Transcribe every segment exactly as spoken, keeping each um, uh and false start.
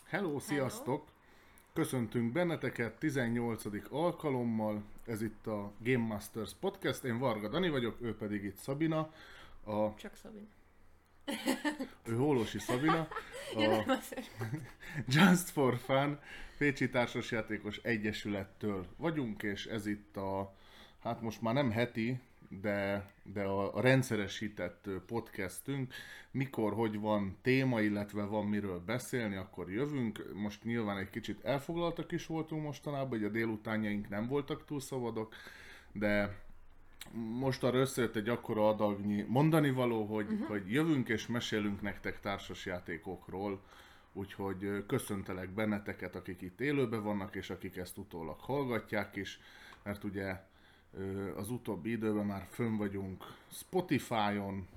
Hello, sziasztok! Köszöntünk benneteket tizennyolcadik alkalommal, ez itt a Game Masters Podcast, én Varga Dani vagyok, ő pedig itt Szabina, a... Csak Szabina. ő Hólósi Szabina, Ja, a nem, azért. Just for Fun Pécsi Társasjátékos Egyesülettől vagyunk, és ez itt a, hát most már nem heti, de, de a, a rendszeresített podcastünk. Mikor, hogy van téma, illetve van miről beszélni, akkor jövünk. Most nyilván egy kicsit elfoglaltak is voltunk mostanában, hogy a délutánjaink nem voltak túl szabadok, de most arra összejött egy akkora adagnyi mondani való, hogy, uh-huh. hogy jövünk és mesélünk nektek társasjátékokról, úgyhogy köszöntelek benneteket, akik itt élőben vannak, és akik ezt utólag hallgatják is, mert ugye az utóbbi időben már fönn vagyunk Spotify-on,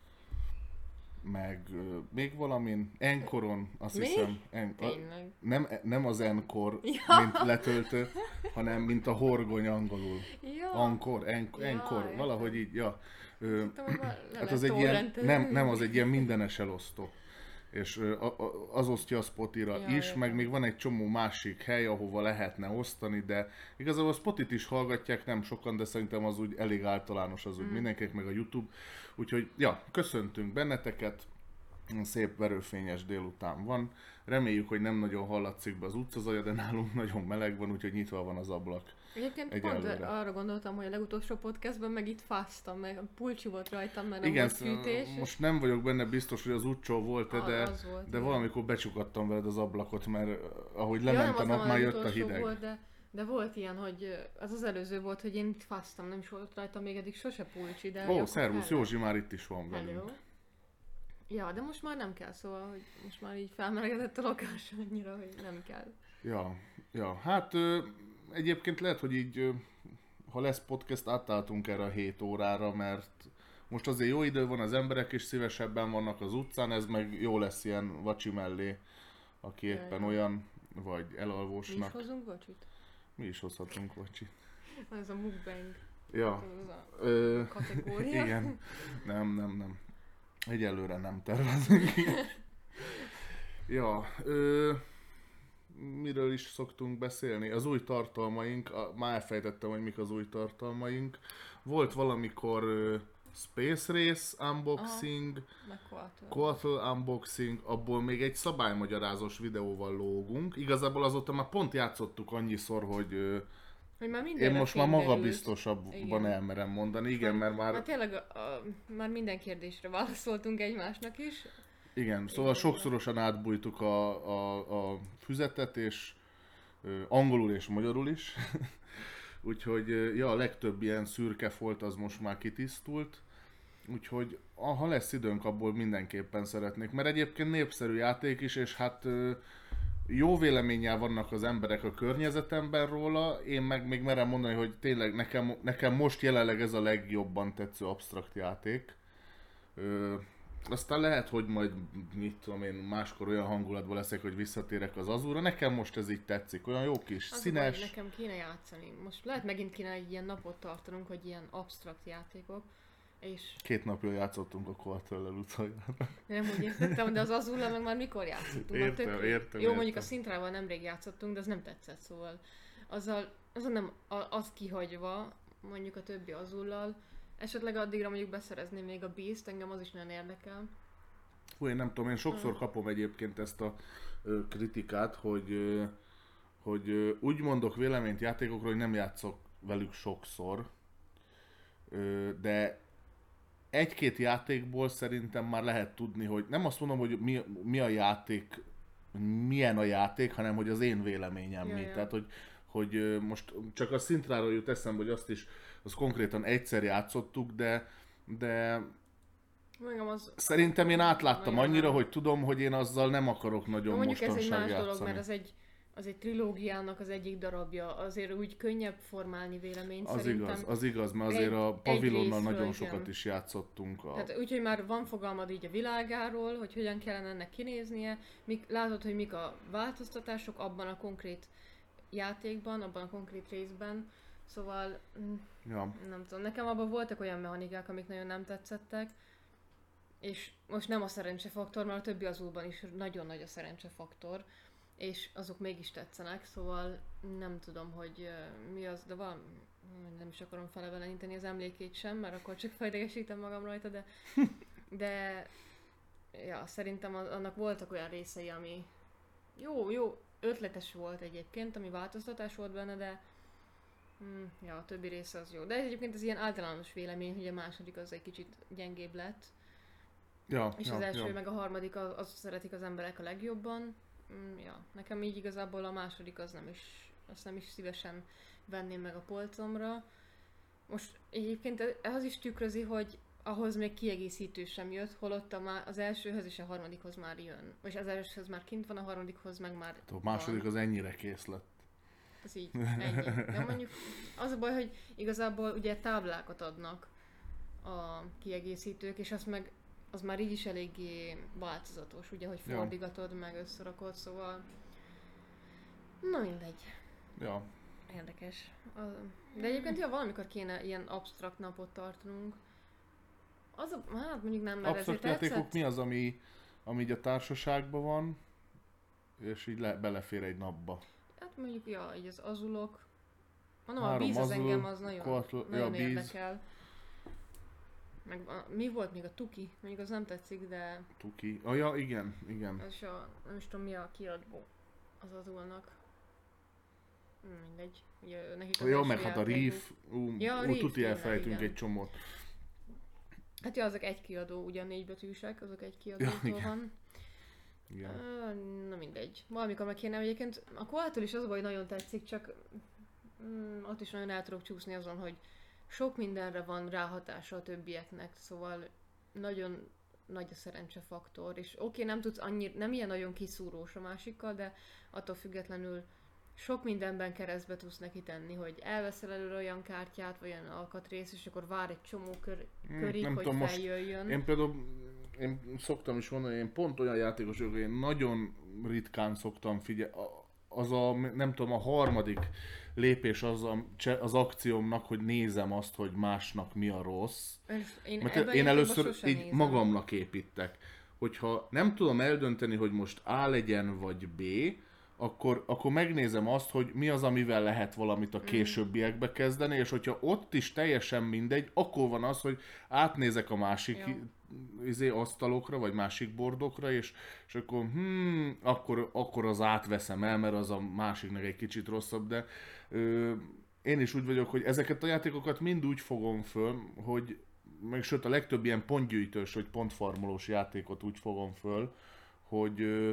meg még valamin, Anchoron, azt Mi? hiszem. En- a, nem, nem az Encore, ja. mint letöltő, hanem mint a horgony angolul. Ja. Anchor, Anchor, Ja, Anchor valahogy így, ja. Ö, Tudom, hát az egy ilyen, nem, nem, az egy ilyen mindenes elosztó. És ö, a, a, az osztja a Spotira ja, is, értem. meg még van egy csomó másik hely, ahova lehetne osztani, de igazából a Spotit is hallgatják, nem sokan, de szerintem az úgy elég általános, az úgy mm. mindenkinek, meg a YouTube. Úgyhogy, ja, köszöntünk benneteket, szép verőfényes délután van. Reméljük, hogy nem nagyon hallatszik be az utcazaja, de nálunk nagyon meleg van, úgyhogy nyitva van az ablak. Egyébként Egyelőre. pont arra gondoltam, hogy a legutolsó podcastban meg itt fáztam, meg a pulcsi volt rajtam, mert nem Igen, volt fűtés. most nem vagyok benne biztos, hogy az utcsó volt-e, Ah, de, az volt, de igen. valamikor becsukadtam veled az ablakot, mert ahogy Ja, lement nem, a az nap, nem már a jött a legutolsó hideg. volt, de, de volt ilyen, hogy az az előző volt, hogy én itt fáztam, nem is volt rajta még eddig sose pulcsi, de... Ó, akkor szervusz, fel- Józsi már itt is van velünk. Hello. Ja, de most már nem kell, szóval, hogy most már így felmelegedett a lakás annyira, hogy nem kell. Ja, ja, hát ö, egyébként lehet, hogy így, ö, ha lesz podcast, átálltunk erre a hét órára, mert most azért jó idő van, az emberek is szívesebben vannak az utcán, ez meg jó lesz ilyen vacsi mellé, aki Ja, éppen ja. olyan, vagy Mi is elalvósnak. hozunk vacsit? Mi is hozhatunk vacsit. Ez a mukbang, Ja, az a ö, kategória. igen, nem, nem, nem. Egyelőre nem tervezünk. Ja, ö, miről is szoktunk beszélni? Az új tartalmaink, a, már elfejtettem, hogy mik az új tartalmaink. Volt valamikor ö, Space Race unboxing, Meg Quattro. Quattro unboxing, abból még egy szabálymagyarázós videóval lógunk. Igazából azóta már pont játszottuk annyiszor, hogy ö, Hogy már én mindenre most már fényderült. magabiztosabban Igen. elmerem mondani. Igen, mert Már már... tényleg a, a, már minden kérdésre válaszoltunk egymásnak is. Igen, szóval Igen. sokszorosan átbújtuk a, a, a füzetet, és ö, angolul és magyarul is. Úgyhogy ö, ja, a legtöbb ilyen szürke folt az most már kitisztult. Úgyhogy ha lesz időnk, abból mindenképpen szeretnék. Mert egyébként népszerű játék is, és hát ö, jó véleménnyel vannak az emberek a környezetemben róla. Én meg még merem mondani, hogy tényleg nekem, nekem most jelenleg ez a legjobban tetsző absztrakt játék. Ö, Aztán lehet, hogy majd, mit tudom én, máskor olyan hangulatban leszek, hogy visszatérek az Azura. Nekem most ez így tetszik, olyan jó kis, Az színes. a baj, nekem kéne játszani. Most lehet megint kéne egy ilyen napot tartanunk, hogy ilyen absztrakt játékok. És Két napja játszottunk a Quattro-lel utoljára. nem úgy értettem, de az Azullal meg már mikor játszottunk? Már Értem, tök- értem, Jó, mondjuk értem. a Szintrával nemrég játszottunk, de az nem tetszett, szóval azzal, azzal nem, a- az kihagyva, mondjuk a többi Azullal, esetleg addigra mondjuk beszerezném még a Beast, engem az is nagyon érdekel. Hú, én nem tudom, én sokszor kapom egyébként ezt a ö, kritikát, hogy, ö, hogy ö, úgy mondok véleményt játékokról, hogy nem játszok velük sokszor, ö, de egy-két játékból szerintem már lehet tudni, hogy nem azt mondom, hogy mi, mi a játék, milyen a játék, hanem hogy az én véleményem Ja, mi. ja. Tehát, hogy, hogy ö, most csak a Szintráról jut eszembe, hogy azt is, az konkrétan egyszer játszottuk, de, de Engem az... szerintem én átláttam nagyon annyira, nem. hogy tudom, hogy én azzal nem akarok nagyon Na, mondjuk ez egy mostanság más játszani. dolog, mert az egy, az egy trilógiának az egyik darabja, azért úgy könnyebb formálni véleményt Az szerintem. igaz, az igaz, mert azért Egy- a pavilonnal egy részről, nagyon igen. sokat is játszottunk. A... Tehát úgyhogy már van fogalmad így a világáról, hogy hogyan kellene ennek kinéznie, mik, látod, hogy mik a változtatások abban a konkrét játékban, abban a konkrét részben, szóval mm, Ja. nem tudom, nekem abban voltak olyan mechanikák, amik nagyon nem tetszettek, és most nem a szerencsefaktor, mert a többi azulban is nagyon nagy a szerencsefaktor, és azok mégis tetszenek, szóval nem tudom, hogy uh, mi az, de van, nem is akarom feleveleníteni az emlékét sem, mert akkor csak fejdegesítem magam rajta, de, de ja, szerintem annak voltak olyan részei, ami jó, jó, ötletes volt egyébként, ami változtatás volt benne, de mm, ja, a többi része az jó. De egyébként ez ilyen általános vélemény, hogy a második az egy kicsit gyengébb lett. Ja, és ja, az első ja. meg a harmadik az, az szeretik az emberek a legjobban. Mm, ja, nekem így igazából a második az nem is, azt nem is szívesen venném meg a polcomra. Most egyébként az is tükrözi, hogy ahhoz még kiegészítő sem jött, holott a má- az elsőhöz és a harmadikhoz már jön. És az elsőhöz már kint van, a harmadikhoz meg már A második van. az ennyire kész lett. Ez így, ennyi. De mondjuk az a baj, hogy igazából ugye táblákat adnak a kiegészítők, és azt meg az már így is eléggé változatos, ugye, hogy fordigatod, meg összerakod, szóval na mindegy. Ja. Érdekes. De egyébként, ja, valamikor kéne ilyen absztrakt napot tartanunk. Az a, hát mondjuk nem, mert Absztrakt ezért játékok tetszett. mi az, ami, ami így a társaságban van, és így le, belefér egy napba? Hát mondjuk, ja, így az azulok. Mondom, Három a bíz az azul, engem az nagyon, kort- nagyon ja, bíz. érdekel. Meg a, mi volt még a tuki? Mondjuk az nem tetszik, de Tuki. Ah, ja, igen, igen. az a, nem is tudom mi a kiadó az azulnak. Hm, mindegy. Ugye, nekik az Jó, első meg hát a játékuk. Reef, ú, Ja, a ú, Reef, tuti tényleg, elfelejtünk igen. egy csomót. Hát ja, azok egy kiadó, ugyan négy betűsek, azok egy kiadótól igen. van. Igen. Ö, na mindegy. Valamikor meg kéne, egyébként a Koától is az a baj, hogy nagyon tetszik, csak mm, ott is nagyon el tudok csúszni azon, hogy sok mindenre van ráhatása a többieknek, szóval nagyon nagy a szerencsefaktor, és oké, okay, nem tudsz annyira, nem ilyen nagyon kiszúrós a másikkal, de attól függetlenül sok mindenben keresztbe tudsz neki tenni, hogy elveszel előre olyan kártyát, vagy olyan alkatrész, és akkor vár egy csomó kör, Hmm, körig, nem hogy tudom, most feljöjjön. Én például, én szoktam is mondani, én pont olyan játékos vagyok, én nagyon ritkán szoktam figyelni, az a, nem tudom, a harmadik lépés az a, az akciómnak, hogy nézem azt, hogy másnak mi a rossz. Én, Mert ebben én játékban először sosem így nézem. magamnak építek. Hogyha nem tudom eldönteni, hogy most A legyen vagy B, akkor, akkor megnézem azt, hogy mi az, amivel lehet valamit a későbbiekbe kezdeni, és hogyha ott is teljesen mindegy, akkor van az, hogy átnézek a másik Jó. izé, asztalokra, vagy másik bordokra, és, és akkor, hmm, akkor, akkor az átveszem el, mert az a másiknak egy kicsit rosszabb, de ö, én is úgy vagyok, hogy ezeket a játékokat mind úgy fogom föl, hogy meg sőt a legtöbb ilyen pontgyűjtős, vagy pontfarmolós játékot úgy fogom föl, hogy ö,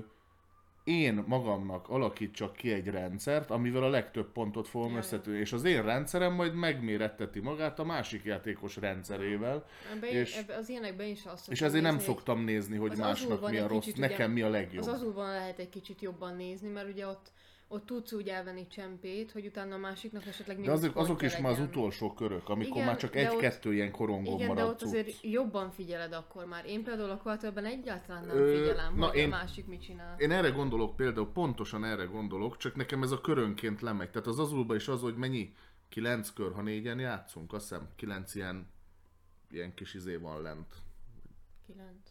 én magamnak alakítsak ki egy rendszert, amivel a legtöbb pontot fogom Jaj. összetűzni, és az én rendszerem majd megméretteti magát a másik játékos rendszerével, Ebbe, és- ebbe az ilyenekben is azt és szoktam ezért nem nézni, hogy szoktam nézni, hogy az másnak azulban mi a egy rossz, kicsit ugye- nekem mi a legjobb. Az azulban lehet egy kicsit jobban nézni, mert ugye ott, ott tudsz úgy elvenni csempét, hogy utána a másiknak esetleg De mínusz azok, azok pontja is már az legyen. utolsó körök, amikor Igen, már csak de egy-kettő ilyen korongon Igen, de marad ott cucc. azért jobban figyeled akkor már. Én például a Quarterben egyáltalán nem Ö, figyelem, na hogy én- a másik mit csinál. Én erre gondolok például, pontosan erre gondolok, csak nekem ez a körönként lemegy. Tehát az azulba is az, hogy mennyi? Kilenc kör, ha négyen játszunk, azt hiszem, kilenc ilyen, ilyen kis izé van lent. Kilenc.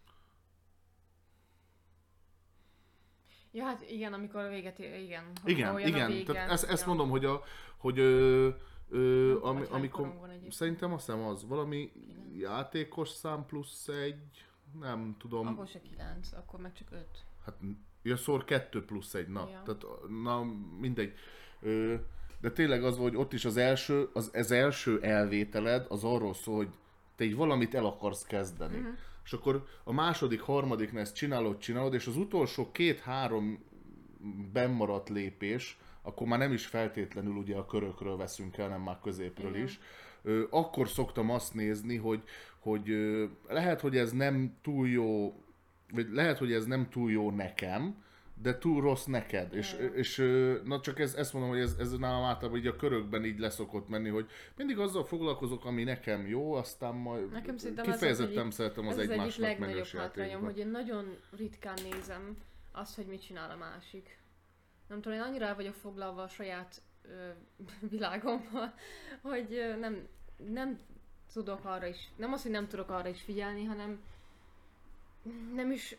Ja, hát igen, amikor a véget ér, igen. Ha Igen, olyan a igen, vége, tehát ezt, ezt ja. mondom, hogy, a, hogy ö, ö, tudom, ami, hogy hány amikor, korong van egyébként. szerintem azt hiszem az, valami játékos szám plusz egy, nem tudom, Akkor se kilenc, akkor meg csak öt. hát ja, szor kettő plusz egy, na, Ja. tehát, na mindegy. Ö, de tényleg az, hogy ott is az első, az, az első elvételed az arról szól, hogy te így valamit el akarsz kezdeni. Mhm. Uh-huh. És akkor a második, harmadiknál ezt csinálod, csinálod, és az utolsó két-három bennmaradt lépés, akkor már nem is feltétlenül ugye a körökről veszünk el, hanem már középről Igen. is. Ö, akkor szoktam azt nézni, hogy, hogy ö, lehet, hogy ez nem túl jó, vagy lehet, hogy ez nem túl jó nekem, de túl rossz neked. És, Ja. és ö, na csak ez, ezt mondom, hogy ez, ez nálam általában így a körökben így leszokott menni, hogy mindig azzal foglalkozok, ami nekem jó, aztán majd Nekem szerintem ez az kifejezetten egyik- szeretem az Ez az egyik egymásnak legnagyobb menős hátrányom, játékokat. hogy én nagyon ritkán nézem azt, hogy mit csinál a másik. Nem tudom, én annyira el vagyok foglalva a saját ö, világommal, hogy ö, nem, nem tudok arra is, nem az, hogy nem tudok arra is figyelni, hanem nem is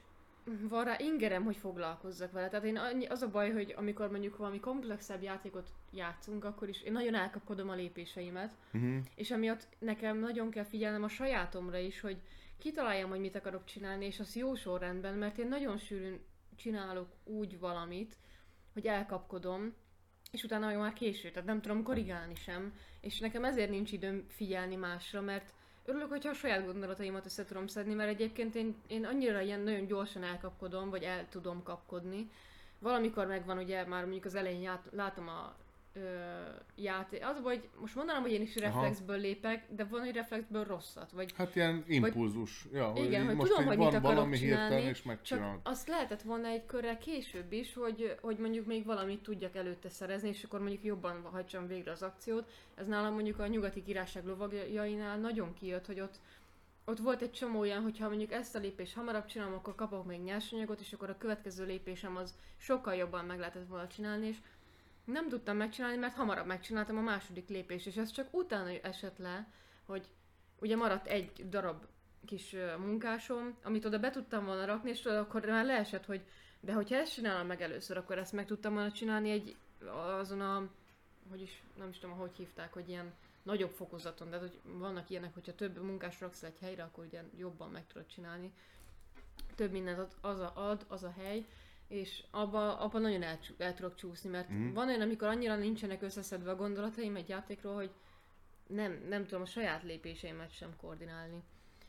van rá ingerem, hogy foglalkozzak vele. Tehát én annyi, az a baj, hogy amikor mondjuk valami komplexebb játékot játszunk, akkor is én nagyon elkapkodom a lépéseimet, Uh-huh. és emiatt nekem nagyon kell figyelnem a sajátomra is, hogy kitaláljam, hogy mit akarok csinálni, és az jó sorrendben, mert én nagyon sűrűn csinálok úgy valamit, hogy elkapkodom, és utána már késő, tehát nem tudom korrigálni sem, és nekem ezért nincs időm figyelni másra, mert örülök, hogyha a saját gondolataimat össze tudom szedni, mert egyébként én, én annyira ilyen nagyon gyorsan elkapkodom, vagy el tudom kapkodni. Valamikor megvan, ugye már mondjuk az elején ját, látom a ö, játék. Az, hogy most mondanám, hogy én is reflexből lépek, de van, hogy reflexből rosszat. Vagy, Hát ilyen impulzus. Ja, hogy igen, hogy most tudom, így hogy van mit akarok valami csinálni, hirtelen, és csak megcsinálod. azt lehetett volna egy körrel később is, hogy, hogy mondjuk még valamit tudjak előtte szerezni, és akkor mondjuk jobban hajtsam végre az akciót. Ez nálam mondjuk a Nyugati Királyság lovagjainál nagyon kijött, hogy ott ott volt egy csomó olyan, hogyha mondjuk ezt a lépést hamarabb csinálom, akkor kapok még nyersanyagot, és akkor a következő lépésem az sokkal jobban meg lehetett volna csinálni, és nem tudtam megcsinálni, mert hamarabb megcsináltam a második lépést, és ez csak utána esett le, hogy ugye maradt egy darab kis ö, munkásom, amit oda be tudtam volna rakni, és tudod, akkor már leesett, hogy de hogyha ezt csinálom meg először, akkor ezt meg tudtam volna csinálni egy azon a, hogy is, nem is tudom, hogy hívták, hogy ilyen nagyobb fokozaton, de hogy vannak ilyenek, hogyha több munkás raksz egy helyre, akkor ugye jobban meg tudod csinálni. Több mindent ad, az a, ad, az a hely, és abba, abba nagyon el, el tudok csúszni, mert mm. van olyan, amikor annyira nincsenek összeszedve a gondolataim egy játékról, hogy nem, nem tudom a saját lépéseimet sem koordinálni.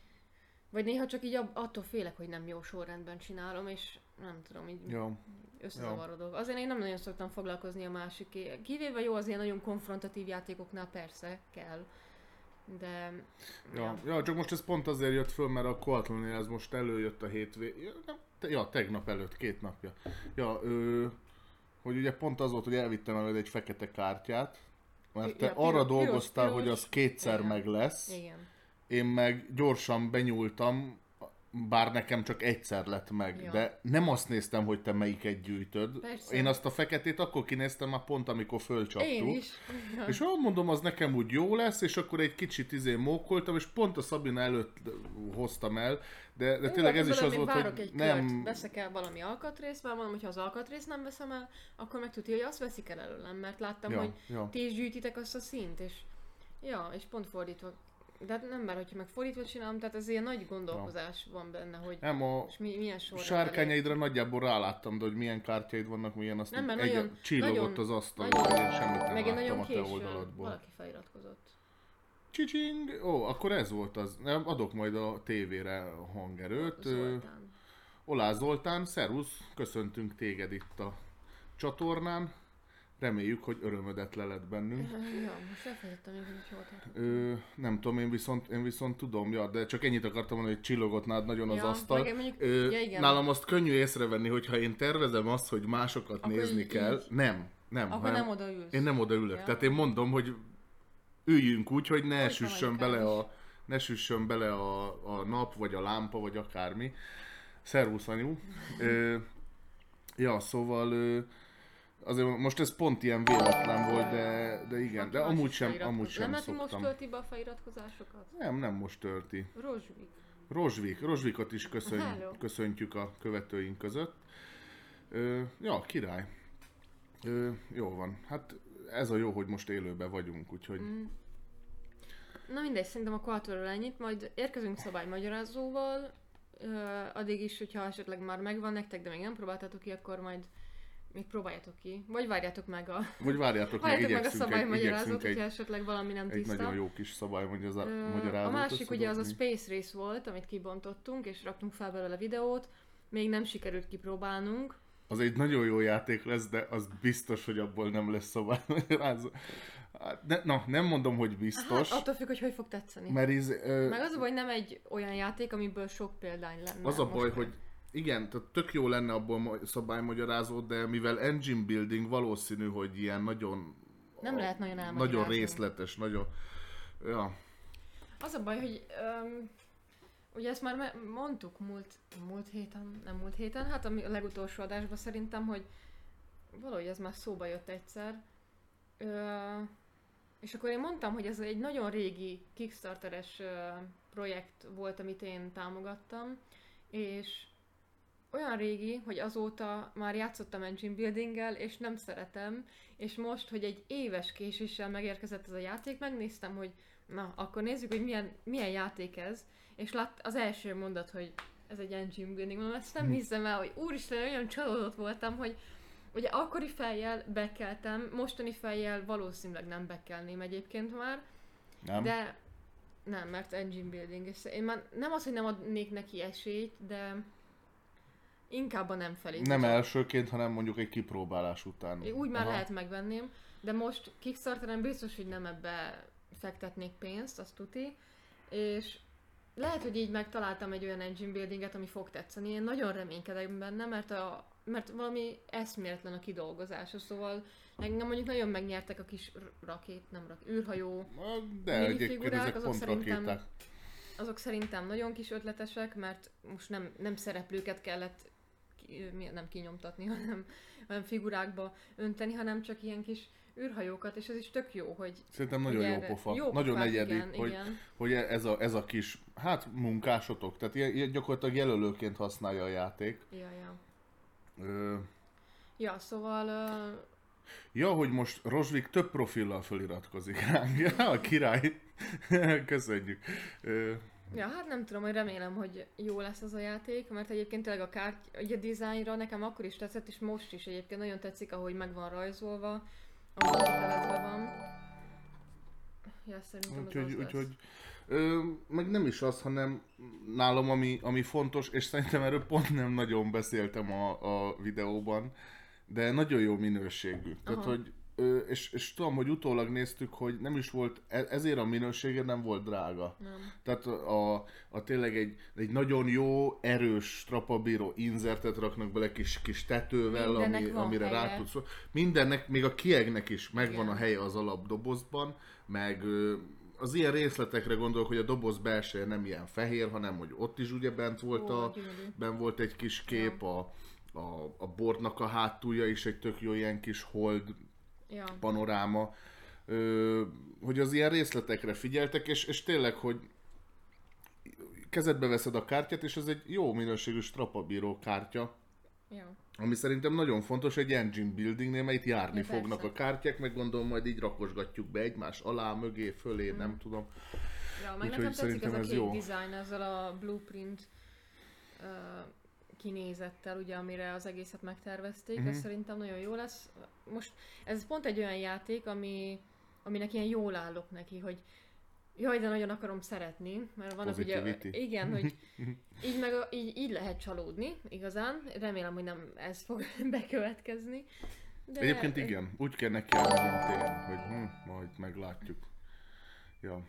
Vagy néha csak így attól félek, hogy nem jó sorrendben csinálom, és nem tudom, így Ja. összezavarodok. Azért én nem nagyon szoktam foglalkozni a másiké. Kivéve jó, az ilyen nagyon konfrontatív játékoknál persze kell, de... Ja. ja, csak most ez pont azért jött föl, mert a Coatlonél ez most előjött a hétvégén. Ja, tegnap előtt, két napja. Ja, ő, hogy ugye pont az volt, hogy elvittem előtt egy fekete kártyát, mert te Ja, arra piros, dolgoztál, piros, hogy az kétszer igen. meg lesz. Igen. Én meg gyorsan benyúltam, bár nekem csak egyszer lett meg, Ja. de nem azt néztem, hogy te melyiket gyűjtöd. Persze. Én azt a feketét akkor kinéztem már pont, amikor fölcsaptuk. Én is. És ahogy mondom, az nekem úgy jó lesz, és akkor egy kicsit izé mókoltam, és pont a Szabina előtt hoztam el, de, de tényleg ez is az volt, hogy egy nem... Kört, veszek el valami alkatrészt, mert mondom, hogyha az alkatrészt nem veszem el, akkor meg tudja, hogy azt veszik el előlem, mert láttam, Ja, hogy ja. ti is gyűjtitek azt a színt, és ja, és pont fordítva. De hát nem, mert hogyha meg fordítva csinálom, tehát ez ilyen nagy gondolkozás ja. van benne, hogy Nem, a és mi, milyen sorrendben sárkányaidra nagyjából ráláttam, de hogy milyen kártyáid vannak, milyen azt Nem, mert egy nagyon- csillogott nagyon- az asztalon, nagyon- hogy én semmit nem meg én láttam nagyon a te későn oldaladból. valaki feliratkozott. Csicsing! Ó, akkor ez volt az. Nem, adok majd a tévére hangerőt. Ö, Zoltán. Olá Zoltán, szervusz, köszöntünk téged itt a csatornán. Reméljük, hogy örömödet leled bennünk. Ja, most elfelejtettem még, hogy hol tartottam. Ö, nem tudom, én viszont, én viszont tudom, ja, de csak ennyit akartam mondani, hogy csillogott nálad nagyon az Ja, asztal. meg mondjuk- Ö, ja, igen. nálam azt könnyű észrevenni, hogy ha én tervezem azt, hogy másokat Akkor nézni így- kell, így. nem, nem. Akkor hanem nem odaülsz. Én nem odaülök. Ja. Tehát én mondom, hogy üljünk úgy, hogy ne Hogy süssön van bele, anyukám a, ne süssön bele a, a nap, vagy a lámpa, vagy akármi. Szervusz, anyu. Ö, ja, szóval ö, azért most ez pont ilyen véletlen volt, de, de igen, de Más amúgy is sem, feliratkoz- amúgy sem Nem lehet, hogy most szoktam. tölti be a feliratkozásokat? Nem, nem most tölti. Rozsvik. Rozsvik, Rozsvikot is köszön, Hello. köszöntjük a követőink között. Ö, ja, király. Ö, jó van. Hát ez a jó, hogy most élőben vagyunk, úgyhogy... Mm. Na mindegy, szerintem a Quattro-ról ennyit, majd érkezünk szabálymagyarázóval. Ö, addig is, hogyha esetleg már megvan nektek, de még nem próbáltátok ki, akkor majd még próbáljátok ki. Vagy várjátok meg a, Vagy várjátok meg, várjátok meg a igyekszünk egy, szabálymagyarázót, igyekszünk hogyha egy, esetleg valami nem egy tiszta. nagyon jó kis Ö, szabálymagyarázót. A másik ugye az a Space Race volt, amit kibontottunk, és raktunk fel belőle videót. Még nem sikerült kipróbálnunk. Az egy nagyon jó játék lesz, de az biztos, hogy abból nem lesz szabálymagyarázó. Hát, ne, na, nem mondom, hogy biztos. Hát attól függ, hogy hogy fog tetszeni. Mert iz, ö, Meg az a baj, hogy nem egy olyan játék, amiből sok példány lenne. az a most baj, meg. hogy igen, tehát tök jó lenne abból ma- szabálymagyarázó, de mivel engine building valószínű, hogy ilyen nagyon... Nem a- lehet nagyon elmagyarázni. Nagyon részletes, nagyon... Ja, Az a baj, hogy um, ugye ezt már me- mondtuk múlt, múlt héten, nem múlt héten, hát a, mi- a legutolsó adásban szerintem, hogy valahogy ez már szóba jött egyszer. Ö, és akkor én mondtam, hogy ez egy nagyon régi Kickstarteres ö, projekt volt, amit én támogattam, és olyan régi, hogy azóta már játszottam engine buildinggel, és nem szeretem, és most, hogy egy éves késéssel megérkezett ez a játék, megnéztem, hogy na, akkor nézzük, hogy milyen, milyen játék ez, és lát, az első mondat, hogy ez egy engine building, mondom, ezt nem hiszem el, hogy úristen, olyan csalódott voltam, hogy ugye akkori fejjel bekeltem, mostani fejjel valószínűleg nem bekelném egyébként már, Nem? de nem, mert engine building, és én már nem az, hogy nem adnék neki esélyt, de inkább a nem felé. Nem elsőként, hanem mondjuk egy kipróbálás után. Úgy már Aha. lehet megvenném, de most Kickstarteren biztos, hogy nem ebbe fektetnék pénzt, azt tuti, és lehet, hogy így megtaláltam egy olyan engine buildinget, ami fog tetszeni. Én nagyon reménykedek benne, mert, a, mert valami eszméletlen a kidolgozása, szóval engem mondjuk nagyon megnyertek a kis rakét, nem rak, űrhajó De egyébként minifigurák, ezek azok pont szerintem, rakéták. azok szerintem nagyon kis ötletesek, mert most nem, nem szereplőket kellett ki, nem kinyomtatni, hanem, hanem figurákba önteni, hanem csak ilyen kis űrhajókat, és ez is tök jó, hogy... Szerintem nagyon hogy jó erre- pofa. jó Nagyon pofák, egyedi, igen, hogy, igen. hogy ez a, ez a kis, hát munkásotok, tehát ilyen, ilyen gyakorlatilag jelölőként használja a játék. Ja, ja. Ö, Ja, szóval... Uh, ja, hogy most Rozsvik több profillal feliratkozik ránk. Ja, a király. Köszönjük. Ö, Ja, hát nem tudom, hogy remélem, hogy jó lesz az a játék, mert egyébként tényleg a kártya, ugye a dizájnra nekem akkor is tetszett, és most is egyébként nagyon tetszik, ahogy meg van rajzolva, ahogy kivitelezve van. Ja, szerintem Úgyhogy, az az úgyhogy lesz. ö, meg nem is az, hanem nálam ami, ami fontos, és szerintem erről pont nem nagyon beszéltem a, a videóban, de nagyon jó minőségű. Tehát, Aha. hogy, ö, és, és tudom, hogy utólag néztük, hogy nem is volt, e- ezért a minősége nem volt drága. Nem. Tehát a, a tényleg egy, egy nagyon jó, erős strapabíró inzertet raknak bele kis, kis tetővel, Mindennek ami, van amire helye. rá tudsz. Mindennek, még a kiegnek is megvan Igen. a helye az alapdobozban, meg ö, az ilyen részletekre gondolok, hogy a doboz belseje nem ilyen fehér, hanem hogy ott is ugye bent volt, Ó, a, gyönyörű. bent volt egy kis kép, a, a, a bordnak a hátulja is egy tök jó ilyen kis hold Ja. panoráma, ö, hogy az ilyen részletekre figyeltek, és, és tényleg, hogy kezedbe veszed a kártyát, és ez egy jó minőségű strapabíró kártya, Ja. ami szerintem nagyon fontos egy engine buildingnél, mert itt járni Ja, fognak persze. a kártyák, meg gondolom majd így rakosgatjuk be egymás alá, mögé, fölé, nem tudom. Ja, meg Úgyhogy nekem tetszik szerintem ez a ez kék jó. design, ezzel a blueprint uh, kinézettel, ugye, amire az egészet megtervezték, Mhm. ez szerintem nagyon jó lesz. Most ez pont egy olyan játék, ami, aminek ilyen jól állok neki, hogy jaj, de nagyon akarom szeretni, mert vannak ugye, Positivity. igen, hogy így, meg a, így, így lehet csalódni, igazán. Remélem, hogy nem ez fog bekövetkezni. De Egyébként igen, úgy kell neki állni, mint én, hogy hm, majd meglátjuk. Ja.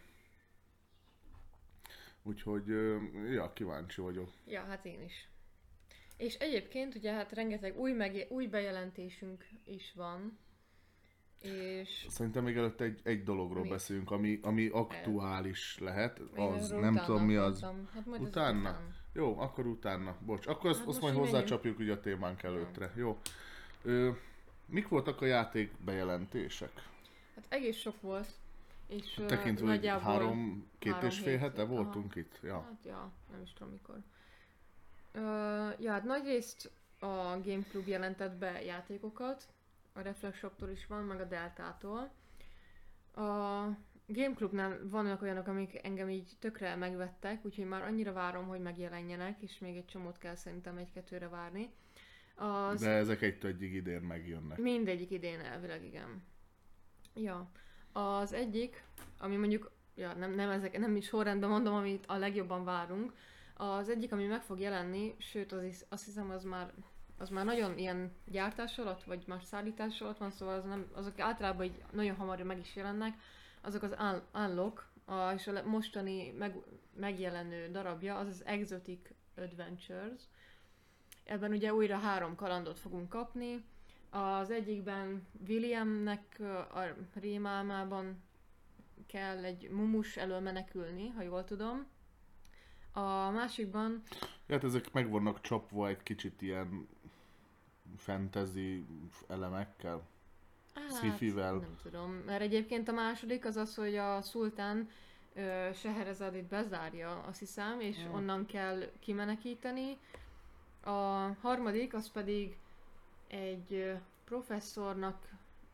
Úgyhogy, ö, ja, kíváncsi vagyok. Ja, hát én is. És egyébként ugye hát rengeteg új, megje- új bejelentésünk is van, és Szerintem még előtt egy, egy dologról Mi? beszélünk, ami, ami aktuális lehet, én az erről nem utána tudom mi az. mondtam. Hát majd az Utána? után. Jó, akkor utána. Bocs, akkor azt, Hát azt most majd így menjünk. hozzácsapjuk ugye a témánk előttre. Jó. Ö, mik voltak a játék bejelentések? Hát egész sok volt, és ö, Tekintve, hogy nagyjából... három, két három és fél hét, hete aha. voltunk itt. Ja. Hát ja, nem is tudom mikor. Ö, ja, hát nagyrészt a Game Club jelentett be játékokat, a Reflex Shoptól is van, meg a Deltától. A Game Clubnál vannak olyanok, amik engem így tökre megvettek, úgyhogy már annyira várom, hogy megjelenjenek, és még egy csomót kell szerintem egy-kettőre várni. Az De ezek egytől egyig idén megjönnek. mindegyik idén elvileg, igen. Ja. Az egyik, ami mondjuk, ja, nem, nem, ezek, nem is sorrendben mondom, amit a legjobban várunk. Az egyik, ami meg fog jelenni, sőt, az is, azt hiszem, az már, az már nagyon ilyen gyártás alatt, vagy már szállítás alatt van, szóval az nem, azok általában így nagyon hamar meg is jelennek. Azok az Un- Unlock, a, és a le- mostani meg, megjelenő darabja, az az Exotic Adventures. Ebben ugye újra három kalandot fogunk kapni. Az egyikben Williamnek ö, a rémálmában kell egy mumus elől menekülni, ha jól tudom. A másikban, Hát ezek meg vannak csapva egy kicsit ilyen fantasy elemekkel. hát, Sci-fivel. nem tudom, mert egyébként a második az az, hogy a szultán ö, Scheherazadét bezárja, azt hiszem, és Hmm. onnan kell kimenekíteni. A harmadik, az pedig egy ö, professzornak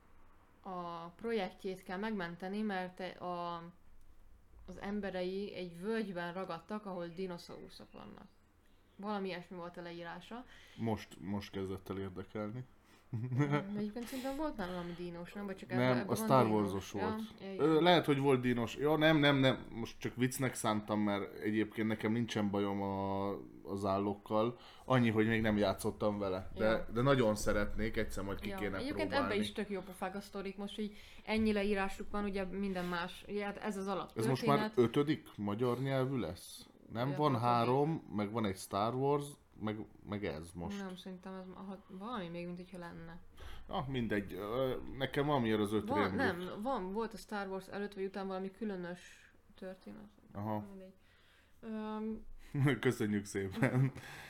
a projektjét kell megmenteni, mert a, az emberei egy völgyben ragadtak, ahol dinoszauruszok vannak. Valami ilyesmi volt a leírása. Most, most kezdett el érdekelni. De egyébként szerintem volt már valami dínos, nem? Vagy csak Nem, ebben, a ebben Star van Wars-os dínos? volt. Ja, ja, Ö, lehet, hogy volt dínos. Ja, nem, nem, nem. Most csak viccnek szántam, mert egyébként nekem nincsen bajom a, az állokkal. Annyi, hogy még nem játszottam vele. De, Ja. de nagyon szeretnék, egyszer majd ki ja. kéne Egyébként próbálni. ebben is tök jó pofák a sztorik, most így ennyi leírásuk van, ugye minden más. Ugye, hát ez az alap Ez történet. most már ötödik magyar nyelvű lesz? Nem, Olyan van hatodik. három, meg van egy Star Wars, meg, meg ez most. Nem, szerintem ez ma- ha- valami még, mint hogyha lenne. Ah, mindegy. Ö, Nekem valamiért az öt Van, rémlik. nem, van, volt a Star Wars előtt vagy után valami különös történet. Aha. Mindegy. Öm, Köszönjük szépen.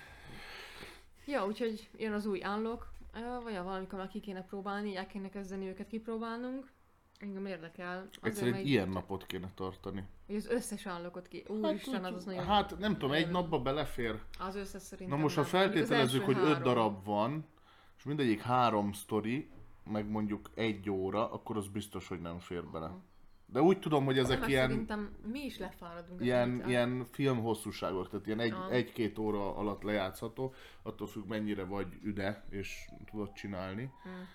ja, úgyhogy jön az új unlock, Ö, vagy valamikor már ki kéne próbálni, el kéne kezdeni őket kipróbálnunk. Engem érdekel. Egyszer egy ilyen napot kéne tartani. Hogy az összes unlockot ki. Úristen, az az nagyon... Hát nem tudom, egy napba belefér. Az összes szerintem Na most, ha nem. Mondjuk az feltételezzük, első hogy öt három. darab van, és mindegyik három sztori, meg mondjuk egy óra, akkor az biztos, hogy nem fér bele. De úgy tudom, hogy ezek Mert ilyen, Szerintem mi is lefáradunk. ilyen, ezen. ilyen film hosszúságok, tehát ilyen egy, Ah. egy-két óra alatt lejátszható, attól függ mennyire vagy üde, és tudod csinálni.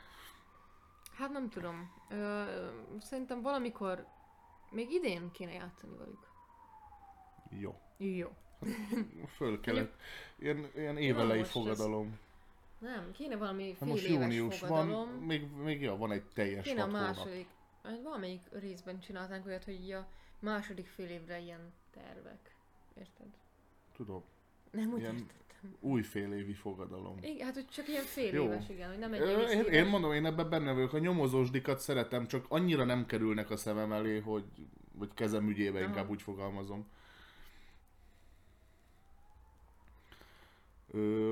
Hát nem tudom. Ö, szerintem valamikor még idén kéne játszani velük. Jó. Jó. Föl kellett. Ilyen, ilyen évelei most ez- fogadalom. Nem, kéne valami Hát fél most éves június van, fogadalom. még, még ja, van egy teljes Kéne a hat hónap. második. hát Valamelyik részben csináltánk olyat, hogy így a második fél évre ilyen tervek. Érted? Tudom. Nem úgy Ilyen értettem. új félévi fogadalom. Igen, hát hogy csak ilyen fél Jó. éves, igen, hogy nem egy Ö, egész Én, éves. én mondom, én ebben benne vagyok, a nyomozósdikat szeretem, csak annyira nem kerülnek a szemem elé, hogy vagy kezem ügyébe, Aha. inkább úgy fogalmazom. Ö,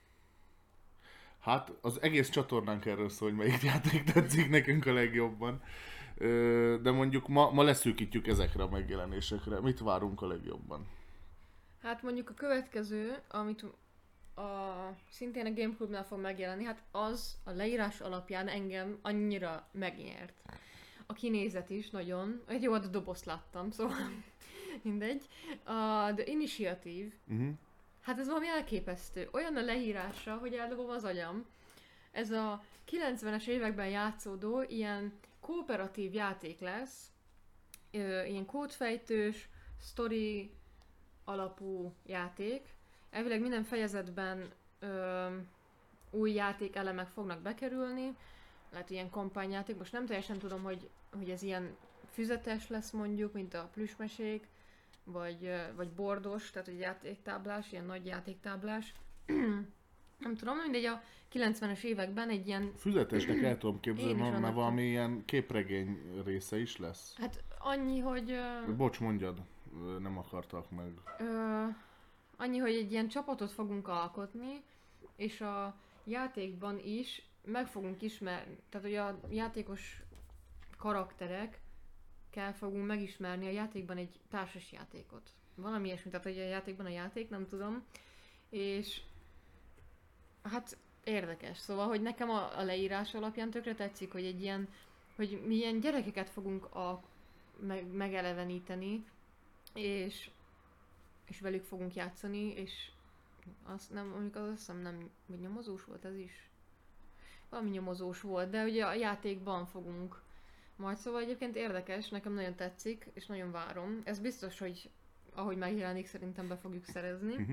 hát az egész csatornánk erről szól, hogy melyik játék tetszik nekünk a legjobban. Ö, de mondjuk ma, ma leszűkítjük ezekre a megjelenésekre. Mit várunk a legjobban? Hát mondjuk a következő, amit a, szintén a Game Clubnál fog megjelenni, hát az a leírás alapján engem annyira megnyert. A kinézet is nagyon, egy jó, a dobozt láttam, szóval mindegy. A The Initiative, Uh-huh. hát ez valami elképesztő. Olyan a leírása, hogy eldobom az agyam. Ez a kilencvenes években játszódó ilyen kooperatív játék lesz, ö, ilyen kódfejtős, story alapú játék. Elvileg minden fejezetben ö, új játékelemek fognak bekerülni, lehet ilyen kampányjáték, most nem teljesen tudom, hogy, hogy ez ilyen füzetes lesz mondjuk, mint a plüsmesék, vagy, ö, vagy bordos, tehát egy játéktáblás, ilyen nagy játéktáblás. Nem tudom, mindegy, a kilencvenes években egy ilyen, Füzetesnek el tudom Én képzelni, is mert annak valami ilyen képregény része is lesz. hát annyi, hogy... Ö, Bocs, mondjad, Ö, nem akartak meg. Ö, annyi, hogy egy ilyen csapatot fogunk alkotni, és a játékban is meg fogunk ismerni, tehát hogy a játékos karakterekkel fogunk megismerni a játékban egy társas játékot. Valami ilyesmi, tehát hogy a játékban a játék, nem tudom. És hát érdekes, szóval, hogy nekem a, a leírás alapján tökre tetszik, hogy egy ilyen, hogy mi ilyen gyerekeket fogunk a, meg, megeleveníteni, és és velük fogunk játszani, és azt nem, amikor azt hiszem nem, hogy nyomozós volt ez is. Valami nyomozós volt, de ugye a játékban fogunk majd, szóval egyébként érdekes, nekem nagyon tetszik, és nagyon várom. Ez biztos, hogy ahogy megjelenik, szerintem be fogjuk szerezni. Uh-huh.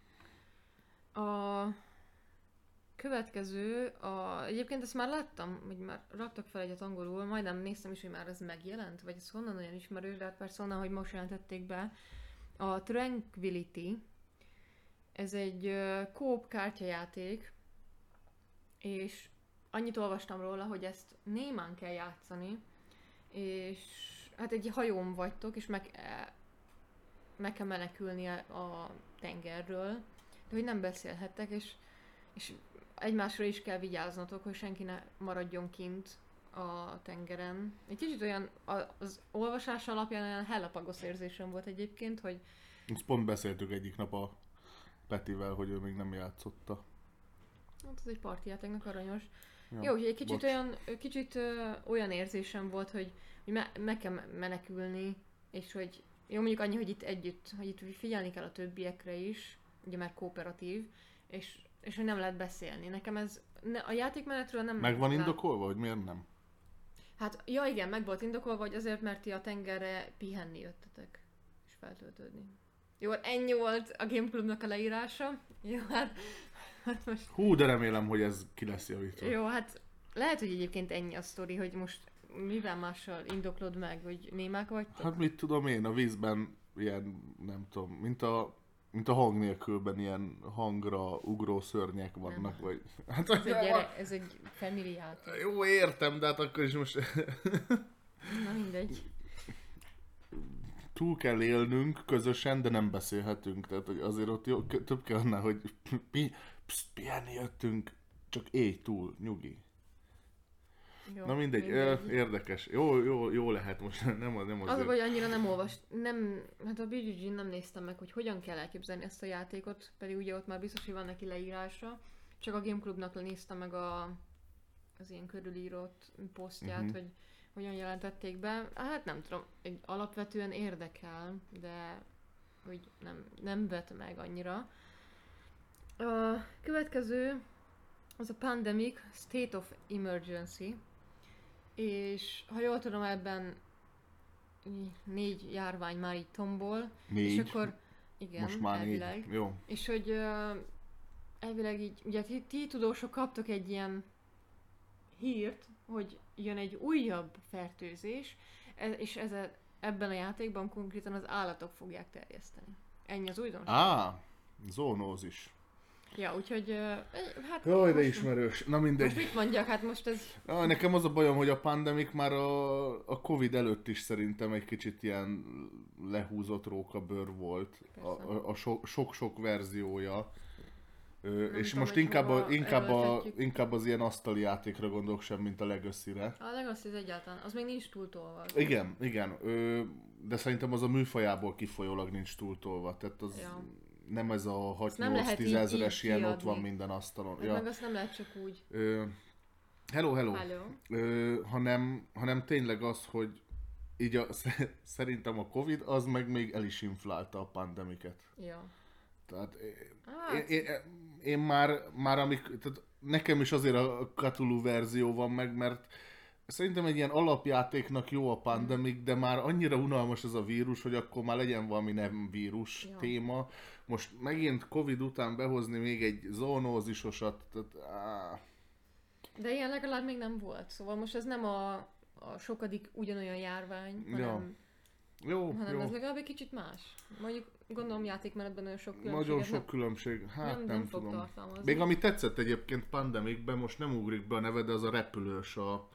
A következő, a, egyébként ezt már láttam, hogy már raktak fel egyet angolul, majdnem néztem is, hogy már ez megjelent, vagy ez honnan olyan ismerős, de hát persze onnan, hogy most jelentették be. A Tranquility, ez egy uh, kóp kártyajáték, és annyit olvastam róla, hogy ezt némán kell játszani, és hát egy hajón vagytok, és meg, e, meg kell menekülni a tengerről, de hogy nem beszélhettek, és, és egymásra is kell vigyáznotok, hogy senki ne maradjon kint a tengeren. Egy kicsit olyan, az olvasás alapján olyan Hellapagos érzésem volt egyébként, hogy Ezt pont beszéltük egyik nap a Petivel, hogy ő még nem játszotta. Hát ez egy partijátéknak aranyos. Ja, Jó, hogy egy kicsit bocs. olyan, kicsit ö, olyan érzésem volt, hogy, hogy me- meg kell menekülni, és hogy jó, mondjuk annyi, hogy itt együtt, hogy itt figyelni kell a többiekre is, ugye már kooperatív, és, és hogy nem lehet beszélni. Nekem ez, ne, a játékmenetről nem... Meg van lát- indokolva, hogy miért nem? Hát, ja igen, meg volt indokolva, hogy azért, mert ti a tengerre pihenni jöttetek, és feltöltődni. Jó, hát ennyi volt a Game Clubnak a leírása. Jó, hát, hát most... Hú, de remélem, hogy ez ki lesz javítva. Jó, hát lehet, hogy egyébként ennyi a sztori, hogy most mivel mással indoklod meg, hogy némák vagytok? Hát mit tudom én, a vízben ilyen, nem tudom, mint a, mint a hang nélkülben ilyen hangra ugró szörnyek vannak, Nem. vagy... Hát, Ez egy, gyere, ez egy family játék. Jó, értem, de hát akkor is most Na mindegy. túl kell élnünk közösen, de nem beszélhetünk. Tehát hogy azért ott jó, több kell annál, hogy pi, psz, pihenni jöttünk, csak élj túl, nyugi. Jó, Na mindegy, mindegy. Ö, érdekes. Jó, jó, jó lehet most, nem, az- nem Az a azért. baj, hogy annyira nem olvast, nem, hát a bé gé gén nem néztem meg, hogy hogyan kell elképzelni ezt a játékot, pedig ugye ott már biztos, hogy van neki leírása. Csak a Game Clubnak néztem meg a, az ilyen körülírott posztját, Mhm. hogy hogyan jelentették be. Hát nem tudom, egy alapvetően érdekel, de hogy nem, nem vet meg annyira. A következő az a Pandemic State of Emergency, és ha jól tudom, ebben négy járvány már így tombol, Négy. és akkor igen, Most már elvileg. négy. Jó. És hogy uh, elvileg így, ugye ti, ti tudósok kaptok egy ilyen hírt, hogy jön egy újabb fertőzés, e- és ez a, ebben a játékban konkrétan az állatok fogják terjeszteni. Ennyi az újdonság. Á, zoonózis. Ja, úgyhogy uh, hát Jaj, de most, ismerős. Na most mindegy. mit mondjak, hát most ez Ah, nekem az a bajom, hogy a pandemik már a, a Covid előtt is szerintem egy kicsit ilyen lehúzott rókabőr volt. A, a, a so, sok-sok verziója. Ö, és tudom, most hogy inkább, a, hova inkább, a, erőltetjük. inkább az ilyen asztali játékra gondolok sem, mint a Legacy-re. a Legacy az egyáltalán, az még nincs túl tolva. Igen, igen. Ö, de szerintem az a műfajából kifolyólag nincs túltolva. Tehát az Ja. nem ez a Azt nem hat-nyolc lehet így- tízezeres így ilyen ott kiadni. van minden asztalon. Meg, Ja. meg azt nem lehet csak úgy. Ö, hello, hello. Hello. Ö, hanem, hanem tényleg az, hogy így a, szerintem a Covid az meg még el is inflálta a pandemiket. Ja. Tehát én, Hát, én, én már, már amik, tehát nekem is azért a Cthulhu verzió van meg, mert szerintem egy ilyen alapjátéknak jó a pandemik, de már annyira unalmas ez a vírus, hogy akkor már legyen valami nem vírus Ja. téma. Most megint Covid után behozni még egy zoonózisosat, tehát áh. de ilyen legalább még nem volt. Szóval most ez nem a, a sokadik ugyanolyan járvány, hanem, Jó, hanem jó. ez legalább egy kicsit más. Mondjuk gondolom játékmenetben nagyon sok különbséget Nagyon sok nem, különbség, hát nem, nem, nem, nem fog tudom. tartalmazni. Még ami tetszett egyébként Pandemicben, most nem ugrik be a neve, de az a repülős, a,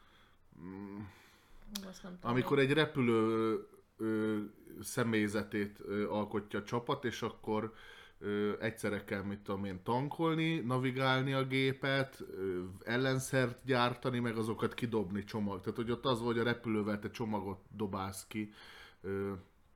mm, Hú, azt nem tudom. amikor egy repülő ö, személyzetét ö, alkotja a csapat, és akkor ö, egyszerre kell, mit tudom én, tankolni, navigálni a gépet, ö, ellenszert gyártani, meg azokat kidobni csomag. Tehát, hogy ott az, hogy a repülővel te csomagot dobálsz ki ö,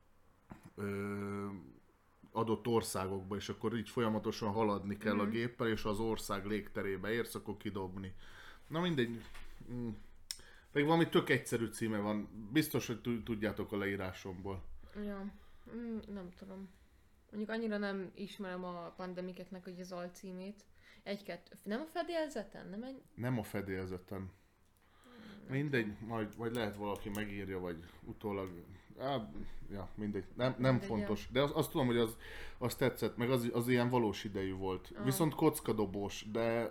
ö, adott országokba, és akkor így folyamatosan haladni kell a Mhm. géppel, és az ország légterébe érsz, akkor kidobni. Na mindegy. Mm. Meg valami tök egyszerű címe van. Biztos, hogy tu- tudjátok a leírásomból. Ja, mm, nem tudom. Mondjuk annyira nem ismerem a pandemikeknek hogy az alcímét. Egy-kettő. Nem a fedélzeten? Nem egy... Nem a fedélzeten. Mindegy, majd, majd lehet valaki megírja, vagy utólag. Á, ja, mindegy. Nem, nem Mindegy, fontos. De azt, azt tudom, hogy az, az tetszett, meg az, az ilyen valós idejű volt. Ah. Viszont kockadobós, de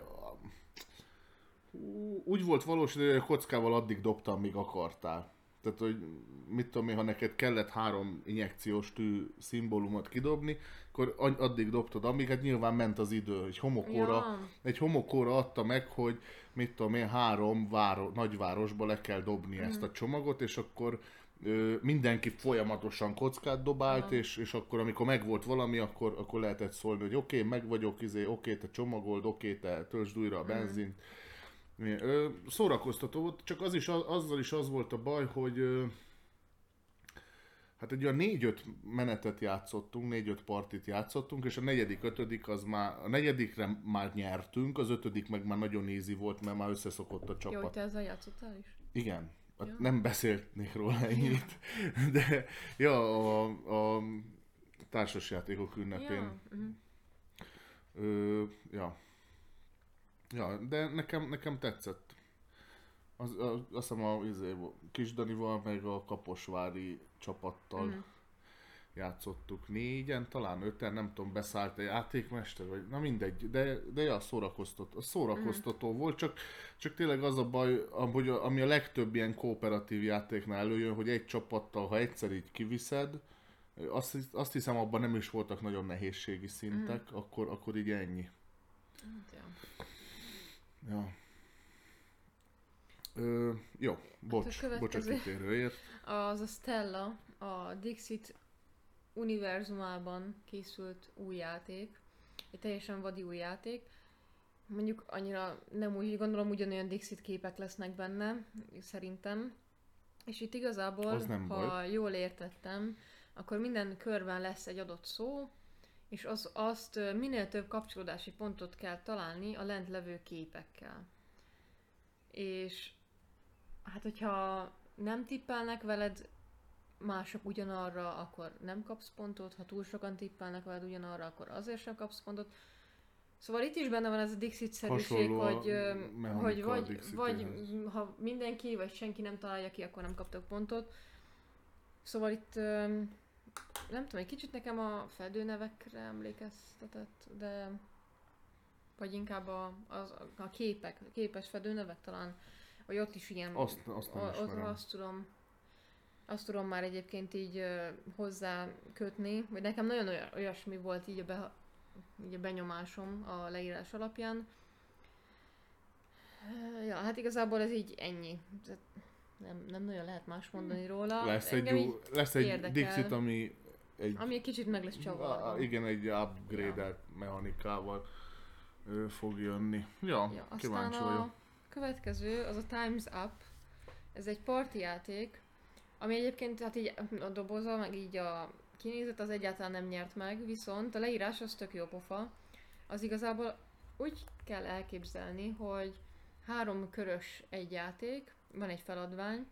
ú, úgy volt valós idejű, hogy a kockával addig dobtam, míg akartál. Tehát, hogy mit tudom én, ha neked kellett három injekciós tű szimbólumot kidobni, akkor a- addig dobtad, amíg hát nyilván ment az idő. Egy homokóra, Ja. egy homokóra adta meg, hogy mit tudom én, három váro, nagyvárosba le kell dobni mm. ezt a csomagot, és akkor ö, mindenki folyamatosan kockát dobált, Ja. és, és akkor amikor megvolt valami, akkor, akkor lehetett szólni, hogy oké, okay, meg vagyok, izé, oké, okay, te csomagold, oké, okay, te töltsd újra a benzint. Ö, szórakoztató volt, csak az is, azzal is az volt a baj, hogy ö, hát egy olyan négy-öt menetet játszottunk, négy-öt partit játszottunk, és a negyedik, ötödik az már, a negyedikre már nyertünk, az ötödik meg már nagyon easy volt, mert már összeszokott a csapat. Jó, hogy te ezzel játszottál is? Igen. Ja. Nem beszélnék róla ennyit, de ja, a, a társasjátékok ünnepén. Ja. Uh-huh. Ö, ja. Ja, de nekem, nekem tetszett. Az, az, azt hiszem a izé, Kis Danival, meg a Kaposvári csapattal Uh-huh. játszottuk. Négyen, talán öten, nem tudom, beszállt egy játékmester, vagy na mindegy, de, de ja, szórakoztató, szórakoztató uh-huh. volt, csak, csak tényleg az a baj, hogy ami a legtöbb ilyen kooperatív játéknál előjön, hogy egy csapattal, ha egyszer így kiviszed, azt, azt hiszem abban nem is voltak nagyon nehézségi szintek, uh-huh. akkor, akkor így ennyi. Hát, ja. Ja. Ö, jó, bocs, Hát a bocs a kitérőért. Az a Stella, a Dixit univerzumában készült új játék, egy teljesen vadi új játék. Mondjuk annyira nem úgy, gondolom ugyanolyan Dixit képek lesznek benne, szerintem. És itt igazából, ha baj. Jól értettem, akkor minden körben lesz egy adott szó, és az, azt minél több kapcsolódási pontot kell találni a lent levő képekkel. És hát, hogyha nem tippelnek veled mások ugyanarra, akkor nem kapsz pontot, ha túl sokan tippelnek veled ugyanarra, akkor azért sem kapsz pontot. Szóval itt is benne van ez a Dixit-szerűség, hogy, hogy vagy, vagy ha mindenki, vagy senki nem találja ki, akkor nem kaptok pontot. Szóval itt nem tudom, egy kicsit nekem a fedőnevekre emlékeztetett, de vagy inkább a, az, a képek, a képes fedőnevek talán, vagy ott is ilyen, azt, azt nem ott azt tudom, azt tudom már egyébként így uh, hozzá kötni, vagy nekem nagyon olyasmi volt így a, be, így a benyomásom a leírás alapján. Uh, ja, hát igazából ez így ennyi. Nem, nem nagyon lehet más mondani róla. Lesz egy, jó, lesz egy Dixit, ami egy... Ami egy kicsit meg lesz csavarva. Igen, egy upgrade-elt ja. mechanikával ő, fog jönni. Ja, ja kíváncsi vagyok. A következő, az a Time's Up. Ez egy parti játék, ami egyébként hát így a doboza, meg így a kinézet az egyáltalán nem nyert meg, viszont a leírás az tök jó pofa. Az igazából úgy kell elképzelni, hogy három körös egy játék, van egy feladvány,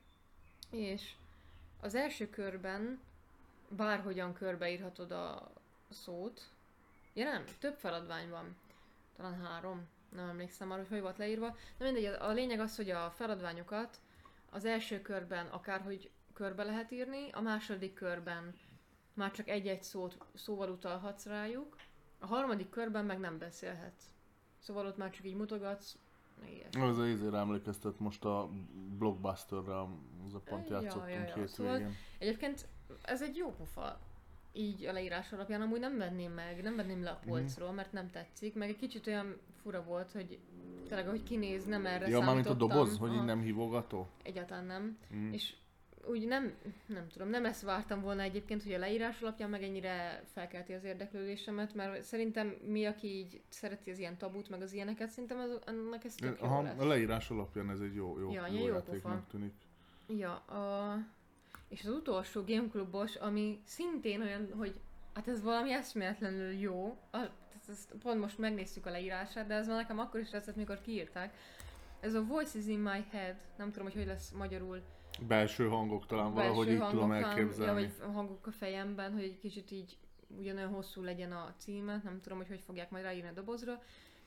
és az első körben bárhogyan körbeírhatod a szót. Ja nem, több feladvány van. Talán három, nem emlékszem már, hogy hogy volt leírva. De mindegy, a lényeg az, hogy a feladványokat az első körben akárhogy körbe lehet írni, a második körben már csak egy-egy szót, szóval utalhatsz rájuk, a harmadik körben meg nem beszélhetsz. Szóval ott már csak így mutogatsz, meg az a ízére emlékeztet most a Blockbusterre, az a pont ja, játszottunk ja, ja. két Szóval végén. Egyébként ez egy jó pofa. Így a leírás alapján amúgy nem venném meg, nem venném le a polcról, mert nem tetszik, meg egy kicsit olyan fura volt, hogy tényleg ahogy kinéz, nem erre ja, számítottam. Ja, mármint a doboz, hogy így nem hívogató? Egyáltalán nem. Mm. És úgy nem, nem tudom, nem ezt vártam volna egyébként, hogy a leírás alapján meg ennyire felkelti az érdeklődésemet, mert szerintem mi, aki így szereti az ilyen tabut, meg az ilyeneket, szerintem az, annak ez tök Aha, jó lesz. A leírás alapján ez egy jó, jó, ja, jó, jó játéknak tűnik. Ja, a... és az utolsó Gameklubos, ami szintén olyan, hogy hát ez valami eszméletlenül jó, a, ezt pont most megnéztük a leírását, de ez már nekem akkor is tetszett, mikor kiírták. Ez a Voices in my head, nem tudom, hogy hogy lesz magyarul. Belső hangok talán Belső valahogy így tudom elképzelni. Ja, vagy hangok a fejemben, hogy egy kicsit így ugyanolyan hosszú legyen a címe, nem tudom, hogy hogy fogják majd ráírni a dobozra.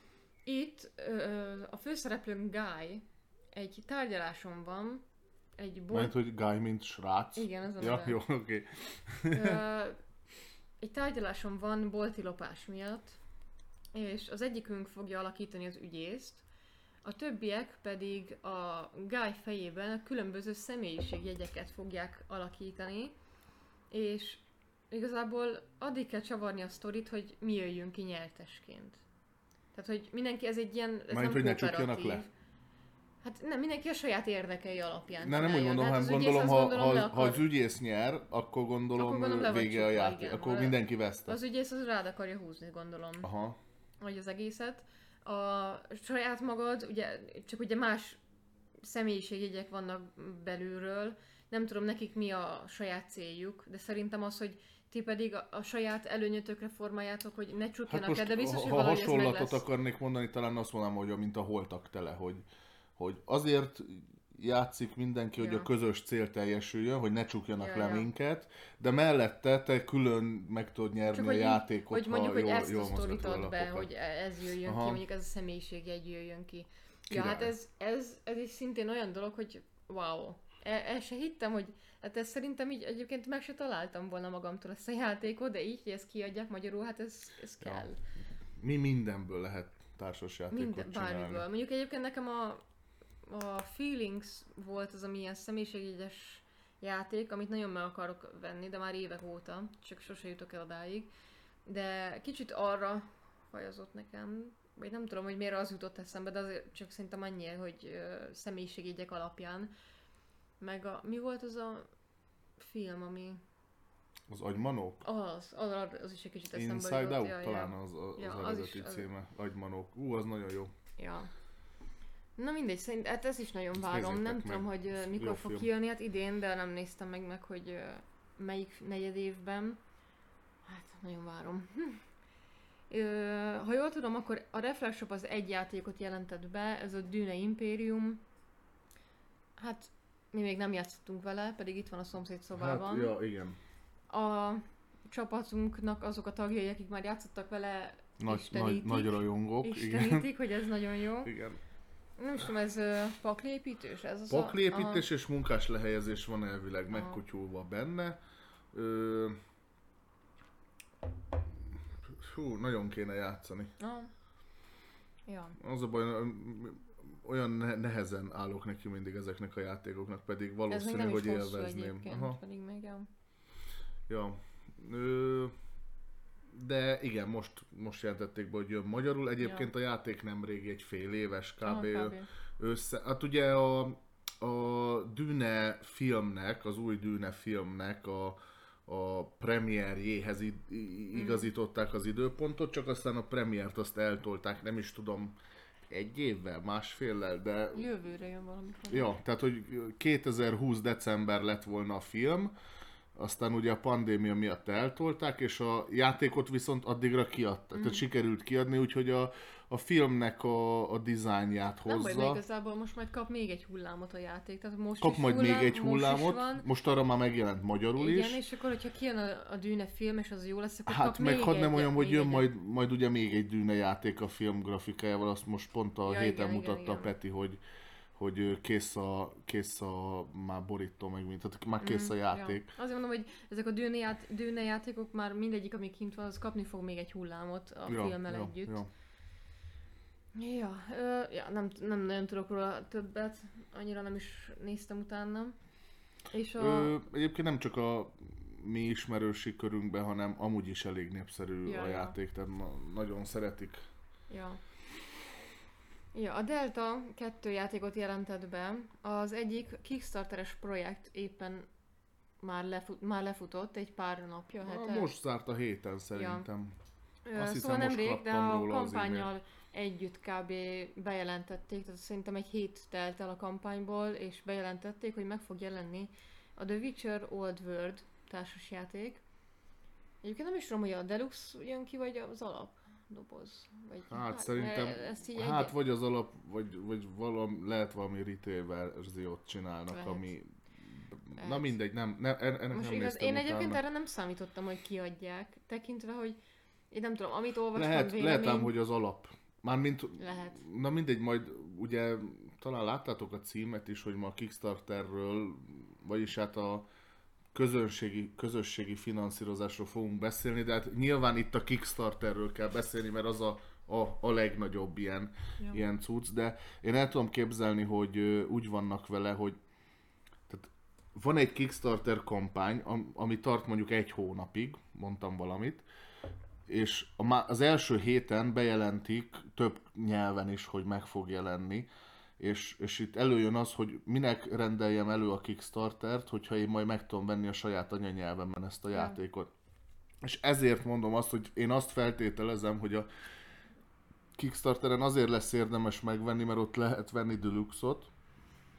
Itt ö, a főszereplőnk Guy egy tárgyaláson van, egy bolt... Mert hogy Guy mint srác? Igen, az a ja, neve. jó, oké. Okay. Egy tárgyaláson van bolti lopás miatt, és az egyikünk fogja alakítani az ügyészt, a többiek pedig a Guy fejében a különböző személyiségjegyeket fogják alakítani, és igazából addig kell csavarni a sztorit, hogy mi jöjjünk ki nyertesként. Tehát, hogy mindenki, ez egy ilyen, ez Majd, nem hogy ne kooperatív. csukjanak le. Hát nem, mindenki a saját érdekei alapján Ne, nem úgy mondom, hanem gondolom, ha, ha, az, akar... ha az ügyész nyer, akkor gondolom, akkor gondolom vége a játék. Igen, akkor mindenki vesztett. Az ügyész az rád akarja húzni, gondolom. Aha. Vagy az egészet. A saját magad, ugye, csak ugye más személyiségjegyek vannak belülről. Nem tudom nekik mi a saját céljuk, de szerintem az, hogy ti pedig a, a saját előnyötökre formáljátok, hogy ne csukjanak Hát el, de biztos, most, hogy ha valahogy ez meg hasonlatot lesz. akarnék mondani, talán azt mondanám, hogy a, mint a holtak tele, hogy, hogy azért játszik mindenki, hogy Ja. a közös cél teljesüljön, hogy ne csukjanak Ja, le ja. minket, de mellette te külön meg tudod nyerni Csak a hogy, így- játékot, hogy ha mondjuk, hogy jól, ezt jól a sztorit mozgatod a ad be, lapokat. hogy ez jöjjön Aha. ki, mondjuk ez a személyiségjegy jöjjön ki. Ja, Király. hát ez, ez, ez is szintén olyan dolog, hogy wow. El, el se hittem, hogy hát ez szerintem így egyébként meg se találtam volna magamtól ezt a játékot, de így, hogy ezt kiadják magyarul, hát ez, ez Ja. kell. Mi mindenből lehet társasjátékot Minden, csinálni. bármiből. Mondjuk egyébként nekem a, a Feelings volt az, ami ilyen személyiségjegyes játék, amit nagyon meg akarok venni, de már évek óta, csak sose jutok el odáig. De kicsit arra fajazott nekem, vagy nem tudom, hogy miért az jutott eszembe, de azért csak szerintem annyi, hogy ö, személyiségjegyek alapján. Meg a, mi volt az a film, ami... Az agymanók? Az, az, az is egy kicsit eszembe Inside jutott. Out Ja, talán ja. az, az, Ja, az az eredeti is, az- címe. Agymanók. Ú, az nagyon jó. Ja. Na mindegy, szerint, hát ez is nagyon Ezt várom. nézzétek Nem meg. tudom, hogy Ez ö, jó mikor fog film. kijönni, hát idén, de nem néztem meg, meg hogy ö, melyik negyed évben. Hát nagyon várom. Hm. Ö, ha jól tudom, akkor a Reflex Shop az egy játékot jelentett be, ez a Dune Imperium. Hát mi még nem játszottunk vele, pedig itt van a szomszéd szobában. Hát, ja, igen. A csapatunknak azok a tagjai, akik már játszottak vele, Nagy, nagy, istenítik. nagy rajongók. Igen. Istenítik, hogy ez nagyon jó. Igen. Nem is tudom, ez uh, pakliépítős? Ez az a- Pakliépítés és munkás lehelyezés van elvileg Aha. megkutyulva benne. Ö... Hú, nagyon kéne játszani. Aha. Ja. Az a baj, olyan ne- nehezen állok neki mindig ezeknek a játékoknak, pedig Ez még valószínű, nem is hogy hosszú élvezném. egyébként, Aha. pedig még ja. Ja. Ö... De igen, most, most jelentették be, hogy jön magyarul. Egyébként a játék nemrég egy fél éves kb. Aha, kb. Össze... Hát ugye a, a Dune filmnek, az új Dune filmnek a, a premierjéhez i- i- igazították az időpontot, csak aztán a premiért azt eltolták, nem is tudom, egy évvel, másféllel, de... Jövőre jön valamikor. Ja, tehát hogy kétezer-húsz december lett volna a film, aztán ugye a pandémia miatt eltolták, és a játékot viszont addigra kiadták, mm. tehát sikerült kiadni, úgyhogy a, a filmnek a, a dizájnját Nem baj, de hozza. igazából most majd kap még egy hullámot a játék, tehát most Kap is majd hullám, még egy most hullámot, is van. most arra már megjelent magyarul Igen, is. és akkor, hogyha kijön a, a Dune film, és az jó lesz, akkor Hát kap meg még hadd nem egyet, olyan, hogy még jön egyet. majd, majd ugye még egy Dune játék a film grafikájával, azt most pont a Ja, héten igen, mutatta igen, a Peti, hogy, hogy kész a, kész a már borító, meg mint, tehát már kész a Mm, játék. Ja. Azért mondom, hogy ezek a Dune, ját, Dune játékok már mindegyik, ami kint van, az kapni fog még egy hullámot a Ja, filmmel ja, együtt. ja. Ja, ö, ja nem, nem nagyon tudok róla többet, annyira nem is néztem utána. És a... Ö, egyébként nem csak a mi ismerősi körünkben, hanem amúgy is elég népszerű Ja, a ja. játék, tehát na, nagyon szeretik. Ja. Ja, a Delta kettő játékot jelentett be. Az egyik Kickstarteres projekt éppen már, lefut, már lefutott egy pár napja, Na, hete. most zárt a héten szerintem. Ö, azt hiszem, szóval most nemrég, de kaptam a róla az kampányjal együtt kb. Bejelentették, tehát szerintem egy hét telt el a kampányból, és bejelentették, hogy meg fog jelenni a The Witcher Old World társasjáték. Egyébként nem is tudom, hogy a Deluxe jön ki, vagy az alap doboz. Vagy, Hát szerintem, mert ezt így hát egy... vagy az alap, vagy, vagy valami, lehet valami retail verziót csinálnak, Lehet. ami... Na Lehet. mindegy, nem, ne, en- ennek Most nem igaz, néztem én egyébként utána. erre nem számítottam, hogy kiadják, tekintve, hogy én nem tudom, amit olvastam Lehet, vélemény, lehet ám, hogy az alap. Mármint, lehet. na mindegy, majd ugye talán láttátok a címet is, hogy ma a Kickstarterről, vagyis hát a közönségi, közösségi finanszírozásról fogunk beszélni, de hát nyilván itt a Kickstarterről kell beszélni, mert az a, a, a legnagyobb ilyen, Ja. ilyen cucc, de én el tudom képzelni, hogy ö, úgy vannak vele, hogy tehát van egy Kickstarter kampány, am- ami tart mondjuk egy hónapig, mondtam valamit, és a, má- az első héten bejelentik több nyelven is, hogy meg fog jelenni, és, és itt előjön az, hogy minek rendeljem elő a Kickstartert, hogyha én majd meg tudom venni a saját anyanyelvemben ezt a Ja. játékot. És ezért mondom azt, hogy én azt feltételezem, hogy a Kickstarteren azért lesz érdemes megvenni, mert ott lehet venni Deluxe-ot,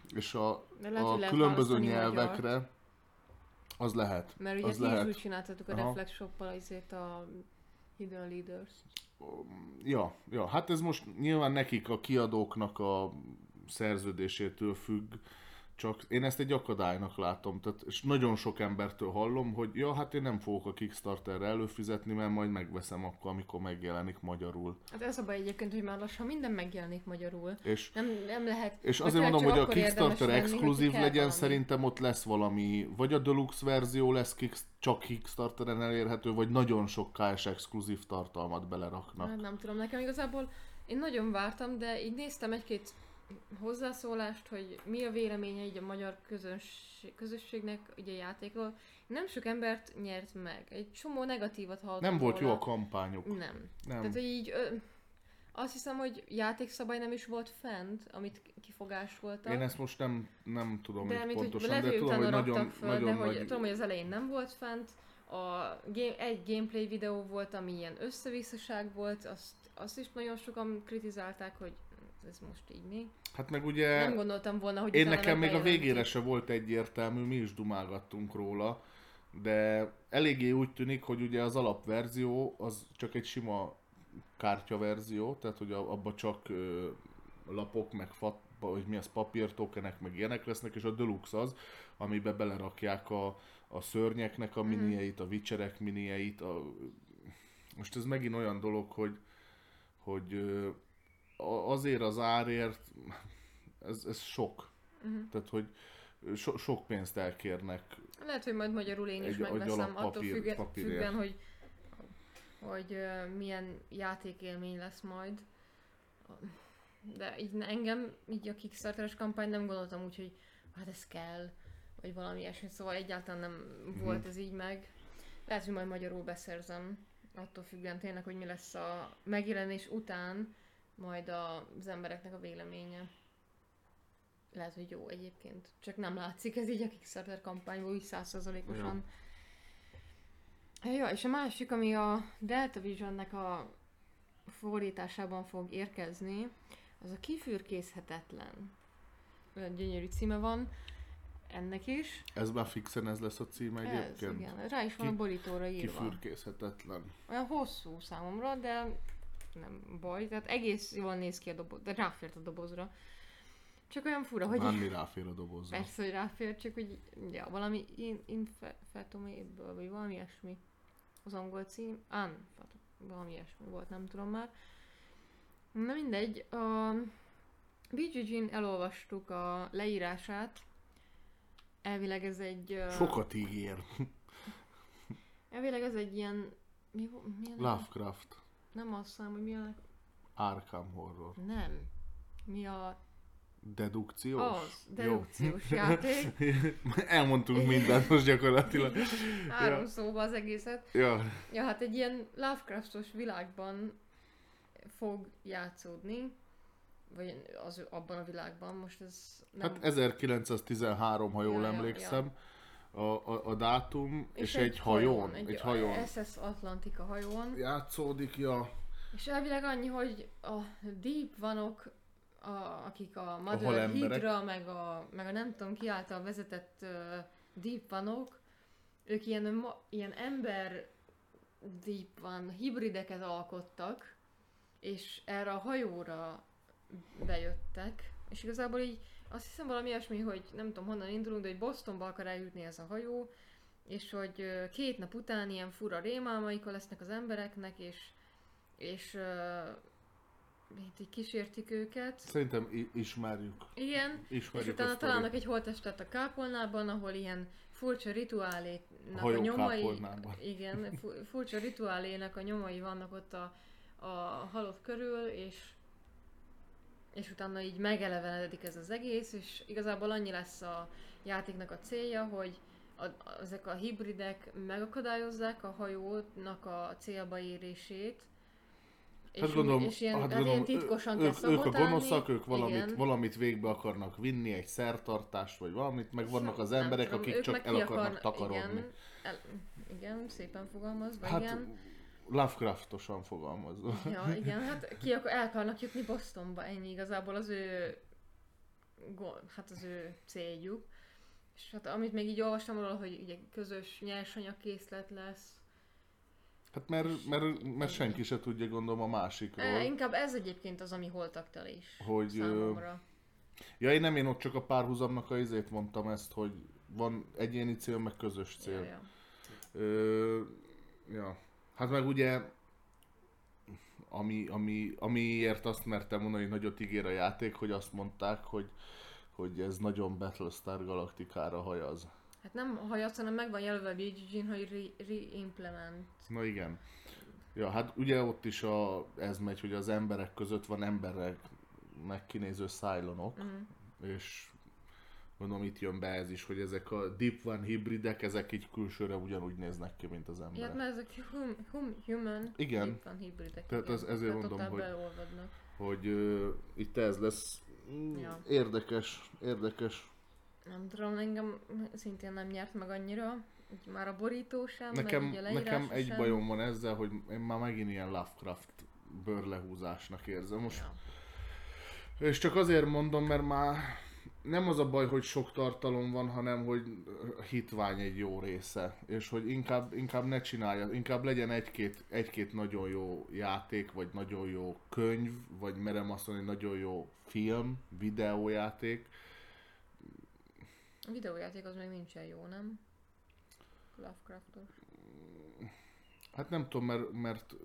És a, lehet, a lehet különböző nyelvekre magyart. Az lehet. Mert ugye az ti is lehet. úgy csináltatok a Aha. Reflex Shoppal azért a Hidden Leaders. Ja, ja, hát ez most nyilván nekik, a kiadóknak a szerződésétől függ, csak én ezt egy akadálynak látom, tehát, és nagyon sok embertől hallom, hogy ja, hát én nem fogok a Kickstarterre előfizetni, mert majd megveszem akkor, amikor megjelenik magyarul. Hát ez a baj egyébként, hogy már lassan minden megjelenik magyarul. És, Nem, nem lehet... és vagy azért tényleg mondom, csak hogy a akkor érdemes Kickstarter venni, hogy exkluzív kell legyen, valami. szerintem ott lesz valami, vagy a Deluxe verzió lesz kick, csak Kickstarteren elérhető, vagy nagyon sok ká es exkluzív tartalmat beleraknak. Hát nem tudom, nekem igazából én nagyon vártam, de így néztem egy-két hozzászólást, hogy mi a véleménye így a magyar közönség, közösségnek ugye a játékról. Nem sok embert nyert meg. Egy csomó negatívat hallottam Nem volt róla. jó a kampányuk. Nem. Nem. Tehát, hogy így ö, azt hiszem, hogy játékszabály nem is volt fent, amit kifogásoltak. Én ezt most nem, nem tudom de így mint, pontosan, hogy de lehet, hogy tudom, hogy utána nagyon, raktak föl, nagyon de hogy, nagy... tudom, hogy az elején nem volt fent. A game, egy gameplay videó volt, ami ilyen összevisszaság volt, azt, azt is nagyon sokan kritizálták, hogy ez most így mi. Hát meg ugye... Nem gondoltam volna, hogy Én utána nekem még a bejelentik. végére se volt egyértelmű, mi is dumálgattunk róla, de eléggé úgy tűnik, hogy ugye az alapverzió az csak egy sima kártyaverzió, tehát hogy abban csak ö, lapok, meg fat, hogy mi az, papírtokenek, meg ilyenek lesznek, és a Deluxe az, amiben belerakják a, a szörnyeknek a minieit, a Witcherek minieit. A... Most ez megint olyan dolog, hogy, hogy ö, azért az árért, ez, ez sok. Uh-huh. Tehát, hogy so, sok pénzt elkérnek. Lehet, hogy majd magyarul én is Egy- egy megveszem, alap attól papír- függen, papírért. függen, hogy, hogy uh, milyen játékélmény lesz majd. De így engem, így a Kickstarteres kampány nem gondoltam úgy, hogy hát ez kell, vagy valami ilyesmi, szóval egyáltalán nem Mhm. volt ez így meg. Lehet, hogy majd magyarul beszerzem, attól függően tényleg, hogy mi lesz a megjelenés után, majd az embereknek a véleménye. Lehet, hogy jó egyébként. Csak nem látszik ez így a Kickstarter kampányból, úgy száz százalékosan. Ja, és a másik, ami a Delta Visionnek a fordításában fog érkezni, az a kifürkészhetetlen. Olyan gyönyörű címe van ennek is. Ez már fixen ez lesz a címe Ez, egyébként. igen. Rá is van Ki- a borítóra írva. Kifürkészhetetlen. Olyan hosszú számomra, de nem baj. Tehát egész jól néz ki a doboz, de ráfért a dobozra. Csak olyan fura, hogy... Már mi ráfér a dobozra. Persze, hogy ráfér, csak hogy ja, valami Infetoméből, vagy valami ilyesmi. Az angol cím. An, valami ilyesmi volt, nem tudom már. Na mindegy, a bé gé gén elolvastuk a leírását. Elvileg ez egy... ö, Sokat ígér. Elvileg ez egy ilyen... Mi, vo- milyen? Lovecraft. Nem azt szám, hogy mi a... Arkham Horror. Nem. Mi a... Dedukciós? Az, dedukciós játék. Elmondtunk mindent most gyakorlatilag. Három Ja. szóba az egészet. Ja, Ja, hát egy ilyen Lovecraftos világban fog játszódni, vagy az, abban a világban, most ez nem... hát ezerkilencszáztizenhárom, ha jól Ja, ja, emlékszem, A, a, a dátum, és, és egy, egy hajón, egy, egy hajón es es Atlantika hajón. játszódik, ja. És elvileg annyi, hogy a Deep Vanok, a, akik a A Mother halemberek. Hydra, meg a, meg a nem tudom ki által vezetett uh, Deep Vanok, ők ilyen, ma, ilyen ember Deep Van hibrideket alkottak, és erre a hajóra bejöttek, és igazából így azt hiszem valami ilyesmi, hogy nem tudom honnan indulunk, de hogy Bostonba akar eljutni ez a hajó, és hogy ö, két nap után ilyen fura rémálmaik lesznek az embereknek, és, és uh, így kísértik őket. Szerintem i- ismerjük. Igen, Ismerjük és utána a sztorit. találnak egy holttestet a kápolnában, ahol ilyen furcsa rituálénak a, Hajó nyomai... kápolnában. Igen, fu- furcsa rituálének a nyomai vannak ott a, a halott körül, és és utána így megelevenedik ez az egész, és igazából annyi lesz a játéknak a célja, hogy a, a, ezek a hibridek megakadályozzák a hajónak a célba érését, és, Hát gondolom, és ilyen, hát hát gondolom ilyen titkosan ők, kell ők, ők a szabotálni. gonoszak, ők valamit, Igen. valamit végbe akarnak vinni, egy szertartást vagy valamit, meg vannak az Nem emberek, tudom, akik ők csak meg el ki akarnak akarna- takarodni. Igen, el, igen, szépen fogalmazva, Hát igen. Lovecraftosan fogalmazva. Ja, igen, hát ki akar, el akarnak jutni Bostonba, ennyi igazából az ő hát az ő céljuk. És hát amit még így olvastam róla, hogy ugye közös nyersanyagkészlet lesz. Hát mert, mert, mert senki se tudja, gondolom, a másikról. E, inkább ez egyébként az, ami holtaktelés hogy, számomra. Ja, én nem, én ott csak a párhuzamnak a izét mondtam ezt, hogy van egyéni cél, meg közös cél. Ja, ja. Ö, ja. Hát meg ugye, ami, ami, amiért azt mertem mondani, hogy nagyot ígér a játék, hogy azt mondták, hogy, hogy ez nagyon Battlestar Galacticára hajaz. Hát nem hajaz, hanem meg van jelölve a bé gé gén, hogy re- re-implement. Na igen. Ja, hát ugye ott is a, ez megy, hogy az emberek között van embereknek kinéző Cylonok, Mm. és mondom, itt jön be ez is, hogy ezek a Deep One hibridek, ezek így külsőre ugyanúgy néznek ki, mint az Ja, emberek. hát mert ezek hum, hum, human, Igen. van hibridek. Tehát az- ezért Tehát mondom, totál hogy- beolvadnak. Hogy uh, itt ez lesz. Mm, Ja. Érdekes, érdekes. Nem tudom, engem szintén nem nyert meg annyira. Úgy már a borító sem, Nekem, meg így a leírása nekem egy sem. bajom van ezzel, hogy én már megint ilyen Lovecraft bőrlehúzásnak érzem most. Ja. És csak azért mondom, mert már nem az a baj, hogy sok tartalom van, hanem hogy hitvány egy jó része. És hogy inkább, inkább ne csinálja, inkább legyen egy-két, egy-két nagyon jó játék, vagy nagyon jó könyv, vagy merem azt mondani, nagyon jó film, videójáték. A videójáték az még nincsen jó, nem? Lovecraftos. Hát nem tudom, mert, mert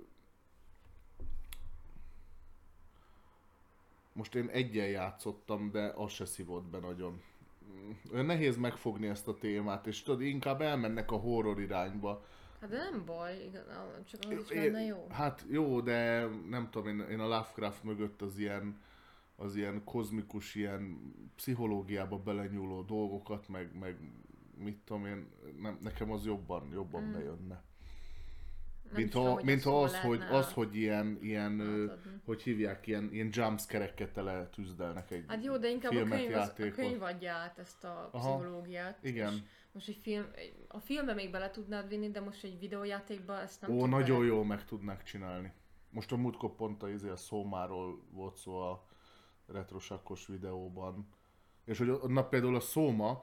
most én egyen játszottam, de az se szívott be nagyon. Olyan nehéz megfogni ezt a témát, és tudod, inkább elmennek a horror irányba. Hát de nem baj, igaz, csak az is É- lenne jó. Hát jó, de nem tudom, én, én a Lovecraft mögött az ilyen, az ilyen kozmikus, ilyen pszichológiába belenyúló dolgokat, meg, meg mit tudom én, nem, nekem az jobban, jobban Mm. bejönne. Nem Mint, is tudom, ha, hogy mint ezt ha hol az, hogy, lehetne az, hogy ilyen, ilyen ö, átadni. hogy hívják, ilyen, ilyen jumpscare-ekkel tele tűzdelnek egy Hát jó, de inkább a filmet, könyv, az, a játékot. könyv adja át ezt a Aha, pszichológiát. igen. És most egy film, a filmbe még bele tudnád vinni, de most egy videójátékba ezt nem Ó, tud nagyon bele. jó meg tudnák csinálni. Most a múltkor pont a, izé, a Szómáról volt szó a retrosakkos videóban. És hogy na például a Szóma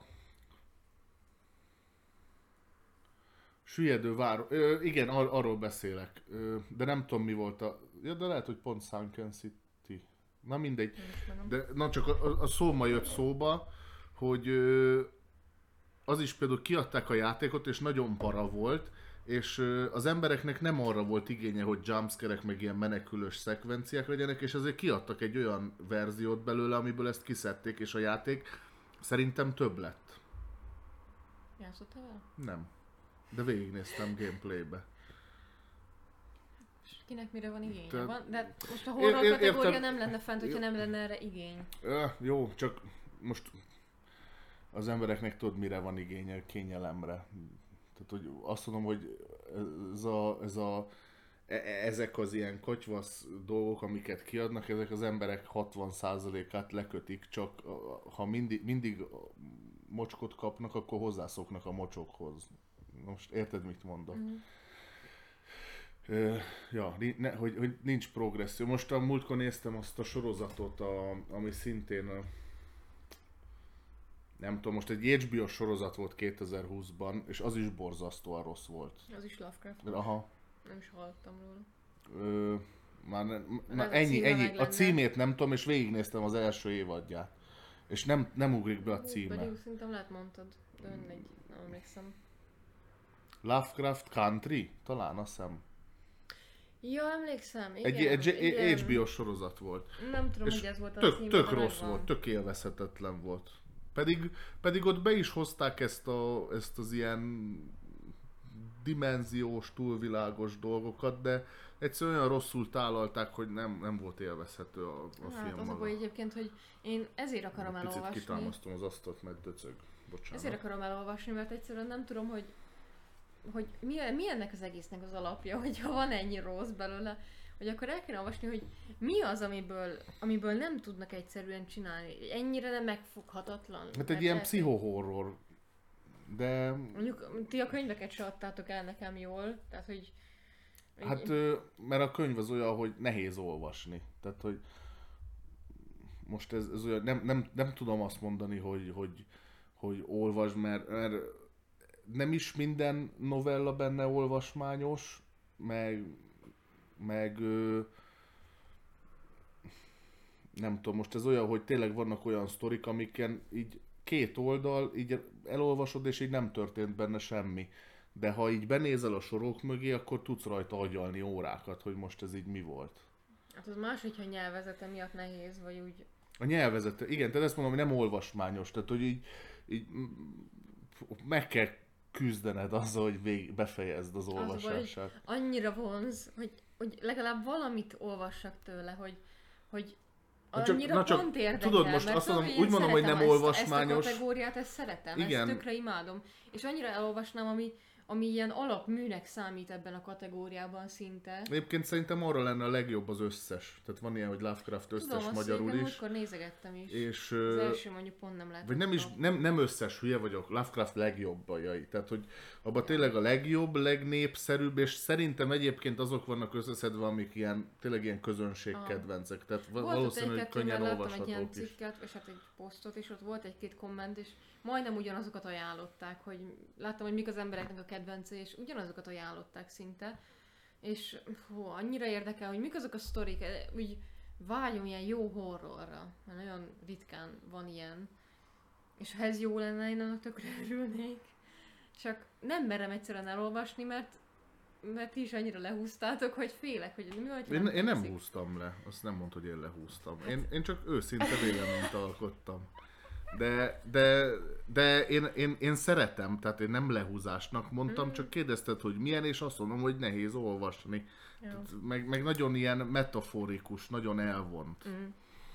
süllyedő vár... Ö, igen, ar- arról beszélek. Ö, de nem tudom mi volt a... Ja, de lehet, hogy pont Sunken City. Na mindegy. Nem ismerem. De na csak a, a, a Szóma jött szóba, hogy ö, az is például kiadták a játékot, és nagyon para volt, és ö, az embereknek nem arra volt igénye, hogy jumpscare-ek meg ilyen menekülős szekvenciák legyenek, és azért kiadtak egy olyan verziót belőle, amiből ezt kiszedték, és a játék szerintem több lett. Játszottál vele? Nem. De végignéztem gameplaybe. És kinek mire van igénye? Te- Van? De most a Ér- horror ér- kategória értem. nem lenne fent, hogyha nem lenne erre igény. Ö, jó, csak most az embereknek tudod, mire van igénye, kényelemre. Tehát, hogy azt mondom, hogy ez a, ez a, e- e- ezek az ilyen kotyvasz dolgok, amiket kiadnak, ezek az emberek hatvan százalékát lekötik, csak a- ha mindig, mindig mocskot kapnak, akkor hozzászoknak a mocsokhoz. Most érted, mit mondok? Mhm. Ö, ja, ni- ne, hogy, hogy nincs progresszió. Most a múltkor néztem azt a sorozatot, a, ami szintén a, nem tudom, most egy há bé o sorozat volt kétezer-húszban, és az is borzasztóan rossz volt. Az is Lovecraft. Aha. Nem is hallottam róla. Ö, már ne, na Ez a ennyi, címe ennyi. meg A lenne. címét nem tudom, és végignéztem az első évadját. És nem, nem ugrik be a Hú, címe. Pedig szerintem lehet mondtad, de mindegy, nem emlékszem. Lovecraft Country? Talán, azt hiszem. Ja, emlékszem, igen. Egy, egy, egy igen. há bé o sorozat volt. Nem tudom, És hogy ez volt a Tök, címe, tök de rossz megvan. volt, tök élvezhetetlen volt. Pedig, pedig ott be is hozták ezt, a, ezt az ilyen dimenziós, túlvilágos dolgokat, de egyszerűen olyan rosszul tálalták, hogy nem, nem volt élvezhető a, a Hát film az a maga. baj egyébként, hogy én ezért akarom Picit elolvasni. kitámasztom az asztalt, mert döcög. Bocsánat. Ezért akarom elolvasni, mert egyszerűen nem tudom, hogy, hogy mi, mi ennek az egésznek az alapja, hogyha van ennyi rossz belőle, hogy akkor el kéne olvasni, hogy mi az, amiből, amiből nem tudnak egyszerűen csinálni. Ennyire nem megfoghatatlan. Hát Mert egy ilyen lehet, pszichohorror. De Mondjuk ti a könyveket se adtátok el nekem jól, tehát hogy... hát, ö, mert a könyv az olyan, hogy nehéz olvasni. Tehát, hogy most ez, ez olyan, nem, nem, nem tudom azt mondani, hogy, hogy, hogy olvasd, mert, mert nem is minden novella benne olvasmányos, meg, meg ö, nem tudom, most ez olyan, hogy tényleg vannak olyan sztorik, amiken így két oldal, így elolvasod, és így nem történt benne semmi. De ha így benézel a sorok mögé, akkor tudsz rajta agyalni órákat, hogy most ez így mi volt. Hát az más, hogyha nyelvezete miatt nehéz, vagy úgy... A nyelvezete, igen, tehát ezt mondom, hogy nem olvasmányos, tehát hogy így, így meg kell küzdened azzal, hogy vég, befejezd az olvasását. Az annyira vonz, hogy, hogy legalább valamit olvassak tőle, hogy, hogy annyira na csak, pont érdekel, tudod, most mert azt tudom, mondom, úgy mondom, hogy nem ezt, olvasmányos. Ezt a kategóriát, ezt szeretem, igen. ezt tökre imádom. És annyira elolvasnám, ami, ami ilyen alapműnek számít ebben a kategóriában szinte. Egyébként szerintem arra lenne a legjobb az összes. Tehát van ilyen, hogy Lovecraft összes tudom, magyarul is. Tudom, nézegettem is. És, az első mondjuk pont nem lehet. Vagy nem is, nem, nem összes, hülye vagyok, Lovecraft legjobbajai. Tehát, hogy abban tényleg a legjobb, legnépszerűbb, és szerintem egyébként azok vannak összeszedve, amik ilyen, tényleg ilyen közönségkedvencek. Tehát volt valószínű, hogy könnyen olvashatók egy ilyen is. cikket, és hát egy posztot, és ott volt egy-két komment, és majdnem ugyanazokat ajánlották, hogy láttam, hogy mik az embereknek a kedvencei, és ugyanazokat ajánlották szinte. És hú, annyira érdekel, hogy mik azok a sztorik, úgy vágyom ilyen jó horrorra, mert nagyon ritkán van ilyen. És ha ez jó lenne, én annak tökre örülnék. Csak nem merem egyszerűen elolvasni, mert, mert ti is annyira lehúztátok, hogy félek, hogy mi vagy, én, nem én nem húztam le, azt nem mondta, hogy én lehúztam. Én, én csak őszinte véleményt alkottam. De, de, de én, én, én szeretem, tehát én nem lehúzásnak mondtam, mm. csak kérdezted, hogy milyen, és azt mondom, hogy nehéz olvasni. Meg, meg nagyon ilyen metaforikus, nagyon elvont. Mm.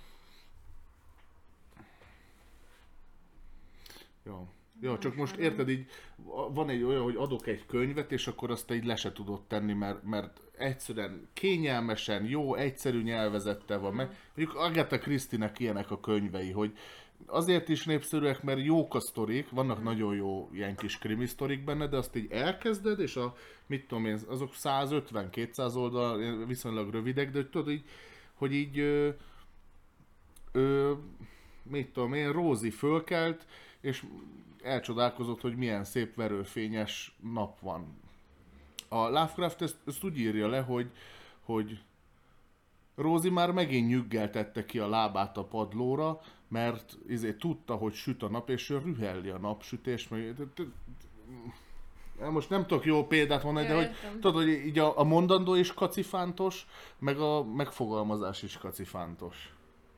Ja. Ja, csak most érted, így van egy olyan, hogy adok egy könyvet, és akkor azt így le se tudod tenni, mert, mert egyszerűen kényelmesen, jó, egyszerű nyelvezettel van. Mm. Meg, mondjuk Agatha Christie-nek ilyenek a könyvei, hogy azért is népszerűek, mert jók a sztorik, vannak mm. nagyon jó ilyen kis krimi sztorik benne, de azt így elkezded, és a, mit tudom én, azok százötven-kétszáz oldal viszonylag rövidek, de tudod így, hogy így, ö, ö, mit tudom én, Rózi fölkelt, és elcsodálkozott, hogy milyen szép verőfényes nap van. A Lovecraft ezt, ezt úgy írja le, hogy, hogy Rózi már megint nyüggeltette ki a lábát a padlóra, mert izé, tudta, hogy süt a nap, és ő rühelli a napsütést. Most nem tudok jó példát mondani, de hogy, tudod, hogy így a, a mondandó is kacifántos, meg a megfogalmazás is kacifántos.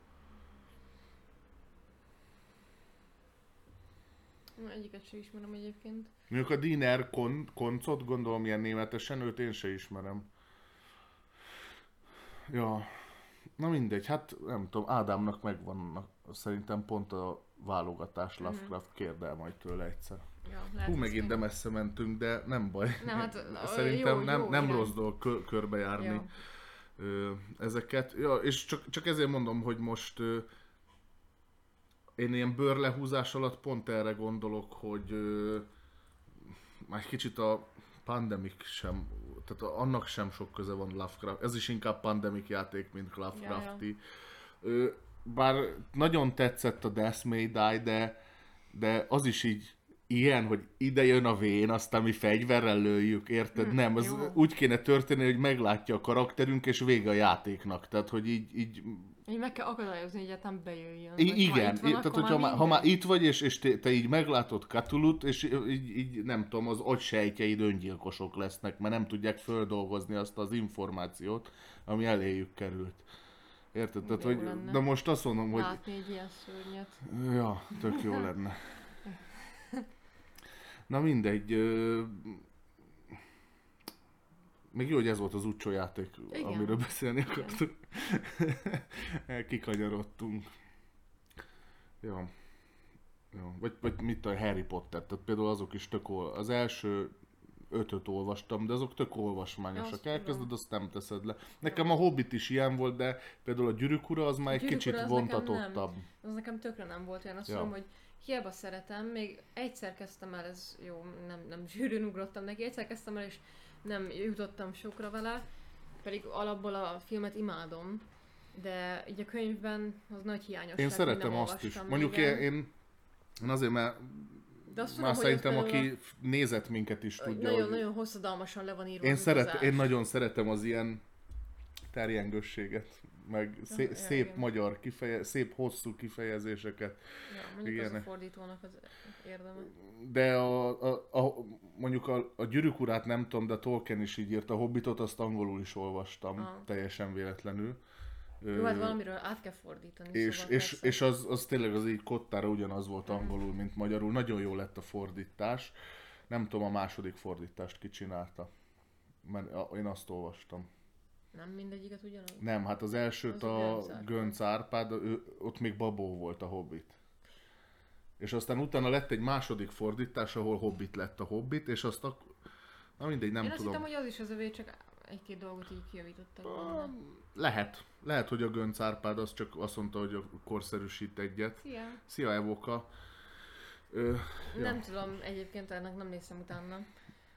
Egyiket sem ismerem egyébként. Mondjuk a Diner Kon- Koncot, gondolom ilyen németesen, őt én se ismerem. Ja, na mindegy, hát nem tudom, Ádámnak megvan szerintem pont a válogatás Lovecraft, kérd el majd tőle egyszer. Ja, hú, megint de messze mentünk, de nem baj. Nem, hát, szerintem jó, nem, jó, nem rossz dolog kö- körbejárni ö, ezeket. Ja, és csak, csak ezért mondom, hogy most ö, én ilyen bőrlehúzás alatt pont erre gondolok, hogy ö, már egy kicsit a Pandemic sem, tehát annak sem sok köze van Lovecraft. Ez is inkább Pandemic játék, mint Lovecrafti. Ja, ja. Bár nagyon tetszett a Death May Die, de, de az is így ilyen, hogy ide jön a vén, aztán mi fegyverrel lőjük, érted? Hmm, nem, az jó. Úgy kéne történni, hogy meglátja a karakterünk, és vége a játéknak. Tehát, hogy így... így így meg kell akadályozni, hogy egyáltalán bejöjjön. I- igen, van, tehát hogyha már, ha már itt vagy, és, és te, te így meglátod Cthulhu-t, és így, így nem tudom, az agysejtjeid öngyilkosok lesznek, mert nem tudják földolgozni azt az információt, ami eléjük került. Érted? Tehát, hogy, de most azt mondom, hogy... Látni egy ilyen szörnyet. Ja, tök jó lenne. Na mindegy. Ö... Még jó, hogy ez volt az utcsó játék, igen, amiről beszélni akartuk. Kikanyarodtunk. Ja. Ja. Vagy, vagy mit a Harry Potter, tehát például azok is tök ol... Az első ötöt olvastam, de azok tök olvasmányosak. Elkezded, azt nem teszed le. Nekem a Hobbit is ilyen volt, de például a Gyűrűk ura az már egy kicsit vontatottabb. Nekem az nekem tökre nem volt olyan. Azt ja. mondom, hogy hiába szeretem, még egyszer kezdtem el, ez jó, nem, nem zsűrűn ugrottam neki, egyszer kezdtem el, és nem jutottam sokra vele, pedig alapból a filmet imádom, de így a könyvben az nagy hiányosság. Én szeretem azt is. Mondjuk én, én, én azért, mert már tudom, szerintem aki a... nézett minket is tudja, nagyon-nagyon hogy... hosszadalmasan le van írva. Én, szeret, én nagyon szeretem az ilyen terjengősséget, meg szép, ja, szép igen. magyar, kifeje, szép hosszú kifejezéseket. Ja, mondjuk ilyenek. Az a fordítónak az érdeme. De a, a, a, mondjuk a, a Gyűrűk urát nem tudom, de Tolkien is így írt, a Hobbitot azt angolul is olvastam, ah. teljesen véletlenül. Jó, hát valamiről át kell fordítani. És, szóval és, és az, az tényleg az így kottára ugyanaz volt angolul, mint magyarul. Nagyon jó lett a fordítás. Nem tudom, a második fordítást ki csinálta. Mert én azt olvastam. Nem mindegyiket ugyanaz? Nem, hát az elsőt az a, a Gönc Árpád, ő, ott még Babó volt a Hobbit. És aztán utána lett egy második fordítás, ahol Hobbit lett a Hobbit, és azt a... Na mindegy, nem én tudom. Én azt hittem, hogy az is az övé, csak egy-két dolgot így kijavítottak volna. Lehet. Lehet, hogy a Gönc Árpád az csak azt mondta, hogy korszerűsít egyet. Szia! Szia, Evoka! Ö, nem ja. tudom, egyébként ennek nem néztem utána.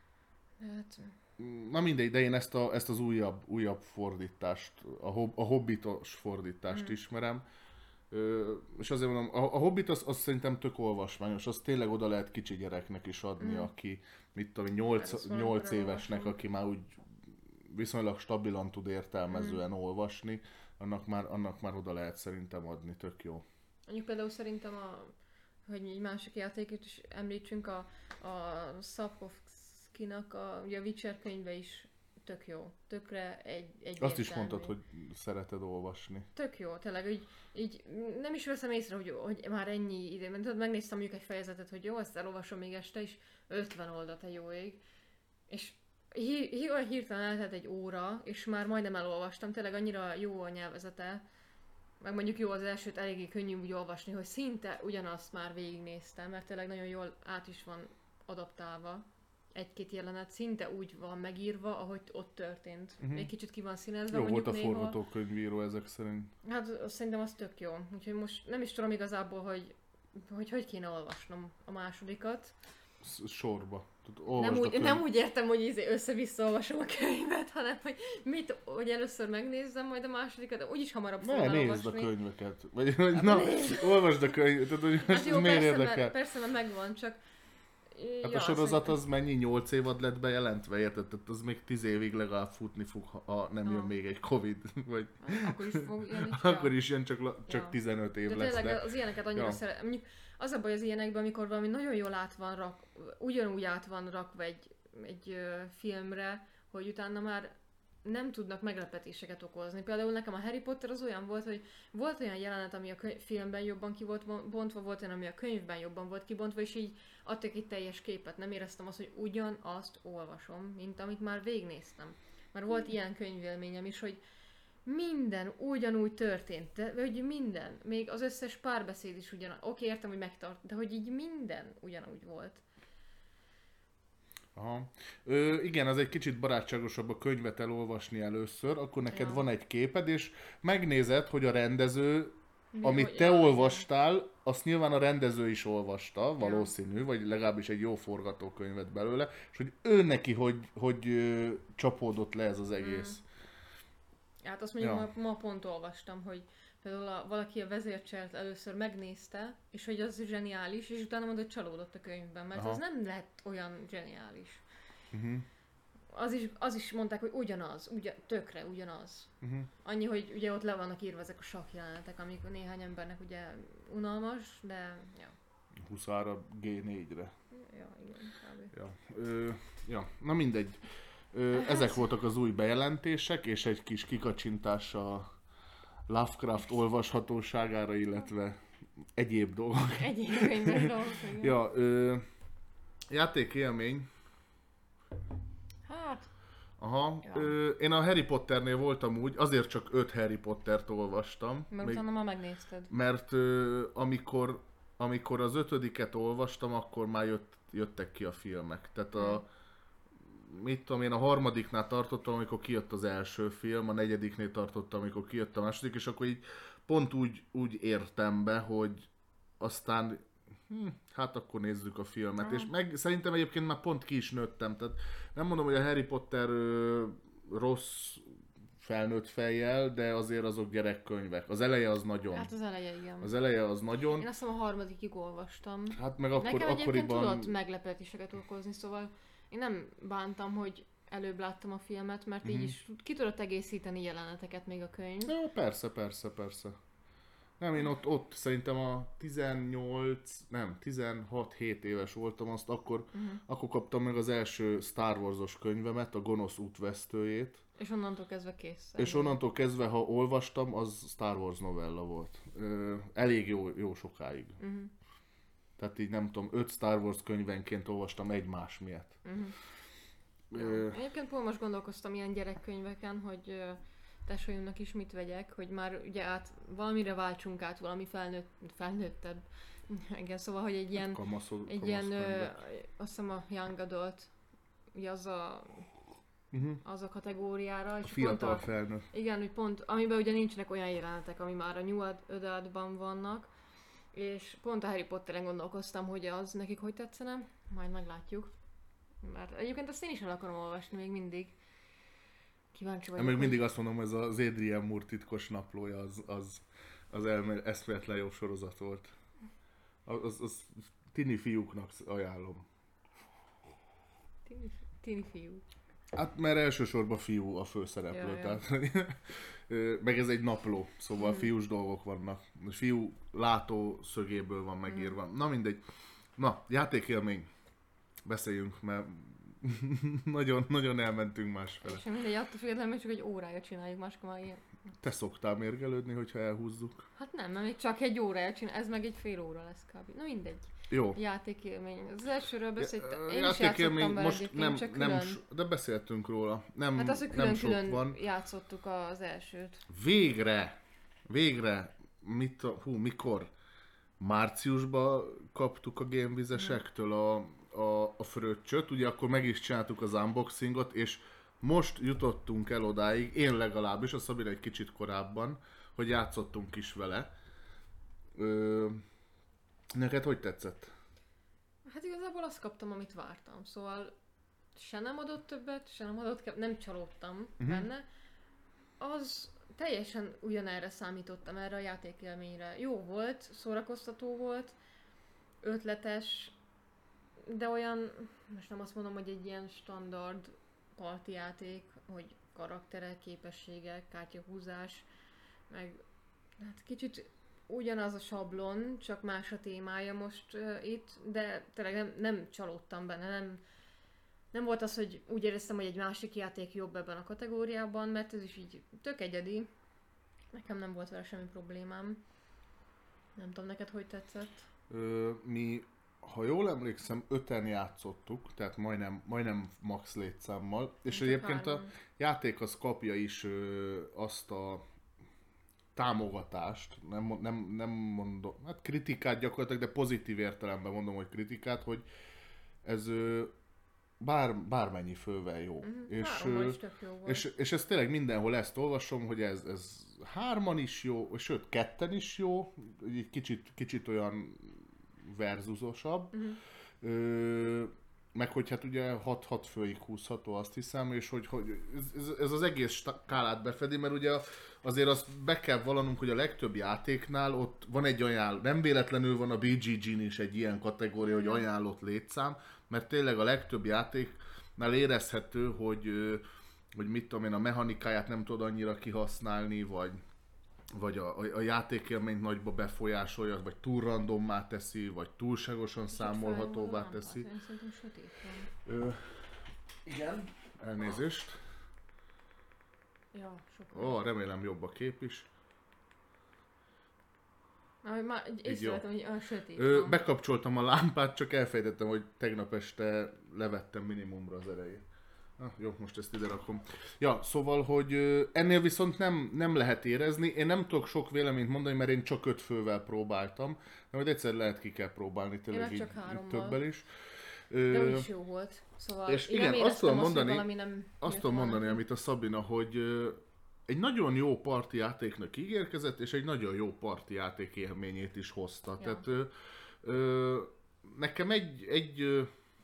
Hát... Na mindegy, de én ezt, a, ezt az újabb, újabb fordítást, a, hob, a Hobbitos fordítást mm. ismerem. Ö, és azért mondom, a, a Hobbit az, az szerintem tök olvasmányos, az tényleg oda lehet kicsi gyereknek is adni, mm. aki, mit tudom, nyolc évesnek, aki már úgy viszonylag stabilan tud értelmezően mm. olvasni, annak már, annak már oda lehet szerintem adni, tök jó. Mondjuk például szerintem, a, hogy egy másik játékot is említsünk, a, a Sapkowski-nak a, ugye a Witcher könyve is tök jó, tökre egy, egy azt is mondtad, hogy szereted olvasni. Tök jó, tényleg, így, így nem is veszem észre, hogy, hogy már ennyi idő, mert tudod, megnéztem mondjuk egy fejezetet, hogy jó, ezt elolvasom még este is, ötven oldalt a jó ég, és hí, hí, olyan hirtelen eltelt egy óra, és már majdnem elolvastam, tényleg annyira jó a nyelvezete, meg mondjuk jó az elsőt eléggé könnyű úgy olvasni, hogy szinte ugyanazt már végignéztem, mert tényleg nagyon jól át is van adaptálva. Egy-két jelenet szinte úgy van megírva, ahogy ott történt. Uh-huh. Még kicsit ki van színezve. Jó volt a néha... forgatókönyvíró ezek szerint. Hát szerintem az tök jó. Úgyhogy most nem is tudom igazából, hogy hogy, hogy kéne olvasnom a másodikat. Sorba. Nem úgy, nem úgy értem, hogy össze-vissza olvasom a könyvet, hanem hogy, mit, hogy először megnézzem majd a másodikat, de úgyis hamarabb fogom elolvasni. Ne, nézd a könyveket. Vagy, hát na, olvasd a könyvet. Tehát, hogy hát jó, miért persze, érdekel? Mert, persze, mert megvan, csak... Hát ja, a sorozat szerintem... az mennyi? nyolc évad lett bejelentve, érted? Tehát az még tíz évig legalább futni fog, ha nem jön ah. még egy Covid. Vagy... Akkor is fog jönni. Akkor is jön, csak, csak ja. tizenöt év de lesz. De tényleg az ilyeneket annyira ja. szeretem. Mondjuk az a baj az ilyenekben, amikor valami nagyon jól át van rak, ugyanúgy át van rakva egy, egy ö, filmre, hogy utána már nem tudnak meglepetéseket okozni. Például nekem a Harry Potter az olyan volt, hogy volt olyan jelenet, ami a könyv, filmben jobban ki volt bontva, volt olyan, ami a könyvben jobban volt kibontva, és így adtak egy teljes képet. Nem éreztem azt, hogy ugyanazt olvasom, mint amit már végignéztem. Már volt ilyen könyvélményem is, hogy minden ugyanúgy történt, de hogy minden, még az összes párbeszéd is ugyanaz. Oké, értem, hogy megtart, de hogy így minden ugyanúgy volt. Aha. Ö, igen, az egy kicsit barátságosabb a könyvet elolvasni először, akkor neked ja. van egy képed, és megnézed, hogy a rendező, mi, amit te ja, olvastál, igen. azt nyilván a rendező is olvasta, valószínű, ja. vagy legalábbis egy jó forgatókönyvet belőle, és hogy ő neki, hogy, hogy ö, csapódott le ez az egész. Hmm. Hát azt mondjuk ja. ma, ma pont olvastam, hogy például a, valaki a Vezércselt először megnézte, és hogy az zseniális, és utána mondta, hogy csalódott a könyvben, mert Aha. az nem lett olyan zseniális. Uh-huh. Az, is, az is mondták, hogy ugyanaz, ugyan, tökre ugyanaz. Uh-huh. Annyi, hogy ugye ott le vannak írva ezek a sakkjelenetek, amik néhány embernek ugye unalmas, de ja. húszára gé négyre. Ja, igen, kb. Ja. Ö, ja, na mindegy. Ö, ezek voltak az új bejelentések, és egy kis kikacsintás a Lovecraft olvashatóságára, illetve egyéb dolgok. Egyéb könyvek dolgok, igen. Ja, ö, játékélmény. Hát... Aha. Ja. Ö, én a Harry Potternél voltam úgy, azért csak öt Harry Pottert olvastam. Mert utána már megnézted. Mert ö, amikor, amikor az ötödiket olvastam, akkor már jött, jöttek ki a filmek. Tehát a... Hmm. Mit tudom én, a harmadiknál tartottam, amikor kijött az első film, a negyediknél tartottam, amikor kijött a második, és akkor így pont úgy, úgy értem be, hogy aztán hm, hát akkor nézzük a filmet. Aha. És meg szerintem egyébként már pont ki is nőttem, tehát nem mondom, hogy a Harry Potter ö, rossz felnőtt fejjel, de azért azok gyerekkönyvek. Az eleje az nagyon. Hát az eleje, igen. Az eleje az nagyon. Én azt hiszem a harmadikig olvastam. Hát meg akkor, Nekem egyébként akkoriban... tudott meglepetéseket okozni, szóval én nem bántam, hogy előbb láttam a filmet, mert Mhm. így is ki tudott egészíteni jeleneteket még a könyv. Ja, persze, persze, persze. Nem, én ott, ott szerintem a tizennyolc, nem, tizenhat-hét éves voltam, azt akkor, Uh-huh. akkor kaptam meg az első Star Wars-os könyvemet, a Gonosz útvesztőjét, És onnantól kezdve kész. és onnantól kezdve, ha olvastam, az Star Wars novella volt. Ö, elég jó, jó sokáig. Uh-huh. Tehát így nem tudom, öt Star Wars könyvenként olvastam egymás miatt. Uh-huh. Ö, Egyébként pont most gondolkoztam ilyen gyerekkönyveken, hogy ö, tesóimnak is mit vegyek, hogy már ugye át, valamire váltsunk át, valami felnőtt, felnőttebb. Igen, szóval, hogy egy ilyen, kamaszod, egy ilyen, ö, kamaszkönyvek. azt hiszem a Young Adult, ugye az a, Uh-huh. az a kategóriára. És A fiatal pont a, felnőtt. igen, hogy pont, amiben ugye nincsenek olyan jelenetek, ami már a New Adult-ban vannak, és pont a Harry Potteren gondolkoztam, hogy az nekik hogy tetszene, majd meglátjuk. Mert egyébként azt én is el akarom olvasni még mindig. Kíváncsi Én vagyok. még hogy- mindig azt mondom, ez az Adrian Moore titkos naplója, az, az, az elme- eszméletlen jó sorozat volt. Az, az, az tini fiúknak ajánlom. Tini, tini fiú. Hát mert elsősorban fiú a főszereplő, Ja, ja. tehát ö, meg ez egy napló, szóval Mhm. fiús dolgok vannak. A fiú látó szögéből van megírva. Na mindegy. Na, játékélmény. Beszéljünk, mert nagyon, nagyon elmentünk másfele. És mindegy, attól függetlenül, hogy csak egy órája csináljuk, máskor már ilyen. Te szoktál mérgelődni, hogyha elhúzzuk? Hát nem, mert még csak egy órája csinál, ez meg egy fél óra lesz kb. Na mindegy. Jó. Játékélmény. Az elsőről beszéltem. Ö, Én is játszottam vele most egyébként, nem, csak nem, külön. so- de beszéltünk róla. Nem, Hát az, hogy nem sok külön-külön van. játszottuk az elsőt. Végre, végre, mit, a- hú, mikor? Márciusban kaptuk a Gamevizesektől a, a, a fröccsöt, ugye akkor meg is csináltuk az unboxingot, és most jutottunk el odáig, én legalábbis, a Szabina egy kicsit korábban, hogy játszottunk is vele. Ö, neked hogy tetszett? Hát igazából azt kaptam, amit vártam, szóval se nem adott többet, se nem adott kev- nem csalódtam Mhm. benne. Az teljesen ugyanerre számítottam, erre a játékélményre. Jó volt, szórakoztató volt, ötletes, de olyan, most nem azt mondom, hogy egy ilyen standard parti játék, hogy karakterek, képességek, kártyahúzás, meg hát kicsit ugyanaz a sablon, csak más a témája most uh, itt, de tényleg nem, nem csalódtam benne, nem, nem volt az, hogy úgy éreztem, hogy egy másik játék jobb ebben a kategóriában, mert ez is így tök egyedi. Nekem nem volt vele semmi problémám. Nem tudom, neked hogy tetszett? Ö, mi, ha jól emlékszem, öten játszottuk, tehát majdnem, majdnem max létszámmal, és Csak egyébként a hárman. játék az kapja is ö, azt a támogatást, nem, mo- nem, nem mondom, hát kritikát gyakorlatilag, de pozitív értelemben mondom, hogy kritikát, hogy ez ö, bár, bármennyi fővel jó. Uh-huh. És, Hárommal ö, is tök jó volt. és, és ez tényleg mindenhol ezt olvasom, hogy ez, ez hárman is jó, sőt ketten is jó, egy kicsit, kicsit olyan verzusosabb. Uh-huh. Ö, meg hogy hát ugye hat főig húzható, azt hiszem, és hogy, hogy ez, ez, ez az egész skálát befedi, mert ugye azért azt be kell vallanunk, hogy a legtöbb játéknál ott van egy ajánló, nem véletlenül van a bé gé gén is egy ilyen kategória, hogy ajánlott létszám, mert tényleg a legtöbb játéknál érezhető, hogy, ö, hogy mit tudom én, a mechanikáját nem tud annyira kihasználni, vagy, vagy a, a, a játékélményt nagyba befolyásolja, vagy túl randommá teszi, vagy túlságosan számolhatóvá Nem, teszi. hát én szerintem sötét van. Ö, igen, elnézést. Ja, sokkal. Ó, remélem jobb a kép is. Na, hogy már egy- észrevettem, hogy olyan sötét Ö, van. bekapcsoltam a lámpát, csak elfejtettem, hogy tegnap este levettem minimumra az erejét. Ah, jó, most ezt ide rakom. Ja, szóval, hogy ö, ennél viszont nem, nem lehet érezni. Én nem tudok sok véleményt mondani, mert én csak öt fővel próbáltam. De majd egyszer lehet ki kell próbálni, tényleg meg így, csak így hárommal. többel is. De Ö, úgyis jó volt. Szóval és én igen, nem azt éreztem tudom azt, hogy mondani- valami nem Azt jött tudom volna mondani, ki. amit a Szabina, hogy ö, egy nagyon jó parti játéknak ígérkezett, és egy nagyon jó parti játék élményét is hozta. Ja. Tehát ö, ö, nekem egy, egy ö,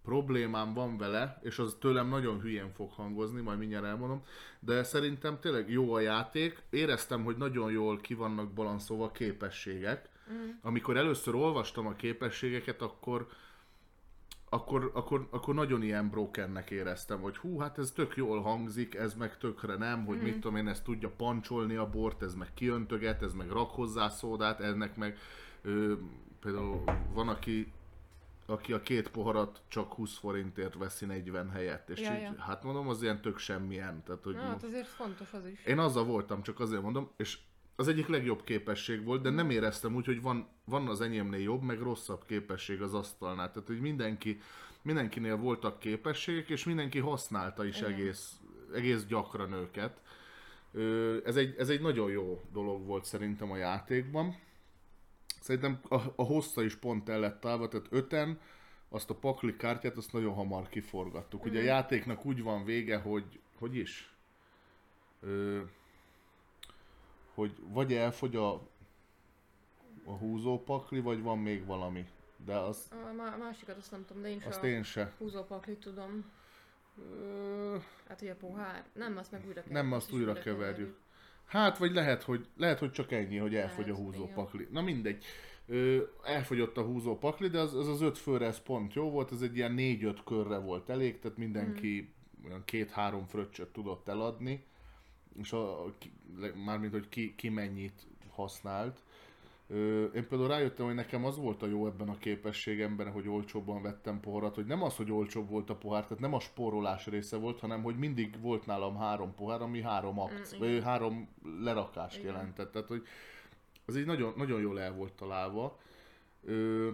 problémám van vele, és az tőlem nagyon hülyén fog hangozni, majd mindjárt elmondom, de szerintem tényleg jó a játék. Éreztem, hogy nagyon jól ki vannak balanszolva a képességek. Mm. Amikor először olvastam a képességeket, akkor Akkor, akkor, akkor nagyon ilyen brokennek éreztem, hogy hú, hát ez tök jól hangzik, ez meg tökre nem, hogy mm. mit tudom én, ez tudja pancsolni a bort, ez meg kiöntöget, ez meg rak hozzá szódát, ennek meg ö, például van, aki, aki a két poharat csak húsz forintért veszi negyven helyett, és ja, így, ja. hát mondom, az ilyen tök semmilyen. Tehát, hogy Na, hát azért fontos az is. Én azzal voltam, csak azért mondom, és az egyik legjobb képesség volt, de nem éreztem úgy, hogy van, van az enyémnél jobb, meg rosszabb képesség az asztalnál. Tehát, hogy mindenki, mindenkinél voltak képességek, és mindenki használta is egész, egész gyakran őket. Ez egy, ez egy nagyon jó dolog volt szerintem a játékban. Szerintem a, a hossza is pont el lett állva, tehát öten azt a pakli kártyát azt nagyon hamar kiforgattuk. Ugye a játéknak úgy van vége, hogy, hogy is? Ö, hogy vagy elfogy a, a húzópakli, vagy van még valami. De az... A má- másikat azt nem tudom, de én is azt a én se. húzópaklit tudom. Ö... Hát ugye a pohár. Nem, azt meg újra keverjük. Nem, azt újra keverjük. keverjük. Hát, vagy lehet, hogy, lehet, hogy csak ennyi, hogy elfogy lehet, a húzópakli. Na mindegy. Ö, elfogyott a húzópakli, de az, az az öt főre ez pont jó volt, ez egy ilyen négy-öt körre volt elég, tehát mindenki mm. olyan két-három fröccsöt tudott eladni, és a, a, mármint, hogy ki, ki mennyit használt. Ö, én például rájöttem, hogy nekem az volt a jó ebben a képességemben, hogy olcsóbban vettem poharat, hogy nem az, hogy olcsóbb volt a pohár, tehát nem a spórolás része volt, hanem hogy mindig volt nálam három pohár, ami három akc, mm, vagy három lerakást igen. jelentett. Tehát, hogy az így nagyon, nagyon jól el volt találva. Ö,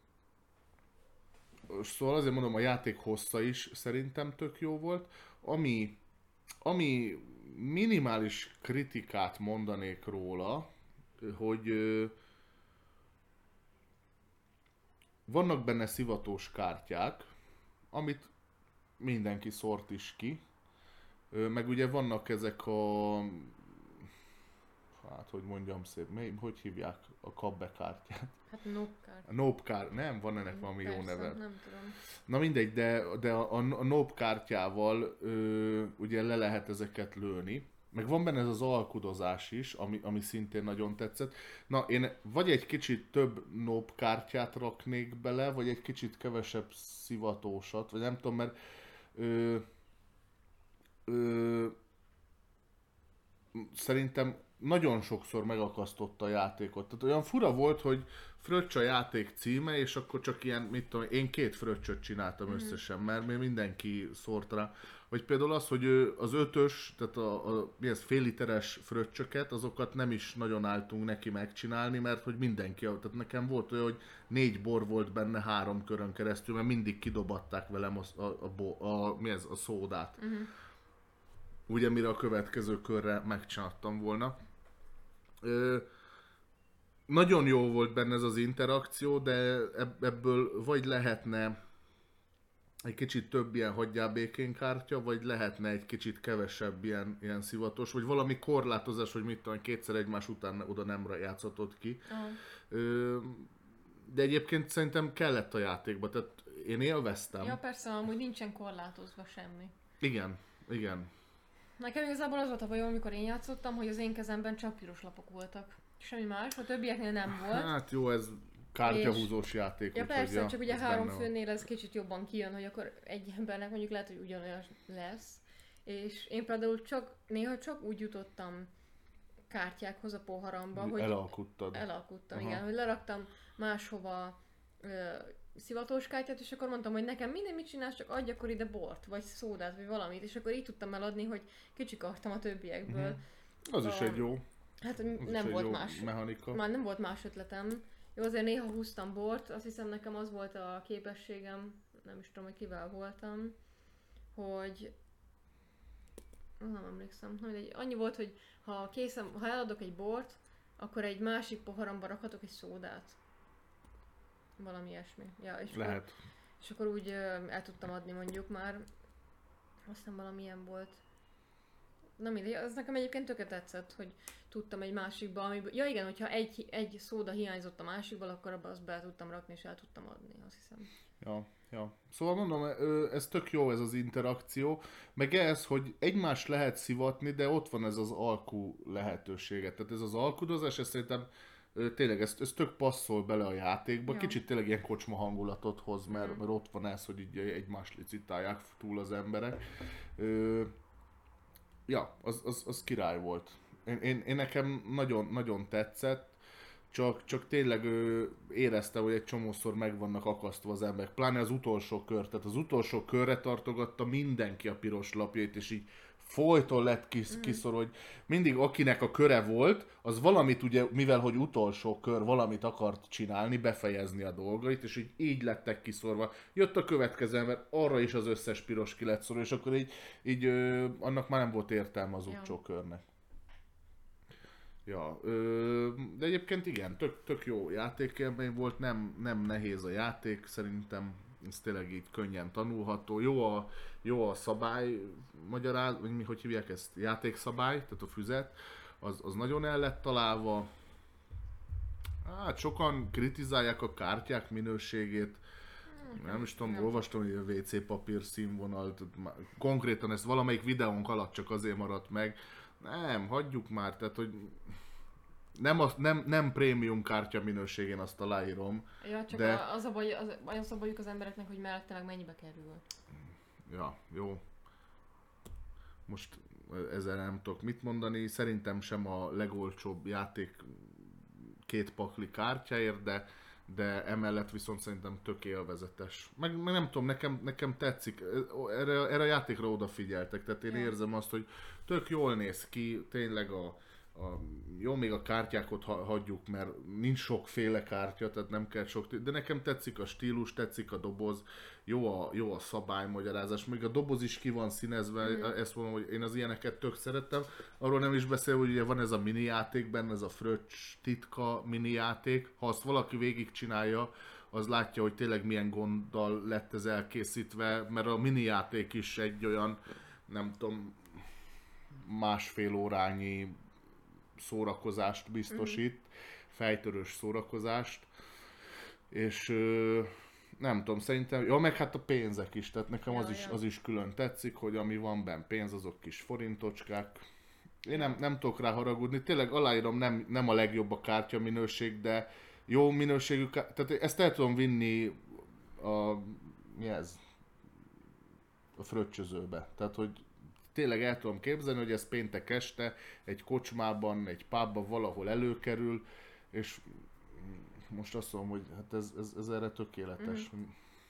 szóval azért mondom, a játék hossza is szerintem tök jó volt. Ami, ami minimális kritikát mondanék róla, hogy ö, vannak benne szivatós kártyák, amit mindenki szort is ki, ö, meg ugye vannak ezek a, hát hogy mondjam szép, mely, hogy hívják a kabbe kártyát? Hát nope kártya. A nope kár, nem, van ennek valami Persze, jó neve. nem tudom. Na mindegy, de, de a, a nope kártyával ö, ugye le lehet ezeket lőni. Meg van benne ez az alkudozás is, ami, ami szintén nagyon tetszett. Na, én vagy egy kicsit több nope kártyát raknék bele, vagy egy kicsit kevesebb szivatósat, vagy nem tudom, mert ö, ö, szerintem nagyon sokszor megakasztotta a játékot. Tehát olyan fura volt, hogy fröccs a játék címe, és akkor csak ilyen, mit tudom, én két fröccsöt csináltam mm-hmm. összesen, mert még mindenki szórt rá. Vagy például az, hogy az ötös, tehát a, a mi ez, fél literes fröccsöket, azokat nem is nagyon álltunk neki megcsinálni, mert hogy mindenki, tehát nekem volt olyan, hogy négy bor volt benne három körön keresztül, mert mindig kidobatták velem a, a, a, a, mi ez, a szódát. Mm-hmm. Ugye mire a következő körre megcsináltam volna. Ö, nagyon jó volt benne ez az interakció, de ebből vagy lehetne egy kicsit több ilyen hagyjál békén kártya, vagy lehetne egy kicsit kevesebb ilyen, ilyen szivatos, vagy valami korlátozás, hogy mit tudom, kétszer egymás után oda nem játszhatod ki. Uh-huh. Ö, de egyébként szerintem kellett a játékba, tehát én élveztem. Ja persze, amúgy nincsen korlátozva semmi. Igen, igen. Nekem igazából az volt a bajom, amikor én játszottam, hogy az én kezemben csak piros lapok voltak. Semmi más, a többieknél nem volt. Hát jó, ez kártyahúzós játék. Ja úgy, persze, ja, csak ugye három főnél ez kicsit jobban kijön, hogy akkor egy embernek mondjuk lehet, hogy ugyanolyan lesz. És én például csak, néha csak úgy jutottam kártyákhoz a poharamba, hogy elalkuttad. Elalkuttam, aha. Igen, hogy leraktam máshova ö, szivatós kártyát, és akkor mondtam, hogy nekem minden mit csinálsz, csak adj akkor ide bort, vagy szódát, vagy valamit, és akkor így tudtam eladni, hogy kicsikartam a többiekből. Uh-huh. Az a, is egy jó. Hát nem volt más. Mechanika. Már nem volt más ötletem. Jó, azért néha húztam bort, azt hiszem nekem az volt a képességem, nem is tudom, hogy kivel voltam, hogy nem emlékszem, hogy annyi volt, hogy ha készem, ha eladok egy bort, akkor egy másik poharamba rakhatok egy szódát. Valami ilyesmi. Ja, és lehet. Akkor, és akkor úgy el tudtam adni mondjuk már, aztán valamilyen volt. Na mindegy, az nekem egyébként tökéletes tetszett, hogy tudtam egy másikba, amiből... Ja igen, hogyha egy, egy szóda hiányzott a másikból, akkor abba azt be tudtam rakni és el tudtam adni, azt hiszem. Ja, Ja. Szóval mondom, ö, ez tök jó ez az interakció, meg ez, hogy egymást lehet szivatni, de ott van ez az alkú lehetősége. Tehát ez az alkudozás, ez szerintem ö, tényleg ez, ez tök passzol bele a játékba. Ja. Kicsit tényleg ilyen kocsma hangulatot hoz, mert, Mm. mert ott van ez, hogy így egymást licitálják túl az emberek. Ö, ja, az, az, az király volt. Én, én, én nekem nagyon, nagyon tetszett. Csak, csak tényleg ő érezte, hogy egy csomószor meg vannak akasztva az emberek. Pláne az utolsó kör. Tehát az utolsó körre tartogatta mindenki a piros lapjait, és így folyton lett kis, kiszor, hogy mindig akinek a köre volt, az valamit ugye, mivel hogy utolsó kör, valamit akart csinálni, befejezni a dolgait, és így, így lettek kiszorva. Jött a következő ember, arra is az összes piros ki lett szorva, és akkor így, így ö, annak már nem volt értelme az Ja. utolsó körnek. Ja, ö, de egyébként igen, tök, tök jó játékélmény volt, nem, nem nehéz a játék, szerintem ez tényleg így könnyen tanulható. Jó a, jó a szabály, magyaráz, vagy mi, hogy hívják ezt, játékszabály, tehát a füzet, az, az nagyon el lett találva. Hát sokan kritizálják a kártyák minőségét, nem is tudom, Nem. olvastam, hogy a vé cé papír színvonal, tehát már konkrétan ez valamelyik videónk alatt csak azért maradt meg. Nem, hagyjuk már, tehát hogy nem, az, nem, nem prémium kártya minőségén azt aláírom. Ja, csak De- a, az, a baj, az, az a bajuk az embereknek, hogy mellette meg mennyibe kerül. Ja, jó. Most ezzel nem tudok mit mondani. Szerintem sem a legolcsóbb játék két pakli kártyáért, de, de emellett viszont szerintem tök élvezetes. Meg, meg nem tudom, nekem, nekem tetszik. Erre, erre a játékra odafigyeltek, tehát én Ja. érzem azt, hogy tök jól néz ki, tényleg a, a jó, még a kártyákat ha, hagyjuk, mert nincs sokféle kártya, tehát nem kell sok, de nekem tetszik a stílus, tetszik a doboz, jó a, jó a szabálymagyarázás, még a doboz is ki van színezve, mm. ezt mondom, hogy én az ilyeneket tök szerettem, arról nem is beszél, hogy ugye van ez a mini játék benne, ez a Fröccs titka mini játék, ha azt valaki végigcsinálja, az látja, hogy tényleg milyen gonddal lett ez elkészítve, mert a mini játék is egy olyan, nem tudom, másfél órányi szórakozást biztosít, fejtörős szórakozást, és ö, nem tudom, szerintem, ja, meg hát a pénzek is, tehát nekem Ja, az is, ja. az is külön tetszik, hogy ami van benne pénz, azok kis forintocskák. Én nem, nem tudok rá haragudni, tényleg aláírom, nem, nem a legjobb a kártya minőség, de jó minőségű, ká- tehát ezt el tudom vinni a, mi ez? A fröccsözőbe, tehát hogy tényleg el tudom képzelni, hogy ez péntek este egy kocsmában, egy pubban valahol előkerül, és most azt mondom, hogy hát ez, ez, ez erre tökéletes. Mm.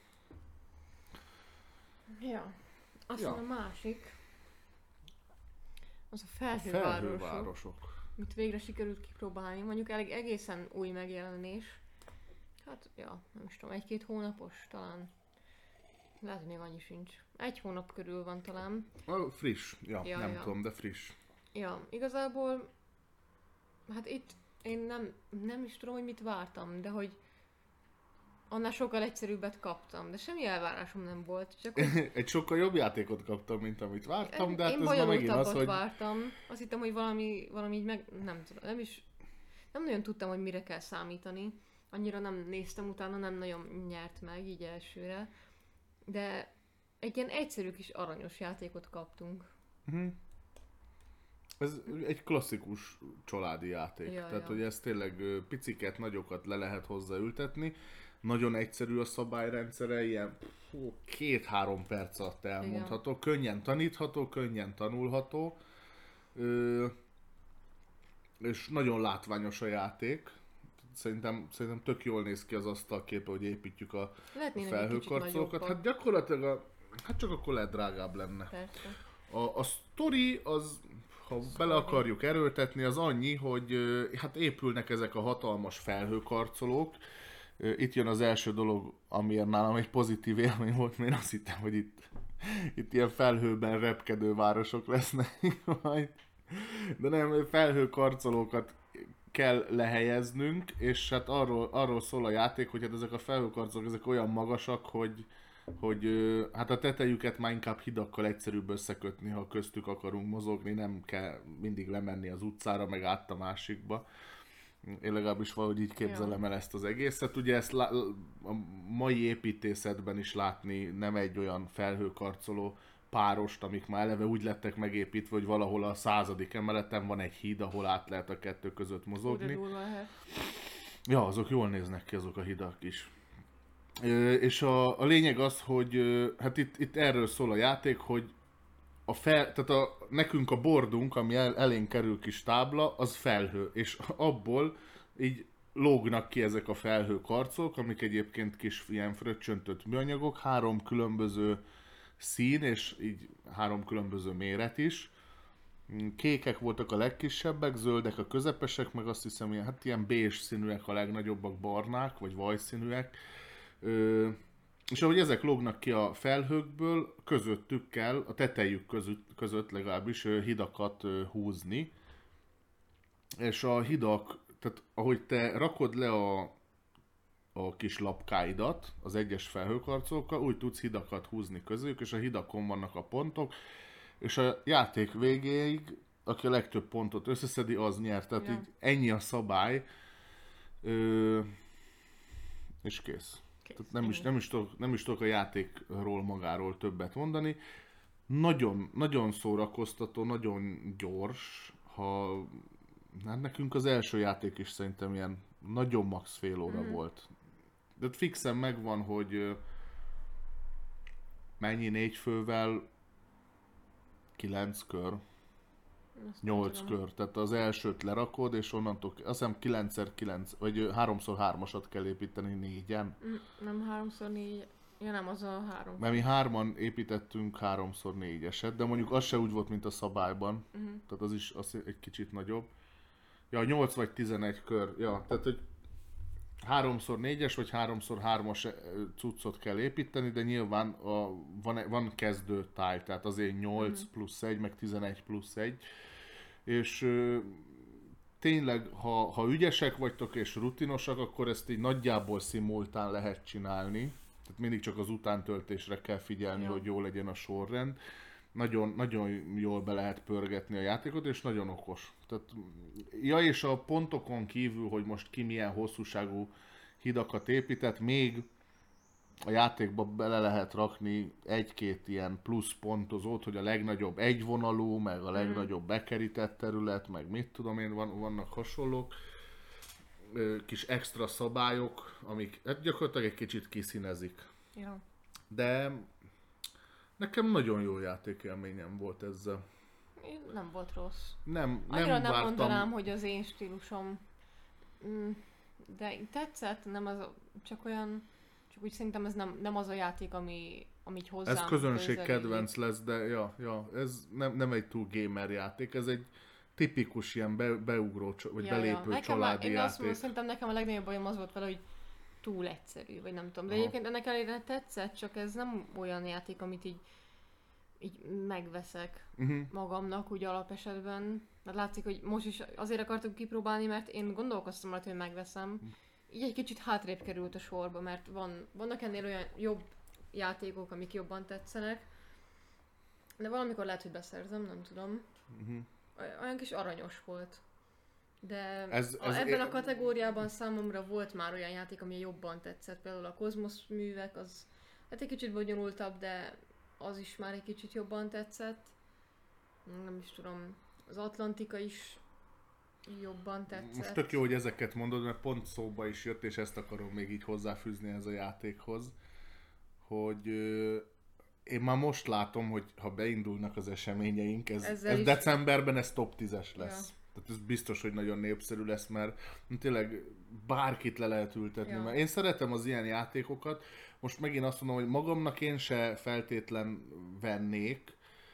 Ja. Aztán Ja. a másik, az a A felhővárosok, felhővárosok. amit végre sikerült kipróbálni. Mondjuk elég egészen új megjelenés. Hát, ja, nem is tudom, egy-két hónapos talán. Lehet, hogy még annyi sincs. Egy hónap körül van talán. Ah, friss, ja, Ja, nem ja. tudom, de friss. Ja, igazából, hát itt én nem, nem is tudom, hogy mit vártam, de hogy annál sokkal egyszerűbbet kaptam, de semmi elvárásom nem volt, csak hogy Egy sokkal jobb játékot kaptam, mint amit vártam, de hát én ez ma megint az, bonyolultabbat hogy vártam. Azt hittem, hogy valami, valami így meg, nem tudom, nem is, nem nagyon tudtam, hogy mire kell számítani. Annyira nem néztem utána, nem nagyon nyert meg így elsőre. De egy ilyen egyszerű kis aranyos játékot kaptunk. Mhm. Ez egy klasszikus családi játék. Ja, Tehát, ja. hogy ez tényleg ö, piciket, nagyokat le lehet hozzá ültetni. Nagyon egyszerű a szabályrendszere, ilyen fú, két-három perc alatt elmondható. Igen. Könnyen tanítható, könnyen tanulható. Ö, és nagyon látványos a játék. Szerintem, szerintem tök jól néz ki az asztalképe, hogy építjük a, a Lehetnének egy kicsit felhőkarcolókat. nagyobbak. Hát gyakorlatilag a, hát csak akkor lehet drágább lenne. Persze. A, a sztori az, ha bele akarjuk erőltetni, az annyi, hogy ö, hát épülnek ezek a hatalmas felhőkarcolók. Ö, Itt jön az első dolog, amiért nálam egy pozitív élmény volt, mert én azt hittem, hogy itt, itt ilyen felhőben repkedő városok lesznek majd. De nem, felhőkarcolókat kell lehelyeznünk, és hát arról, arról szól a játék, hogy hát ezek a felhőkarcolók ezek olyan magasak, hogy hogy ö, hát a tetejüket már inkább hidakkal egyszerűbb összekötni, ha köztük akarunk mozogni, nem kell mindig lemenni az utcára, meg át a másikba. Én legalábbis valahogy így képzelem el ezt az egészet. Ugye ezt lá- a mai építészetben is látni nem egy olyan felhőkarcoló párost, amik már eleve úgy lettek megépítve, hogy valahol a századik emeleten van egy híd, ahol át lehet a kettő között mozogni. Ja, azok jól néznek ki, azok a hidak is. Ö, és a, a lényeg az, hogy ö, hát itt, itt erről szól a játék, hogy a fel, tehát a, nekünk a bordunk, ami el, elénk kerül kis tábla, az felhő, és abból így lógnak ki ezek a felhőkarcolók, amik egyébként kis ilyen fröccsöntött műanyagok, három különböző szín, és így három különböző méret is. Kékek voltak a legkisebbek, zöldek a közepesek, meg azt hiszem, ilyen, hát ilyen bés színűek a legnagyobbak, barnák, vagy vajszínűek. Ö, és ahogy ezek lógnak ki a felhőkből, közöttük kell, a tetejük között, között legalábbis hidakat húzni. És a hidak, tehát ahogy te rakod le a, a kis lapkáidat az egyes felhőkarcolókkal, úgy tudsz hidakat húzni közöttük, és a hidakon vannak a pontok, és a játék végéig, aki a legtöbb pontot összeszedi, az nyert. Tehát ja. így ennyi a szabály, ö, és kész. kész. Tehát nem, is, nem, is tudok, nem is tudok a játékról magáról többet mondani. Nagyon, nagyon szórakoztató, nagyon gyors. Ha, hát nekünk az első játék is szerintem ilyen nagyon max fél óra mm. volt. De fixen megvan, hogy mennyi négy fővel, kilenc kör, nyolc kör, tehát az elsőt lerakod, és onnantól, azt hiszem kilencszer kilenc, vagy háromszor hármasat kell építeni négyen. Nem háromszor négy, ja nem, az a három. Mert mi hárman építettünk háromszor négyeset, de mondjuk az se úgy volt, mint a szabályban, uh-huh. tehát az is az egy kicsit nagyobb. Ja, nyolc vagy tizenegy kör, ja, tehát hogy háromszor négyes vagy háromszor hármas cuccot kell építeni, de nyilván a, van, van kezdő táj, tehát azért nyolc mm. plusz egy, meg tizenegy plusz egy. És ö, tényleg, ha, ha ügyesek vagytok és rutinosak, akkor ezt így nagyjából szimultán lehet csinálni. Tehát mindig csak az utántöltésre kell figyelni, ja. hogy jó legyen a sorrend. Nagyon, nagyon jól be lehet pörgetni a játékot, és nagyon okos. Tehát, ja, és a pontokon kívül, hogy most ki milyen hosszúságú hidakat épített, még a játékba bele lehet rakni egy-két ilyen plusz pontozót, hogy a legnagyobb egyvonalú, meg a legnagyobb bekerített terület, meg mit tudom én, van, vannak hasonlók. Kis extra szabályok, amik hát gyakorlatilag egy kicsit kiszínezik. Ja. De nekem nagyon jó játékélményem volt ezzel. Nem volt rossz. Nem, nem Annyira nem vártam... mondanám, hogy az én stílusom. De tetszett, nem az, csak olyan, csak úgy szerintem ez nem, nem az a játék, ami, ami így hozzám Ez közönség kedvenc lesz, de ja, ja, ez nem, nem egy túl gamer játék, ez egy tipikus ilyen be, beugró, vagy ja, belépő ja. családi a, én játék. Azt mondom, szerintem nekem a legnagyobb bajom az volt vele, hogy túl egyszerű, vagy nem tudom. De Aha. egyébként ennek elég tetszett, csak ez nem olyan játék, amit így így megveszek uh-huh. magamnak úgy alapesetben. Mert látszik, hogy most is azért akartuk kipróbálni, mert én gondolkoztam rajta, hogy megveszem. Uh-huh. Így egy kicsit hátrébb került a sorba, mert van, vannak ennél olyan jobb játékok, amik jobban tetszenek. De valamikor lehet, hogy beszerzem, nem tudom. Uh-huh. Olyan kis aranyos volt. De ez, ez a, ebben é... a kategóriában számomra volt már olyan játék, ami jobban tetszett. Például a Kozmosz művek, az hát egy kicsit bonyolultabb, de az is már egy kicsit jobban tetszett. Nem is tudom, az Atlantika is jobban tetszett. Most tök jó, hogy ezeket mondod, mert pont szóba is jött, és ezt akarom még így hozzáfűzni ez a játékhoz, hogy euh, én már most látom, hogy ha beindulnak az eseményeink, ez, ez decemberben ez top tízes lesz. Ja. Tehát ez biztos, hogy nagyon népszerű lesz, mert tényleg bárkit le lehet ültetni. Ja. Mert én szeretem az ilyen játékokat. Most megint azt mondom, hogy magamnak én se feltétlen vennék,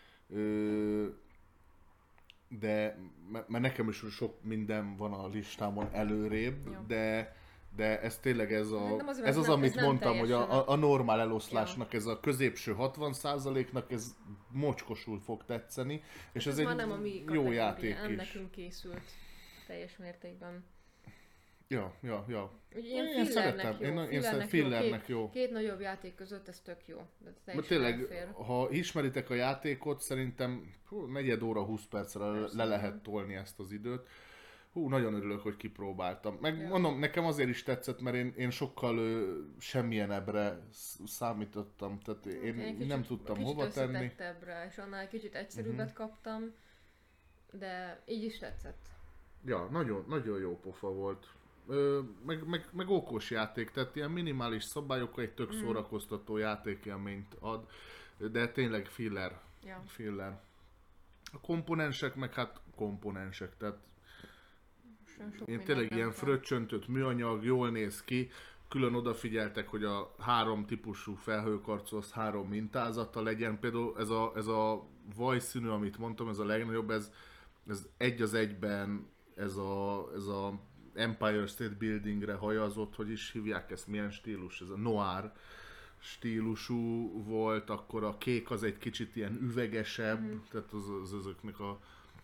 de mert nekem is sok minden van a listámon előrébb, ja. de, de ez tényleg ez, a, az, ez az, nem, amit ez mondtam, hogy a, a normál eloszlásnak, ja. ez a középső hatvan százaléknak ez mocskosul fog tetszeni, és ez, ez egy nem a mi jó játék is. Nekünk készült teljes mértékben. Ja, ja, ja. Ugye ilyen én szeretem, jó, én, én szeretem, fillernek jó. Két, két nagyobb játék között ez tök jó. De tényleg, ha ismeritek a játékot, szerintem hú, negyed óra, húsz percre le lehet tolni ezt az időt. Hú, nagyon örülök, hogy kipróbáltam. Meg Ja. mondom, nekem azért is tetszett, mert én, én sokkal ö, semmilyenebbre sz- számítottam, tehát én, Én én kicsit, nem tudtam kicsit hova tenni. összetettebbre, és annál kicsit egyszerűbbet uh-huh. kaptam, de így is tetszett. Ja, nagyon, nagyon jó pofa volt. Ö, meg, meg, meg okos játék, tehát ilyen minimális szabályokkal egy tök Mm. szórakoztató játékélményt ad, de tényleg filler. Ja. filler. A komponensek meg hát komponensek, tehát Sok én mindent tényleg nem ilyen kell. fröccsöntött műanyag, jól néz ki, külön odafigyeltek, hogy a három típusú felhőkarcolsz három mintázata legyen, például ez a, ez a vajszínű, amit mondtam, ez a legnagyobb, ez, ez egy az egyben, ez a, ez a Empire State Buildingre hajazott, hogy is hívják ezt, milyen stílus, ez a noir stílusú volt, akkor a kék az egy kicsit ilyen üvegesebb, mm. tehát az, az azoknak a,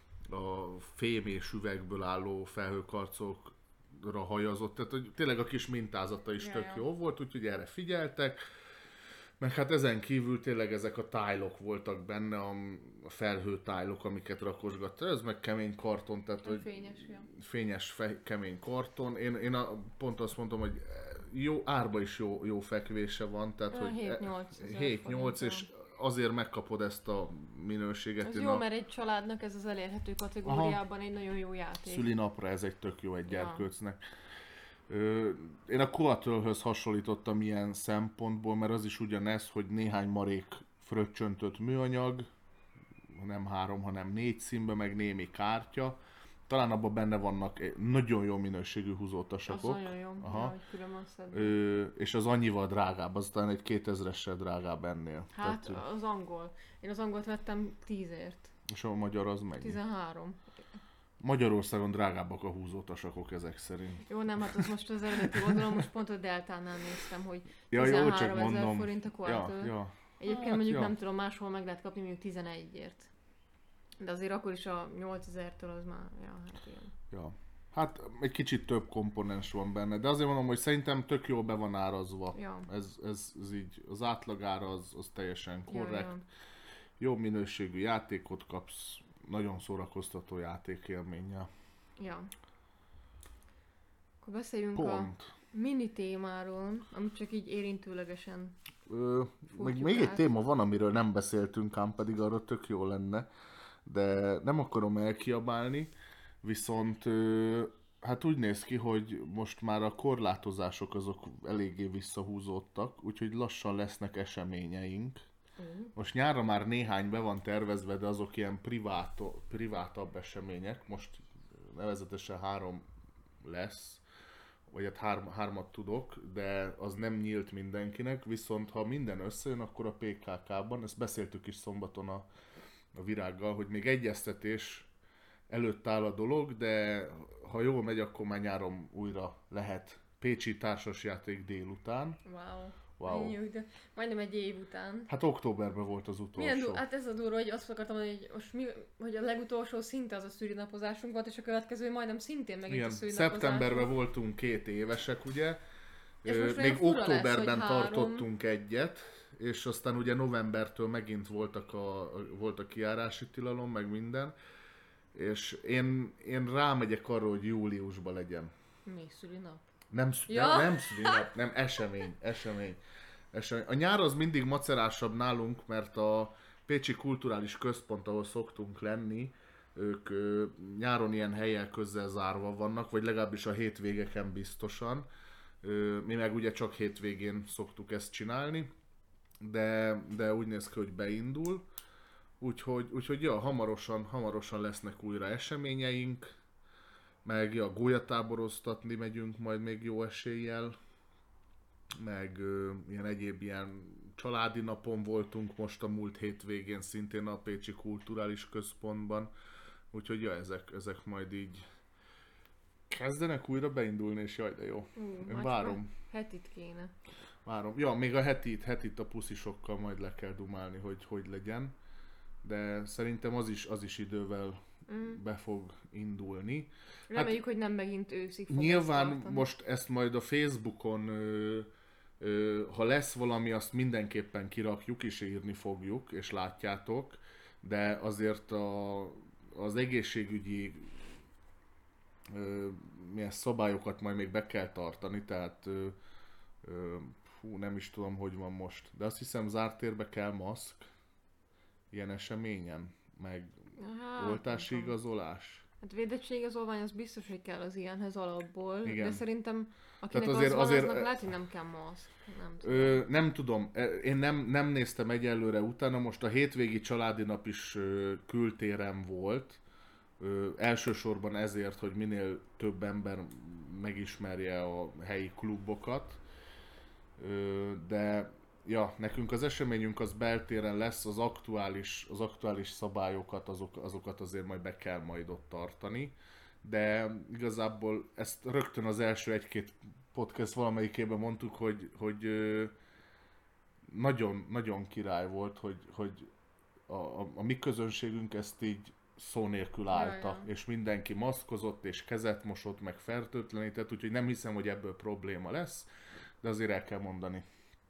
a fém és üvegből álló felhőkarcolókra hajazott, tehát hogy tényleg a kis mintázata is Ja, tök ja. jó volt, úgyhogy erre figyeltek. Meg hát ezen kívül tényleg ezek a tájlok voltak benne, a a felhő tájlok, amiket rakosgatta, ez meg kemény karton, tehát hogy Fényes, ja. fényes, fe, kemény karton. Én, én a, pont azt mondom, hogy jó, árba is jó, jó fekvése van, tehát Olyan hogy hét-nyolc ezer hét-nyolc forint és azért megkapod ezt a minőséget. Ez Én jó, a mert egy családnak ez az elérhető kategóriában egy nagyon jó játék. szülinapra ez egy tök jó egy Ja. gyerkőcnek. Ö, én a Coatl-höz hasonlítottam ilyen szempontból, mert az is ugyanez, hogy néhány marék fröccsöntött műanyag, nem három, hanem négy színbe, meg némi kártya. Talán abban benne vannak nagyon jó minőségű Az húzótasakok. nagyon jó, Aha. ja, hogy külön van szedve. Ö, és az annyival drágább, az talán egy kétezressel drágább ennél. Hát Tehát, az angol. Én az angolt vettem tízért. és a magyar az mennyi? tizenhárom. Magyarországon drágábbak a húzótasakok ezek szerint. Jó, nem, hát az most az eredeti oldalon, most pont a Deltánál néztem, hogy Ja, jó, csak tizenhárom ezer mondom. forint a Ja, Coatl. ja. Egyébként Hát, mondjuk ja. nem tudom, máshol meg lehet kapni mondjuk tizenegyért. De azért akkor is a nyolcezertől az már, ja, hát ilyen. Ja. Hát egy kicsit több komponens van benne, de azért mondom, hogy szerintem tök jól be van árazva. Ja. Ez, ez, ez így, az átlagára az, az teljesen korrekt. Ja, ja. Jó minőségű játékot kapsz, nagyon szórakoztató játékélménnyel. Ja. Akkor beszéljünk a Pont. mini témáról, amit csak így érintőlegesen. Ö, meg Futjuk még egy át. téma van, amiről nem beszéltünk, ám pedig arra tök jó lenne, de nem akarom elkiabálni, viszont ö, hát úgy néz ki, hogy most már a korlátozások azok eléggé visszahúzódtak, úgyhogy lassan lesznek eseményeink. Mm. Most nyárra már néhány be van tervezve, de azok ilyen privát, privátabb események, most nevezetesen három lesz, vagy hát hár, hármat tudok, de az nem nyílt mindenkinek, viszont ha minden összejön, akkor a pé ká ká-ban, ezt beszéltük is szombaton a, a Virággal, hogy még egyeztetés előtt áll a dolog, de ha jól megy, akkor már nyáron újra lehet pécsi társasjáték délután. Wow. Wow. Ennyi, de majdnem egy év után. Hát októberben volt az utolsó. Milyen du- hát ez a durva, hogy azt akartam mondani, hogy most mi, hogy a legutolsó szinte az a szülinapozásunk volt, és a következő majdnem szintén megint Igen, a szülinapozásunk. szeptemberben voltunk két évesek, ugye, És Ö, most még olyan fura októberben lesz, hogy három. tartottunk egyet, és aztán ugye novembertől megint voltak a, volt a kijárási tilalom, meg minden, és én, én rámegyek arra, hogy júliusban legyen. Mi szülinap? Nem, szü- Ja. nem, nem szülinap, nem esemény, esemény, esemény. A nyár az mindig macerásabb nálunk, mert a Pécsi Kulturális Központ, ahol szoktunk lenni, ők ö, nyáron ilyen helyen közel zárva vannak, vagy legalábbis a hétvégeken biztosan. Ö, mi meg ugye csak hétvégén szoktuk ezt csinálni, de, de úgy néz ki, hogy beindul. Úgyhogy, úgyhogy ja, hamarosan, hamarosan lesznek újra eseményeink, meg ja, gólyatáboroztatni megyünk majd még jó eséllyel, meg ö, ilyen egyéb ilyen családi napon voltunk most a múlt hétvégén szintén a Pécsi Kulturális Központban, úgyhogy ja, ezek, ezek majd így kezdenek újra beindulni, és jaj, de jó. Ú, Én hát várom. már Hetit kéne. Várom. Ja, még a hetit, hetit a puszisokkal majd le kell dumálni, hogy hogy legyen. De szerintem az is, az is idővel Mm. be fog indulni. Reméljük, hogy nem megint őszig fog Nyilván ezt tartani. most ezt majd a Facebookon, ö, ö, ha lesz valami, azt mindenképpen kirakjuk és írni fogjuk, és látjátok. De azért a, az egészségügyi ö, milyen szabályokat majd még be kell tartani, tehát ö, ö, fú, nem is tudom, hogy van most, de azt hiszem zárt térbe kell maszk ilyen eseményen, meg Hát, oltási nem tudom. igazolás. Hát védettségigazolvány az biztos, hogy kell az ilyenhez alapból, Igen. de szerintem akinek Tehát az azért- van, azért- aznak lehet, hogy nem kell maszk. Nem tudom. Ö, nem tudom, E, én nem, nem néztem egyelőre utána, most a hétvégi családi nap is ö, kültéren volt, ö, elsősorban ezért, hogy minél több ember megismerje a helyi klubokat, ö, de ja, nekünk az eseményünk az beltéren lesz, az aktuális, az aktuális szabályokat, azok, azokat azért majd be kell majd ott tartani, de igazából ezt rögtön az első egy-két podcast valamelyikében mondtuk, hogy, hogy ö, nagyon, nagyon király volt, hogy, hogy a, a, a mi közönségünk ezt így szó nélkül állta, Ja, ja. és mindenki maszkozott, és kezet mosott, meg fertőtlenített, úgyhogy nem hiszem, hogy ebből probléma lesz, de azért el kell mondani.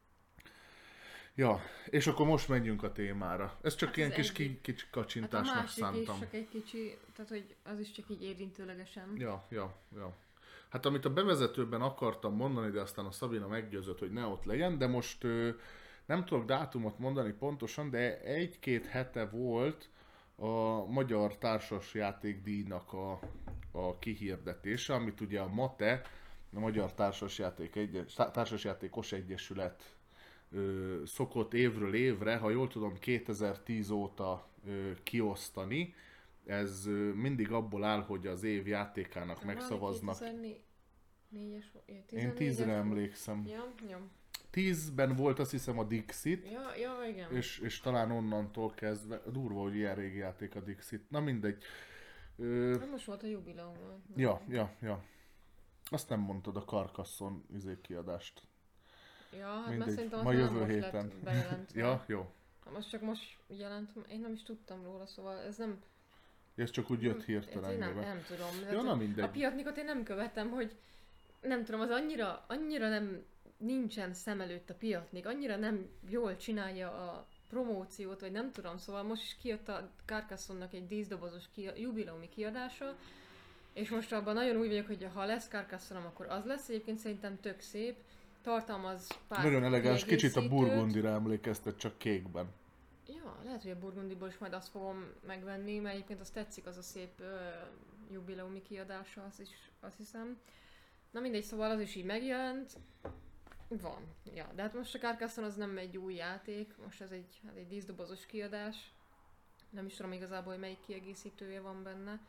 Ja, és akkor most menjünk a témára. Ez csak Hát ilyen az kis egyik- ki, kicsi Hát a kacsintásnak másik is szántam. csak egy kicsi, tehát hogy az is csak így érintőlegesen. Ja, ja, ja. Hát amit a bevezetőben akartam mondani, de aztán a Szabina meggyőzött, hogy ne ott legyen, de most ö, nem tudok dátumot mondani pontosan, de egy-két hete volt a Magyar Társasjátékdíjnak a, a kihirdetése, amit ugye a MATE, a Magyar Társasjáték Egyes, Társasjátékos Egyesület ö, szokott évről évre, ha jól tudom, kétezer-tíz óta ö, kiosztani. Ez ö, mindig abból áll, hogy az év játékának megszavaznak. kétezer-négyes, Én tízre emlékszem. Ja, ja. Tízben volt azt hiszem a Dixit, Ja, ja, igen. és, és talán onnantól kezdve, durva, hogy ilyen régi játék a Dixit. Na mindegy. Ö, Hát most volt a jubileum. volt. ja, ja, ja. Azt nem mondtad a Carcassonne izé kiadást. Ja, hát Mindegy. mert szerintem az Ma nem jövő most héten. lett bejelentve. Ja, jó. Most csak most jelent, én nem is tudtam róla, szóval ez nem... Ez csak úgy jött nem, hirtelen. én nem, nyilván. nem tudom. Ja, Tehát na a mindegy. piatnikot én nem követem, hogy nem tudom, az annyira, annyira nem nincsen szem előtt a piatnik, annyira nem jól csinálja a promóciót, vagy nem tudom, szóval most is kijött a Carcassonne-nak egy díszdobozos ki, jubileumi kiadása, és most abban nagyon úgy vagyok, hogy ha lesz Carcassonne, akkor az lesz, egyébként szerintem tök szép, tartalmaz pár Nagyon elegáns, kicsit a kiegészítőt. burgundira emlékeztet, csak kékben. Ja, lehet, hogy a burgundiból is majd azt fogom megvenni, mert egyébként az tetszik, az a szép uh, jubileumi kiadása, az is, azt hiszem. Na mindegy, szóval az is így megjelent. Van, ja, de hát most a Carcassonne az nem egy új játék, most ez egy, hát egy díszdobozos kiadás. Nem is tudom igazából, hogy melyik kiegészítője van benne.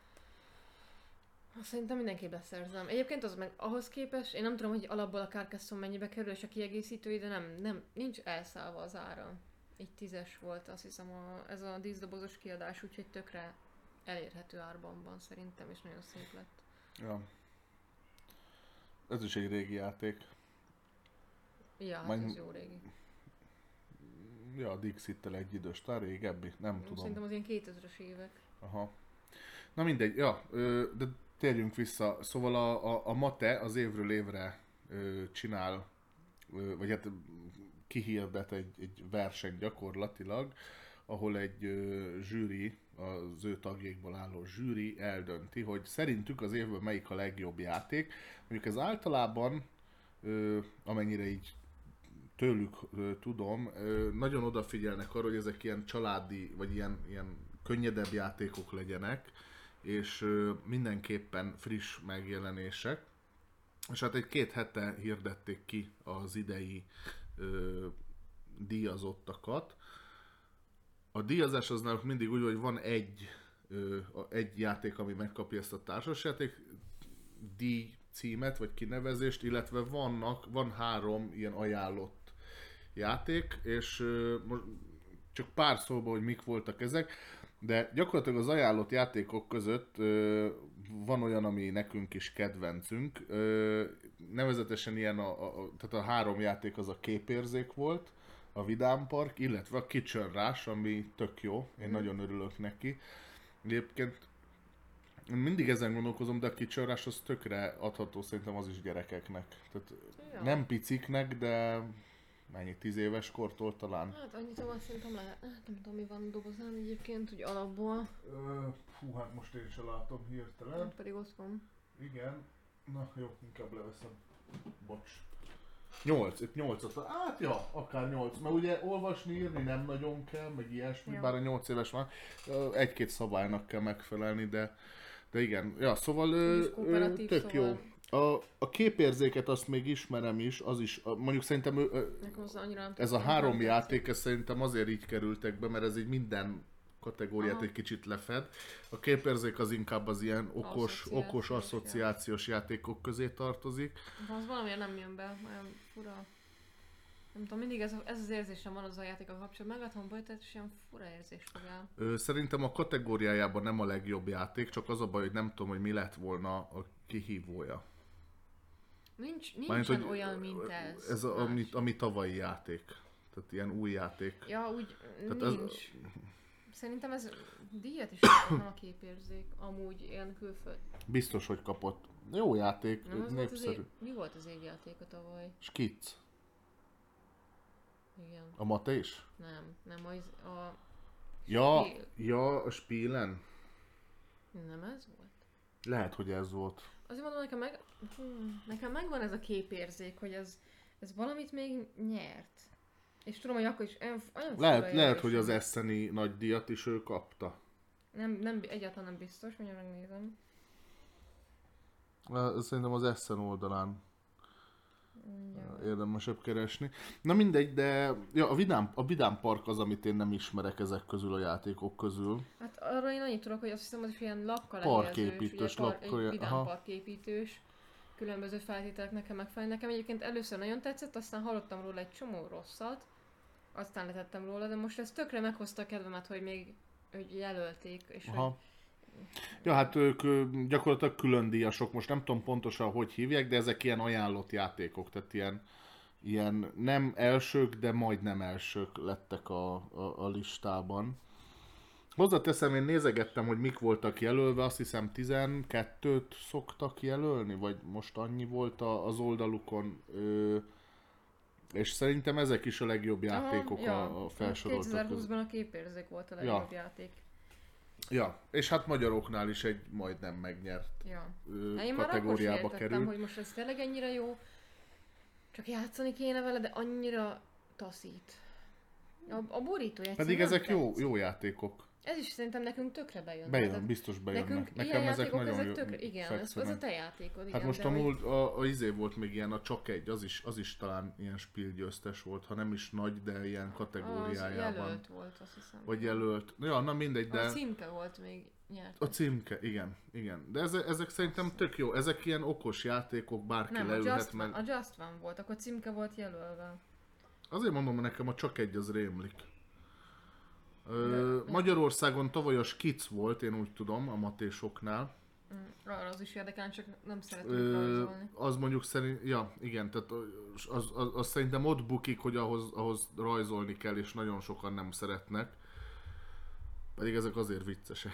Szerintem mindenképp beszerzem. Egyébként az meg ahhoz képest, én nem tudom, hogy alapból a Carcassonne mennyibe kerül, és a kiegészítői, de nem, nem, nincs elszállva az ára. Egy tízes volt, azt hiszem a, ez a díszdobozos kiadás, úgyhogy tökre elérhető árban van szerintem, és nagyon szép lett. Ja. Ez is egy régi játék. Ja, hát Majd- ez jó régi. Ja, a Dixit-tel egy idős, talán régebbi, nem tudom. Szerintem az ilyen kétezres évek. Aha. Na mindegy, ja, ö, de térjünk vissza. Szóval a, a, a MATE az évről évre ö, csinál, ö, vagy hát kihirdet egy, egy verseny gyakorlatilag, ahol egy ö, zsűri, az ő tagjékból álló zsűri eldönti, hogy szerintük az évben melyik a legjobb játék. Mondjuk ez általában, ö, amennyire így tőlük ö, tudom, ö, nagyon odafigyelnek arra, hogy ezek ilyen családi, vagy ilyen, ilyen könnyedebb játékok legyenek, és ö, mindenképpen friss megjelenések. És hát egy két hete hirdették ki az idei ö, díjazottakat. A díjazás az náluk mindig úgy, hogy van egy, ö, a- egy játék, ami megkapja ezt a társasjáték díj címet, vagy kinevezést, illetve vannak, van három ilyen ajánlott játék, és ö, most csak pár szóban, hogy mik voltak ezek, de gyakorlatilag az ajánlott játékok között ö, van olyan, ami nekünk is kedvencünk. Ö, nevezetesen ilyen, a, a, tehát a három játék az a Képérzék volt, a Vidám Park, illetve a Kitchen Rush, ami tök jó, én Mhm. nagyon örülök neki. Egyébként én mindig ezen gondolkozom, de a Kitchen Rush az tökre adható szerintem az is gyerekeknek. Tehát Ja. nem piciknek, de mennyi, tíz éves kortól talán. Hát annyit azt szerintem lehet, hát nem tudom mi van a dobozán egyébként, úgy alapból, Ö, Fú, hát most én sem látom hirtelen. hát pedig ott van. Igen. Na jó, inkább leveszem. Bocs. nyolc, itt nyolcot. Hát ja, akár nyolc. Mert ugye olvasni, írni nem nagyon kell, meg ilyesmi, Ja. bár a nyolc éves van. Egy-két szabálynak kell megfelelni, de, de igen. Ja, szóval ö, Úgyis ö, kooperatív, tök szóval- jó. A, a képérzéket azt még ismerem is, az is, a, mondjuk szerintem ö, ö, Nekem az annyira nem ez a nem három tetszik. játék, ez szerintem azért így kerültek be, mert ez így minden kategóriát Aha. egy kicsit lefed. A képérzék az inkább az ilyen okos, Asszociációs okos asszociációs játékok közé tartozik. Az valamiért nem jön be, olyan fura. Nem tudom, mindig ez, ez az érzésem van az a játékkal kapcsolatban. Meglátom folytatni, és ilyen fura érzés fog el. Ö, Szerintem a kategóriájában nem a legjobb játék, csak az a baj, hogy nem tudom, hogy mi lett volna a kihívója. Nincs, Mármint, nincsen hogy olyan, mint ez. Ez a, más. ami, ami tavalyi játék. Tehát ilyen új játék. Ja, úgy Tehát ez- nincs. Szerintem ez díjat is kapott, nem a képérzék. Amúgy ilyen külföld. Biztos, hogy kapott. Jó játék, Nem, az volt az népszerű. ég, mi volt az égjáték a tavaly? Skic. Igen. A Mate is? Nem, nem az a... Ja, Spiel. ja, a Spielen. Nem ez volt? Lehet, hogy ez volt. Azért mondom, nekem meg... Hú, nekem megvan ez a képérzék, hogy ez, ez valamit még nyert. És tudom, hogy akkor is olyan, olyan fura Lehet, lehet, érzésem. hogy az Esseni nagy díjat is ő kapta. Nem, nem, egyáltalán nem biztos, mindjárt megnézem. Ö, Szerintem az Essen oldalán Ja. érdemesebb keresni. Na mindegy, de ja, a, Vidám, a Vidám Park az, amit én nem ismerek ezek közül a játékok közül. Hát arra én annyit tudok, hogy azt hiszem, hogy ilyen lakkal Parképítős, par, lakkal- egy vidám aha. parképítős. Különböző feltételek nekem megfelelnek. Nekem egyébként először nagyon tetszett, aztán hallottam róla egy csomó rosszat. Aztán letettem róla, de most ez tökre meghozta a kedvemet, hogy még hogy jelölték. És hogy, Aha. Ja, hát ők ö, gyakorlatilag külön díjasok, most nem tudom pontosan, hogy hívják, de ezek ilyen ajánlott játékok, tehát ilyen, ilyen nem elsők, de majdnem elsők lettek a, a, a listában. Hozzáteszem, én nézegettem, hogy mik voltak jelölve, azt hiszem tizenkettőt szoktak jelölni, vagy most annyi volt a- az oldalukon, ö, és szerintem ezek is a legjobb játékok Aha, ja. a, a felsoroltak között. kétezer-húszban a képérzék volt a legjobb játék. Ja, és hát magyaroknál is egy majdnem megnyert Ja. ö, Hát én már akkor sem kategóriába értettem, került. hogy most ez tényleg ennyire jó, csak játszani kéne vele, de annyira taszít. A, a borító egyszerűen Pedig nem ezek jó, tetsz. jó játékok. Ez is szerintem nekünk tökre bejön. Bejön, Tehát biztos bejönnek. nekünk Nekem ilyen ezek játékok, nagyon ezek jó, tökre, igen, ez, ez a fekszenek. te játékod, igen. Hát most de a hogy- múlt, a, a izé volt még ilyen, a csak egy, az is, az is talán ilyen Spiel győztes volt, ha nem is nagy, de ilyen az kategóriájában. jelölt volt, azt hiszem. Vagy jelölt. Ja, na mindegy, De... de... A címke volt még nyert. A címke, igen, igen. De ezek, ezek szerintem tök jó. Ezek ilyen okos játékok, bárki Nem, a leülhet Just, meg. One, a Just One volt, akkor címke volt jelölve. Azért mondom, hogy nekem a csak egy az rémlik. Ö, De- de- Magyarországon tavaly a Skic volt, én úgy tudom, a matésoknál. Mm, arra az is érdekel, csak nem szeretünk Ö, rajzolni. az mondjuk szerint, ja, igen, tehát az, az, az szerintem ott bukik, hogy ahhoz, ahhoz rajzolni kell, és nagyon sokan nem szeretnek. Pedig ezek azért viccesek.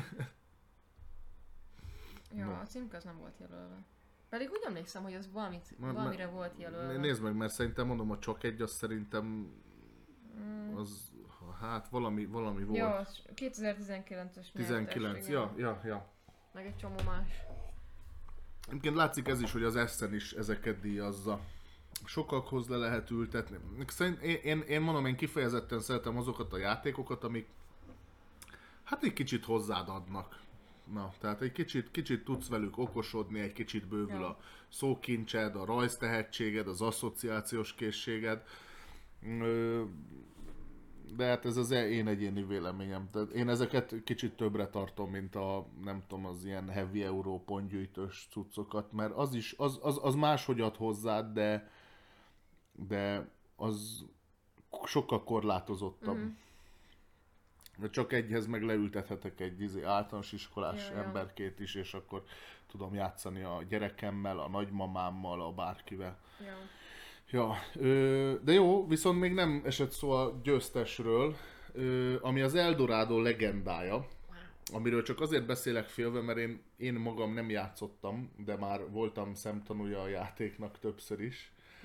Ja, no. a címke az nem volt jelölve. Pedig úgy emlékszem, hogy az valamit, Mert- valamire volt jelölve. Nézd meg, mert szerintem mondom, a csak egy, az szerintem Mm. az, hát valami, valami volt. Jó, az kétezer-tizenkilences tizenkilenc, nyertes, ja, igen. ja, ja. Meg egy csomó más. Egyébként látszik ez is, hogy az Essen is ezeket díjazza. Sokakhoz le lehet ültetni. Szerint, én, én, én mondom, én kifejezetten szeretem azokat a játékokat, amik hát egy kicsit hozzád adnak. Na, tehát egy kicsit, kicsit tudsz velük okosodni, egy kicsit bővül Ja. a szókincsed, a rajztehetséged, az asszociációs készséged. Ö, De hát ez az én egyéni véleményem. Tehát én ezeket kicsit többre tartom, mint a, nem tudom, az ilyen heavy euro pontgyűjtős cuccokat, mert az is, az, az, az máshogy ad hozzád, de, de az sokkal korlátozottabb. Mhm. De csak egyhez meg leültethetek egy izé, általános iskolás Ja, ja. emberkét is, és akkor tudom játszani a gyerekemmel, a nagymamámmal, a bárkivel. Ja. Ja, ö, de jó, viszont még nem esett szó a győztesről, ö, ami az Eldorado legendája, amiről csak azért beszélek félve, mert én, én magam nem játszottam, de már voltam szemtanúja a játéknak többször is.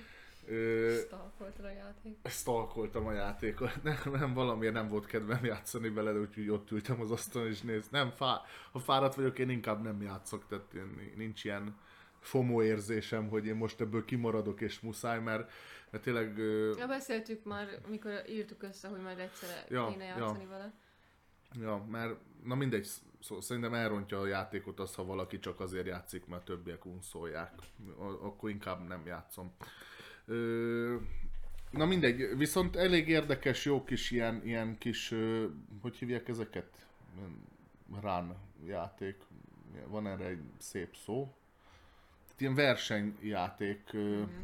Stalkoltad a játék. Stalkoltam a játékot. Nem, nem, valamiért nem volt kedvem játszani vele, úgyhogy ott ültem az asztalon és nézd. Nem, fá, ha fáradt vagyok, én inkább nem játszok, tehát én, nincs ilyen FOMO érzésem, hogy én most ebből kimaradok és muszáj, mert, mert tényleg... Ja, beszéltük már, amikor írtuk össze, hogy majd egyszerre ja, kéne játszani ja. vele. Ja, mert na mindegy, szó, szerintem elrontja a játékot az, ha valaki csak azért játszik, mert többiek unszolják. Akkor inkább nem játszom. Ö, na mindegy, viszont elég érdekes, jó kis ilyen, ilyen kis, ö, hogy hívják ezeket? Run játék. Van erre egy szép szó. Tehát ilyen versenyjáték. Ö, mm-hmm.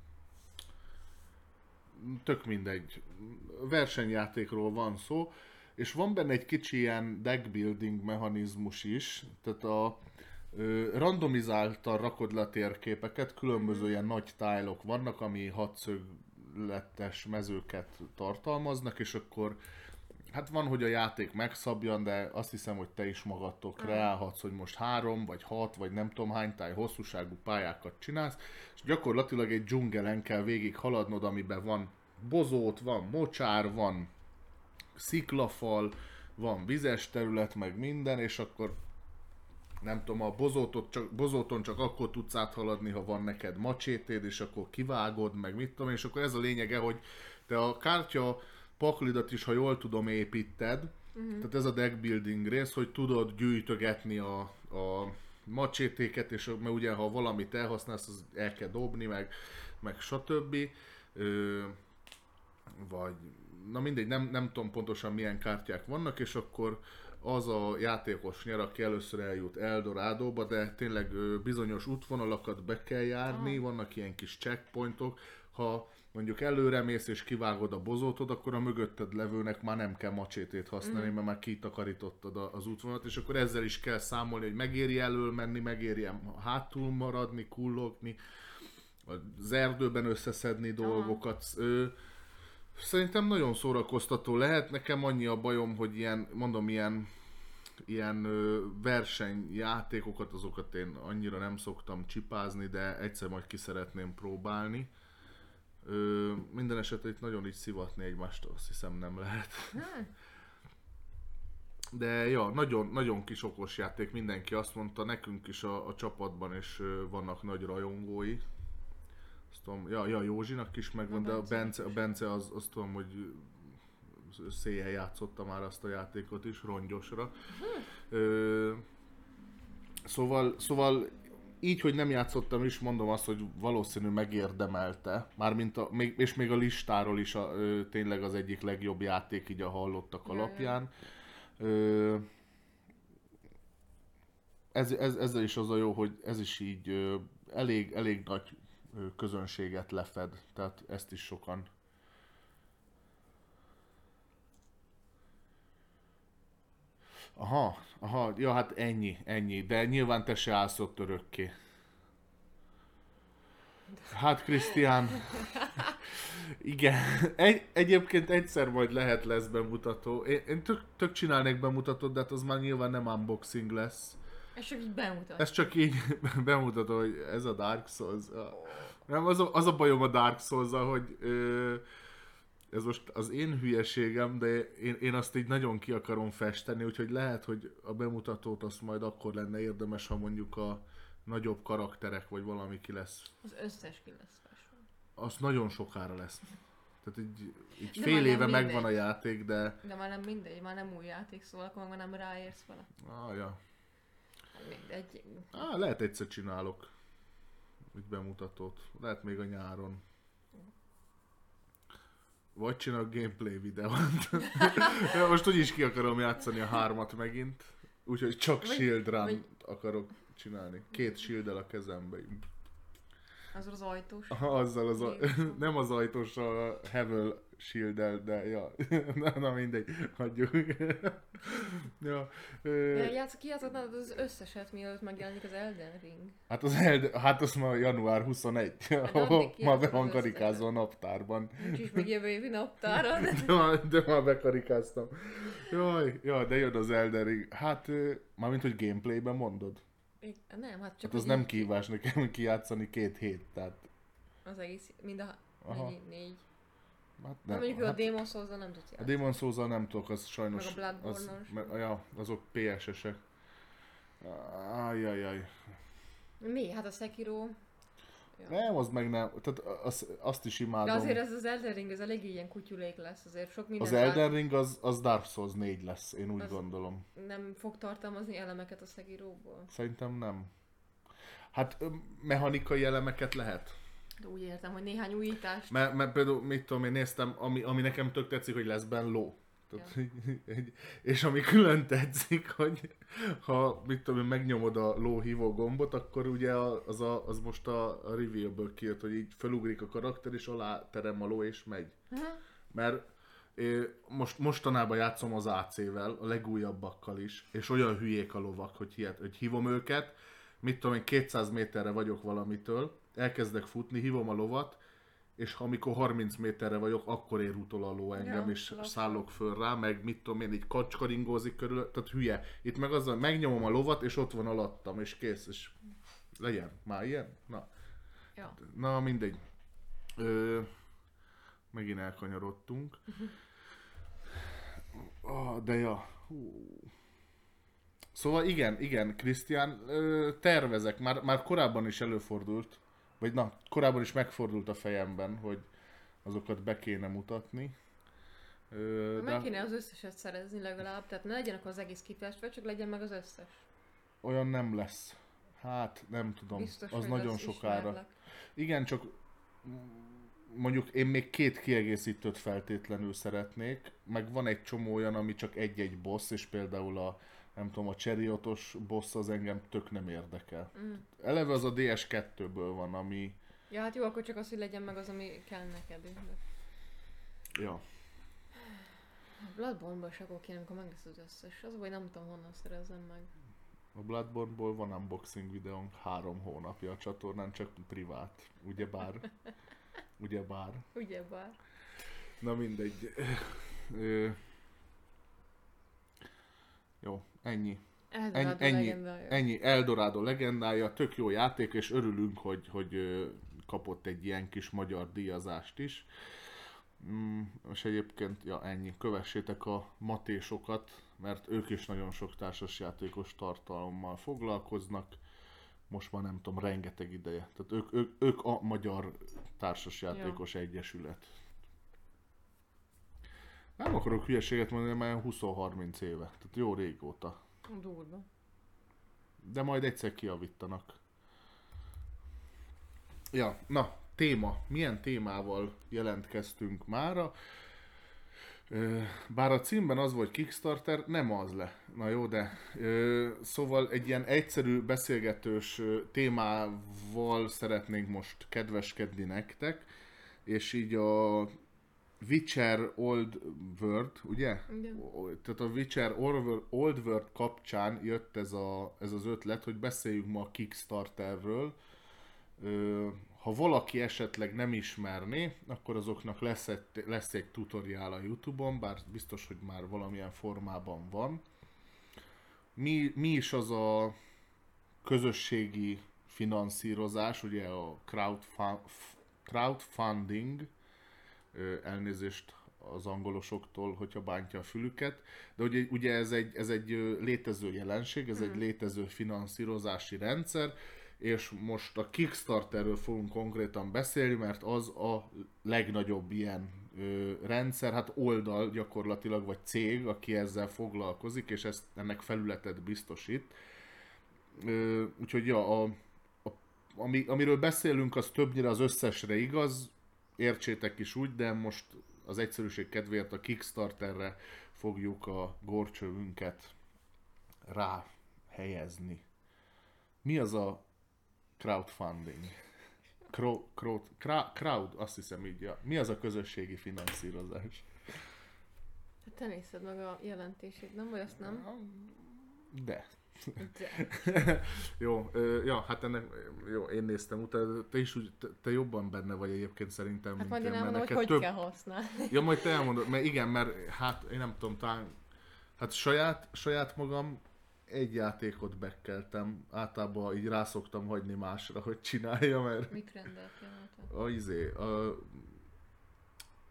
Tök mindegy. Versenyjátékról van szó. És van benne egy kicsi ilyen deckbuilding mechanizmus is, tehát a ö, randomizáltan rakod le a térképeket, különböző ilyen nagy tájlok vannak, ami hatszögletes mezőket tartalmaznak, és akkor hát van, hogy a játék megszabjan, de azt hiszem, hogy te is magadtól kreálhatsz, hogy most három, vagy hat, vagy nem tudom hány táj hosszúságú pályákat csinálsz, és gyakorlatilag egy dzsungelen kell végig haladnod, amiben van bozót, van mocsár, van sziklafal, van vizes terület, meg minden, és akkor nem tudom, a bozótot csak, bozóton csak akkor tudsz áthaladni, ha van neked macsétéd, és akkor kivágod, meg mit tudom, és akkor ez a lényege, hogy te a kártya paklidat is, ha jól tudom, építed, uh-huh. tehát ez a deckbuilding rész, hogy tudod gyűjtögetni a, a macsétéket, és mert ugye ha valamit elhasználsz, az el kell dobni, meg, meg stb. Ö, vagy na mindegy, nem, nem tudom pontosan milyen kártyák vannak, és akkor az a játékos nyer, aki először eljut Eldorádóba, de tényleg bizonyos útvonalakat be kell járni, ah. vannak ilyen kis checkpointok, ha mondjuk előremész és kivágod a bozótod, akkor a mögötted levőnek már nem kell macsétét használni, mm. mert már kitakarítottad az útvonalat, és akkor ezzel is kell számolni, hogy megéri elől menni, megéri hátul maradni, kullogni, az erdőben összeszedni ah. dolgokat. Szerintem nagyon szórakoztató lehet. Nekem annyi a bajom, hogy ilyen, mondom, ilyen, ilyen ö, versenyjátékokat, azokat én annyira nem szoktam csipázni, de egyszer majd ki szeretném próbálni. Ö, minden esetre itt nagyon így szivatni egymást, azt hiszem nem lehet. De ja, nagyon, nagyon kis okos játék, mindenki azt mondta, nekünk is a, a csapatban is ö, vannak nagy rajongói. Tudom, ja, ja, Józsinak is megvan, de a Bence, a Bence az, azt tudom, hogy széjjel játszotta már azt a játékot is, rongyosra. Ö, szóval, szóval így, hogy nem játszottam is, mondom azt, hogy valószínű megérdemelte. Mármint a, még, és még a listáról is a, ö, tényleg az egyik legjobb játék így a hallottak alapján. Ö, ez, ez, ezzel is az a jó, hogy ez is így ö, elég, elég nagy közönséget lefed, tehát ezt is sokan. Aha, aha, ja, hát ennyi, ennyi, de nyilván te se állsz ott örökké. Hát Krisztián, igen, egy, egyébként egyszer majd lehet lesz bemutató. Én, én tök, tök csinálnék bemutatót, de hát az már nyilván nem unboxing lesz. Ez csak így bemutat. Ez csak így bemutató, hogy ez a Dark Souls. Nem, az a, az a bajom a Dark Souls-al, hogy ö, ez most az én hülyeségem, de én, én azt így nagyon ki akarom festeni, úgyhogy lehet, hogy a bemutatót azt majd akkor lenne érdemes, ha mondjuk a nagyobb karakterek, vagy valami ki lesz. Az összes ki lesz festve. Az nagyon sokára lesz. Tehát így, így fél éve megvan a játék, de... De már nem mindegy, már nem új játék, szóval akkor már nem ráérsz vele. Ah, ja. Mindegy. Ah, lehet egyszer csinálok egy bemutatót. Lehet még a nyáron. Vagy csinálok gameplay videót. Most úgyis ki akarom játszani a hármat megint. Úgyhogy csak vagy, shield run vagy... akarok csinálni. Két shield-el a kezembe. Az az ajtós? Aha, azzal az a... Nem az ajtós, a Hevel shield-el, de ja. na, na mindegy, hagyjuk. ja, ö... ja, játsz, ki játszottnád az összeset, mielőtt megjelenik az Elden Ring? Hát az, Elden, hát az ma január huszonegy. Hát ma be van karikázva a naptárban. Nincs is még jövő évi naptára. de, ma, de már bekarikáztam. Jaj, ja, de jön az Elden Ring. Hát, mármint, hogy gameplayben mondod? Nem, hát csak... Hát az nem kihívás nekem kijátszani két hét, tehát... Az egész, mind a... Aha. Négy. négy. Hát nem, mondjuk ő hát, a Demon's Souls-zal nem tudsz játszani. A Demon's Souls-zal nem tudok, az sajnos... Meg a Bloodborne-os. Az, me, ja, azok pé es-esek. Ajjajjaj. Mi? Hát a Sekiro... Ja. Nem, az meg nem. Tehát az, azt is imádom. De azért ez az Elden Ring, ez elég ilyen kutyulék lesz, azért sok minden. Az Elden Ring az, az Dark Souls négy lesz, én úgy az gondolom. Nem fog tartalmazni elemeket a Sekiróból? Szerintem nem. Hát mechanikai elemeket lehet. De úgy értem, hogy néhány újítást. Mert, mert például, mit tudom, én néztem, ami, ami nekem tök tetszik, hogy lesz benne ló. Tehát, ja. És ami külön tetszik, hogy ha mit tudom, megnyomod a lóhívó gombot, akkor ugye az, a, az most a, a reveal-ből kijött, hogy így felugrik a karakter, és alá terem a ló, és megy. Uh-huh. Mert én most, mostanában játszom az á cé-vel, a legújabbakkal is, és olyan hülyék a lovak, hogy, hihet, hogy hívom őket, mit tudom én, kétszáz méterre vagyok valamitől, elkezdek futni, hívom a lovat, és amikor harminc méterre vagyok, akkor ér utol a ló engem, ja, és lapos. Szállok föl rá, meg mit tudom én, így kacskaringózik körül, tehát hülye. Itt meg azzal megnyomom a lovat, és ott van alattam, és kész, és legyen. Már ilyen? Na, ja. Na mindegy. Ö, megint elkanyarodtunk. Oh, de ja. Hú. Szóval igen, igen, Krisztián, tervezek, már, már korábban is előfordult, vagy na, korábban is megfordult a fejemben, hogy azokat be kéne mutatni. Ö, meg de... kéne az összeset szerezni legalább, tehát ne legyenek az egész kifestve, csak legyen meg az összes. Olyan nem lesz. Hát, nem tudom. Biztos, az nagyon sokára. Ismerlek. Igen, csak mondjuk én még két kiegészítőt feltétlenül szeretnék, meg van egy csomó olyan, ami csak egy-egy boss, és például a nem tudom, a Chariotos boss az engem tök nem érdekel. Mm. Eleve az a dé es kettőből van, ami... Ja, hát jó, akkor csak az, hogy legyen meg az, ami kell neked. De... Ja. A Bloodborne-ból is akkor kéne, amikor meg lesz az összes. Az, hogy nem tudom, honnan szerezzem meg. A Bloodborne-ból van unboxing videónk három hónapja a csatornán, csak privát. Ugyebár. Ugyebár. Ugyebár. Na mindegy. Ö... Jó, ennyi. Eldorado ennyi, legendája. Ennyi Eldorado legendája, tök jó játék, és örülünk, hogy, hogy kapott egy ilyen kis magyar díjazást is. Mm, és egyébként, ja ennyi, kövessétek a matésokat, mert ők is nagyon sok társasjátékos tartalommal foglalkoznak. Most már nem tudom, rengeteg ideje. Tehát ők, ők, ők a Magyar Társasjátékos ja. Egyesület. Nem akarok hülyeséget mondani, mert húsz-harminc éve. Tehát jó régóta. Durva. De majd egyszer kijavítanak. Ja, na, téma. Milyen témával jelentkeztünk mára? Bár a címben az volt Kickstarter, nem az le. Na jó, de szóval egy ilyen egyszerű beszélgetős témával szeretnénk most kedveskedni nektek, és így a Witcher Old World, ugye? Igen. Tehát a Witcher Old World kapcsán jött ez, a, ez az ötlet, hogy beszéljünk ma a Kickstarterről. Ha valaki esetleg nem ismerné, akkor azoknak lesz egy, lesz egy tutoriál a YouTube-on, bár biztos, hogy már valamilyen formában van. Mi, mi is az a közösségi finanszírozás, ugye a crowdfunding, elnézést az angolosoktól, hogyha bántja a fülüket, de ugye, ugye ez, egy, ez egy létező jelenség, ez mm. egy létező finanszírozási rendszer, és most a Kickstarterről fogunk konkrétan beszélni, mert az a legnagyobb ilyen ö, rendszer, hát oldal gyakorlatilag, vagy cég, aki ezzel foglalkozik, és ezt, ennek felületet biztosít. Ö, úgyhogy ja, a, a, ami, amiről beszélünk, az többnyire az összesre igaz, értsétek is úgy, de most az egyszerűség kedvéért a Kickstarterre fogjuk a górcsövünket ráhelyezni. Mi az a crowdfunding? Crowd, crowd, crowd, azt hiszem így, ja. Mi az a közösségi finanszírozás? Te nézted meg a jelentését, nem? Vagy azt nem? De. De. Jó, ja, hát ennek, jó, én néztem utána, te is úgy, te, te jobban benne vagy egyébként szerintem, hát mint én. Hát majd én elmondom, hogy hogy több... kell használni. Ja, majd te elmondod, mert igen, mert hát én nem tudom, talán, hát saját, saját magam egy játékot bekkeltem, általában így rászoktam hagyni másra, hogy csinálja, mert... Mit rendeltél? A izé, a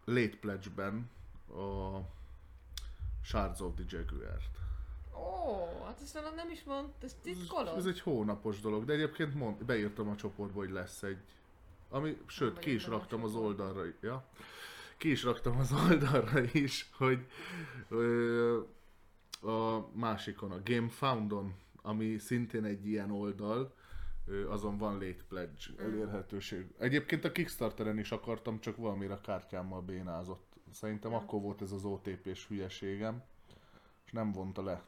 Late Pledge-ben a Shards of the Jaguar-t. Ó, hát ezt velem nem is mond, ez titkolod? Ez egy hónapos dolog, de egyébként mond, beírtam a csoportba, hogy lesz egy, ami, sőt, ki is raktam az oldalra, ja, ki is raktam az oldalra is, hogy ö, a másikon, a GameFoundon, ami szintén egy ilyen oldal, ö, azon van Late Pledge elérhetőség. Egyébként a Kickstarteren is akartam, csak valamire a kártyámmal bénázott. Szerintem Hmm. akkor volt ez az o té pés hülyeségem, és nem vonta le.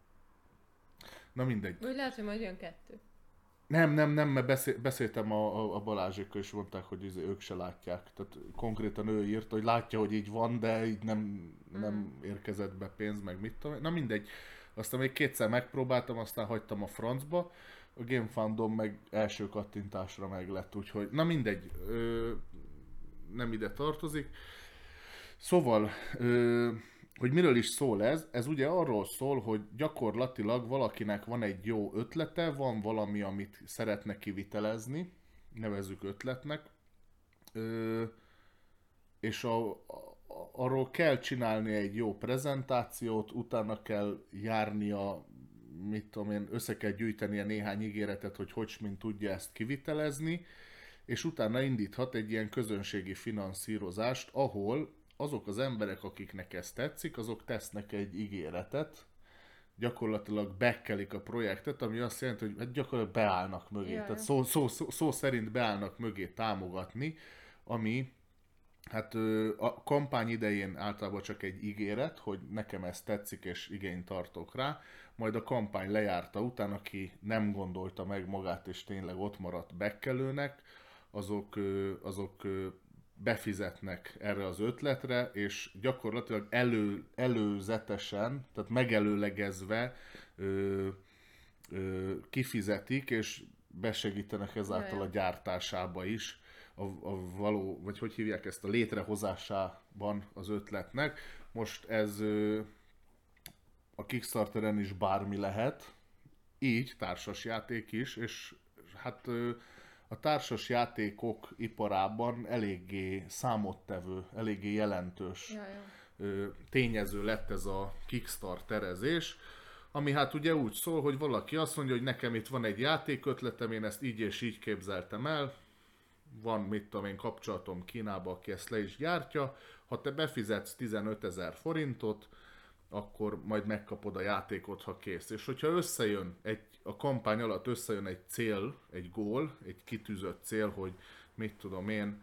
Na mindegy. Vagy lehet, hogy majd jön kettő. Nem, nem, nem, mert beszél, beszéltem a, a, a Balázsékkal, és mondták, hogy izé, ők se látják. Tehát konkrétan ő írta, hogy látja, hogy így van, de így nem, nem érkezett be pénz, meg mit tudom. Na mindegy. Aztán még kétszer megpróbáltam, aztán hagytam a francba. A GameFoundon meg első kattintásra meg lett, úgyhogy na mindegy. Ö, nem ide tartozik. Szóval... Ö, hogy miről is szól ez? Ez ugye arról szól, hogy gyakorlatilag valakinek van egy jó ötlete, van valami, amit szeretne kivitelezni, nevezzük ötletnek, Ö, és a, a, arról kell csinálni egy jó prezentációt, utána kell járnia, mit tudom én, össze kell gyűjtenie néhány ígéretet, hogy hogy mint tudja ezt kivitelezni, és utána indíthat egy ilyen közönségi finanszírozást, ahol azok az emberek, akiknek ez tetszik, azok tesznek egy ígéretet, gyakorlatilag bekkelik a projektet, ami azt jelenti, hogy hát gyakorlatilag beállnak mögé. Jaj. Tehát szó, szó, szó, szó szerint beállnak mögé támogatni, ami hát ö, a kampány idején általában csak egy ígéret, hogy nekem ez tetszik és igényt tartok rá, majd a kampány lejárta után, aki nem gondolta meg magát és tényleg ott maradt bekkelőnek, azok, ö, azok ö, befizetnek erre az ötletre, és gyakorlatilag elő, előzetesen, tehát megelőlegezve ö, ö, kifizetik, és besegítenek ezáltal Jaj. a gyártásába is, a, a való, vagy hogy hívják ezt, a létrehozásában az ötletnek. Most ez ö, a Kickstarteren is bármi lehet, így társasjáték is, és hát ö, a társas játékok iparában eléggé számottevő, eléggé jelentős Ja, ja. ö, tényező lett ez a Kickstarterezés, ami hát ugye úgy szól, hogy valaki azt mondja, hogy nekem itt van egy játékötletem, én ezt így és így képzeltem el, van, mit tudom én, kapcsolatom Kínába, aki ezt le is gyártja, ha te befizetsz tizenötezer forintot, akkor majd megkapod a játékot, ha kész. És hogyha összejön, egy, a kampány alatt összejön egy cél, egy gól, egy kitűzött cél, hogy mit tudom én,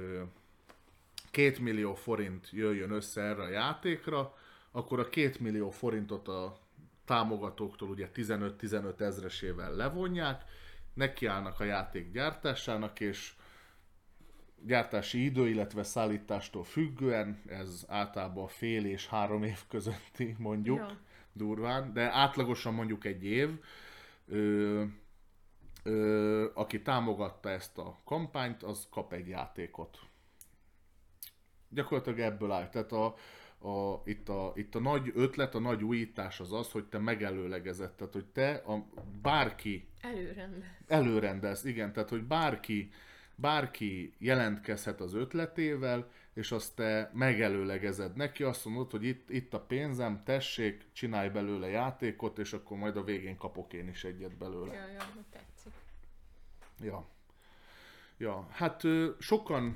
két millió forint jöjjön össze erre a játékra, akkor a két millió forintot a támogatóktól ugye tizenöt-tizenöt ezresével levonják, nekiállnak a játék gyártásának, és gyártási idő, illetve szállítástól függően, ez általában fél és három év közötti mondjuk, Ja. durván, de átlagosan mondjuk egy év, ö, ö, aki támogatta ezt a kampányt, az kap egy játékot. Gyakorlatilag ebből áll. Tehát a, a, itt, a, itt a nagy ötlet, a nagy újítás az az, hogy te megelőlegezed, tehát hogy te, a, bárki Előrend. előrendelsz, igen, tehát hogy bárki bárki jelentkezhet az ötletével, és azt te megelőlegezed neki, azt mondod, hogy itt, itt a pénzem, tessék, csinálj belőle játékot, és akkor majd a végén kapok én is egyet belőle. Ja, ja, hogy tetszik. Ja. Ja, hát ö, sokan,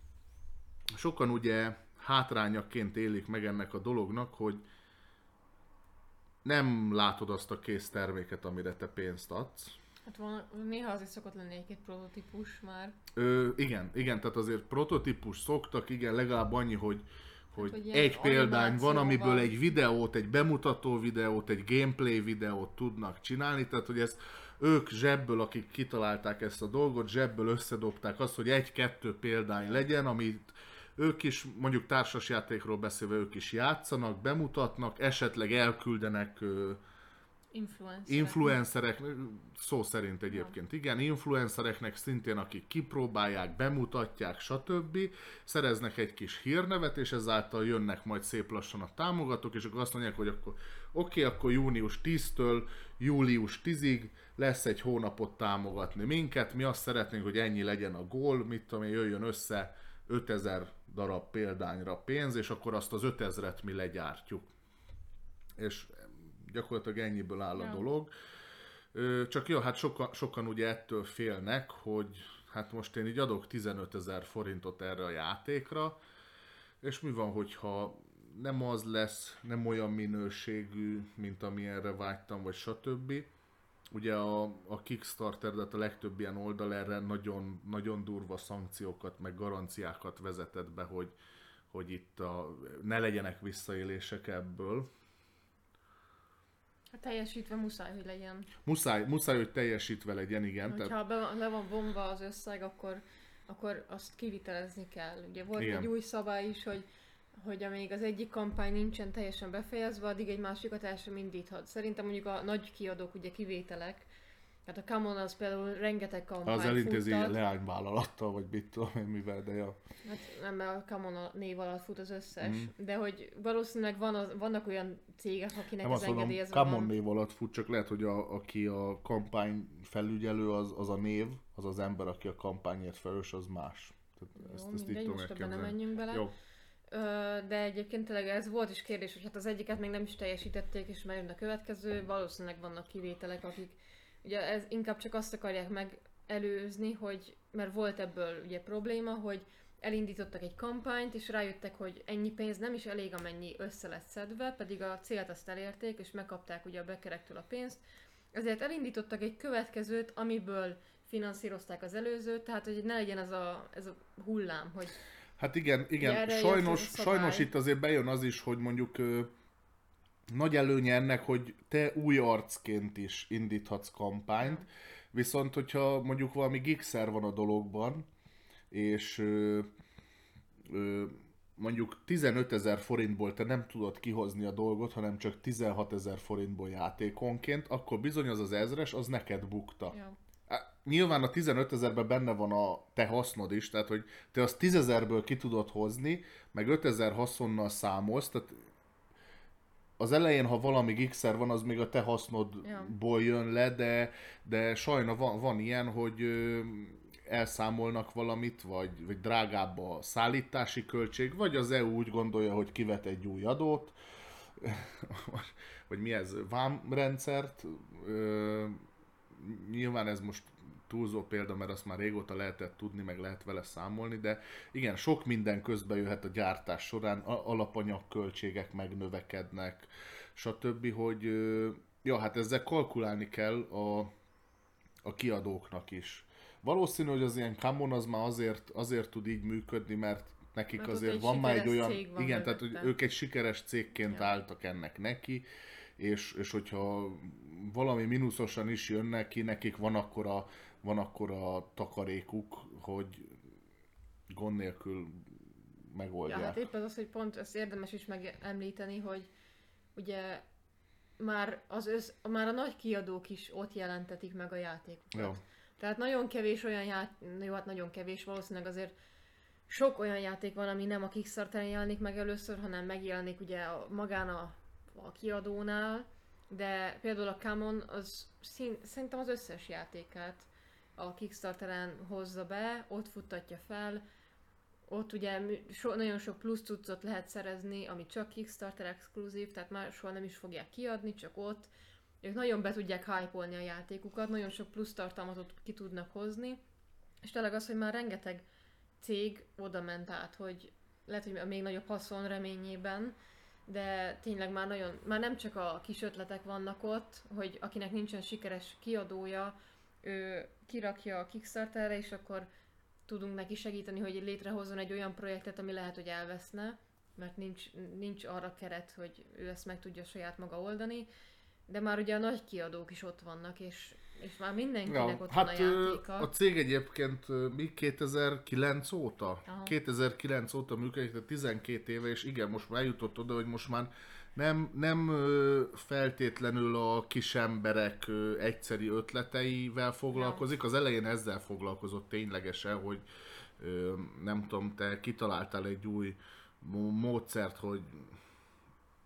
sokan ugye hátrányaként élik meg ennek a dolognak, hogy nem látod azt a kész terméket, amire te pénzt adsz. Hát van, néha azért szokott lenni egy-két prototípus már. Ö, igen, igen, tehát azért prototípus szoktak, igen, legalább annyi, hogy, hogy, hogy hogy ilyen egy példány van, amiből animációval. egy videót, egy bemutató videót, egy gameplay videót tudnak csinálni, tehát hogy ezt ők zsebből, akik kitalálták ezt a dolgot, zsebből összedobták azt, hogy egy-kettő példány legyen, amit ők is, mondjuk társasjátékról beszélve, ők is játszanak, bemutatnak, esetleg elküldenek ö, Influencerek. influencerek, szó szerint egyébként, igen, influencereknek szintén, akik kipróbálják, bemutatják, stb. Szereznek egy kis hírnevet, és ezáltal jönnek majd szép lassan a támogatók, és akkor azt mondják, hogy akkor oké, okay, akkor június tíztől július tízig lesz egy hónapot támogatni minket, mi azt szeretnénk, hogy ennyi legyen a gól, mit tudom én, jöjjön össze ötezer darab példányra pénz, és akkor azt az ötezret mi legyártjuk. És gyakorlatilag ennyiből áll a Ja. dolog. Csak jó, hát sokan, sokan ugye ettől félnek, hogy hát most én így adok tizenötezer forintot erre a játékra, és mi van, hogyha nem az lesz, nem olyan minőségű, mint amilyenre vágytam, vagy stb. Ugye a, a Kickstarter, de a legtöbb ilyen oldal erre nagyon, nagyon durva szankciókat, meg garanciákat vezetett be, hogy, hogy itt a, ne legyenek visszaélések ebből. Hát teljesítve muszáj, hogy legyen. Muszáj, muszáj, hogy teljesítve legyen, igen. Hogyha Tehát, be, le van bomba az összeg, akkor, akkor azt kivitelezni kell. Ugye volt Igen. egy új szabály is, hogy, hogy amíg az egyik kampány nincsen teljesen befejezve, addig egy másikat el sem indíthat. Szerintem mondjuk a nagy kiadók, ugye kivételek, hát a Common az például rengeteg kampány az elintézi futtat. leányvállalattal, vagy mit tudom én mivel, de ja. Hát nem, mert a Common a név alatt fut az összes, Mhm. de hogy valószínűleg van az, vannak olyan cégek, akinek Nem ez azt mondom, engedélyezve Common van. név alatt fut, csak lehet, hogy a, aki a kampány felügyelő, az, az a név, az az ember, aki a kampányért felelős, az más. Tehát ezt, Jó, ezt így mindegy, tudom most ebben nem elképzelni. menjünk bele. Jó. Ö, de egyébként tényleg ez volt is kérdés, hogy hát az egyiket még nem is teljesítették, és már jön a következő, valószínűleg vannak kivételek, akik ugye ez inkább csak azt akarják megelőzni, hogy, mert volt ebből ugye probléma, hogy elindítottak egy kampányt, és rájöttek, hogy ennyi pénz nem is elég, amennyi össze lett szedve, pedig a célt azt elérték, és megkapták ugye a beckerektől a pénzt. Ezért elindítottak egy következőt, amiből finanszírozták az előzőt, tehát hogy ne legyen ez a, ez a hullám, hogy Hát igen, igen. erre jött Sajnos, ez a szabály. sajnos itt azért bejön az is, hogy mondjuk ö, nagy előnye ennek, hogy te új arcként is indíthatsz kampányt, viszont hogyha mondjuk valami gigszer van a dologban, és ö, ö, mondjuk tizenötezer forintból te nem tudod kihozni a dolgot, hanem csak tizenhatezer forintból játékonként, akkor bizony az az ezres, az neked bukta. ja. Á, nyilván a tizenötezerben benne van a te hasznod is, tehát hogy te azt tízezerből ki tudod hozni, meg ötezer haszonnal számolsz, tehát az elején, ha valami gigszer van, az még a te hasznodból jön le, de, de sajna van, van ilyen, hogy ö, elszámolnak valamit, vagy, vagy drágább a szállítási költség, vagy az é u úgy gondolja, hogy kivet egy új adót, vagy mi ez, vámrendszert. Ö, nyilván ez most túlzó példa, mert azt már régóta lehetett tudni, meg lehet vele számolni, de igen, sok minden közbe jöhet a gyártás során, a- alapanyagköltségek megnövekednek, stb., hogy ö, ja, hát ezzel kalkulálni kell a, a kiadóknak is. Valószínű, hogy az ilyen Common az már azért, azért tud így működni, mert nekik Mert ott azért egy van már egy sikeres olyan, cég van igen, tehát hogy mögötte. ők egy sikeres cégként Ja. álltak ennek neki, és, és hogyha valami mínuszosan is jön neki, nekik van akkora, van akkora takarékuk, hogy gond nélkül megoldják. Ja, hát épp az az, hogy pont ezt érdemes is megemlíteni, hogy ugye már, az össz, már a nagy kiadók is ott jelentetik meg a játékokat. Ja. Tehát nagyon kevés olyan játék, jó, hát nagyon kevés, valószínűleg azért sok olyan játék van, ami nem a Kickstarteren jelenik meg először, hanem megjelenik ugye a, magán a, a kiadónál, de például a Common az szín, szerintem az összes játékát a Kickstarteren hozza be, ott futtatja fel, ott ugye mű- so, nagyon sok plusz cuccot lehet szerezni, ami csak Kickstarter exkluzív, tehát máshol nem is fogják kiadni, csak ott. Ők nagyon be tudják hype-olni a játékukat, nagyon sok plusz tartalmat ott ki tudnak hozni, és tényleg az, hogy már rengeteg cég oda ment át, hogy lehet, hogy a még nagyobb haszon reményében, de tényleg már nagyon, már nem csak a kis ötletek vannak ott, hogy akinek nincsen sikeres kiadója, ő kirakja a Kickstarterre, és akkor tudunk neki segíteni, hogy létrehozzon egy olyan projektet, ami lehet, hogy elveszne, mert nincs, nincs arra keret, hogy ő ezt meg tudja saját maga oldani, de már ugye a nagy kiadók is ott vannak, és, és már mindenkinek Ja, ott hát van a ö, játéka. a cég egyébként ö, mi kétezer-kilenc óta? Aha. kétezer-kilenc óta működik, tehát tizenkét éve, és igen, most már eljutott oda, hogy most már nem, nem ö, feltétlenül a kis emberek ö, egyszeri ötleteivel foglalkozik. Az elején ezzel foglalkozott ténylegesen, hogy ö, nem tudom, te kitaláltál egy új mó- módszert, hogy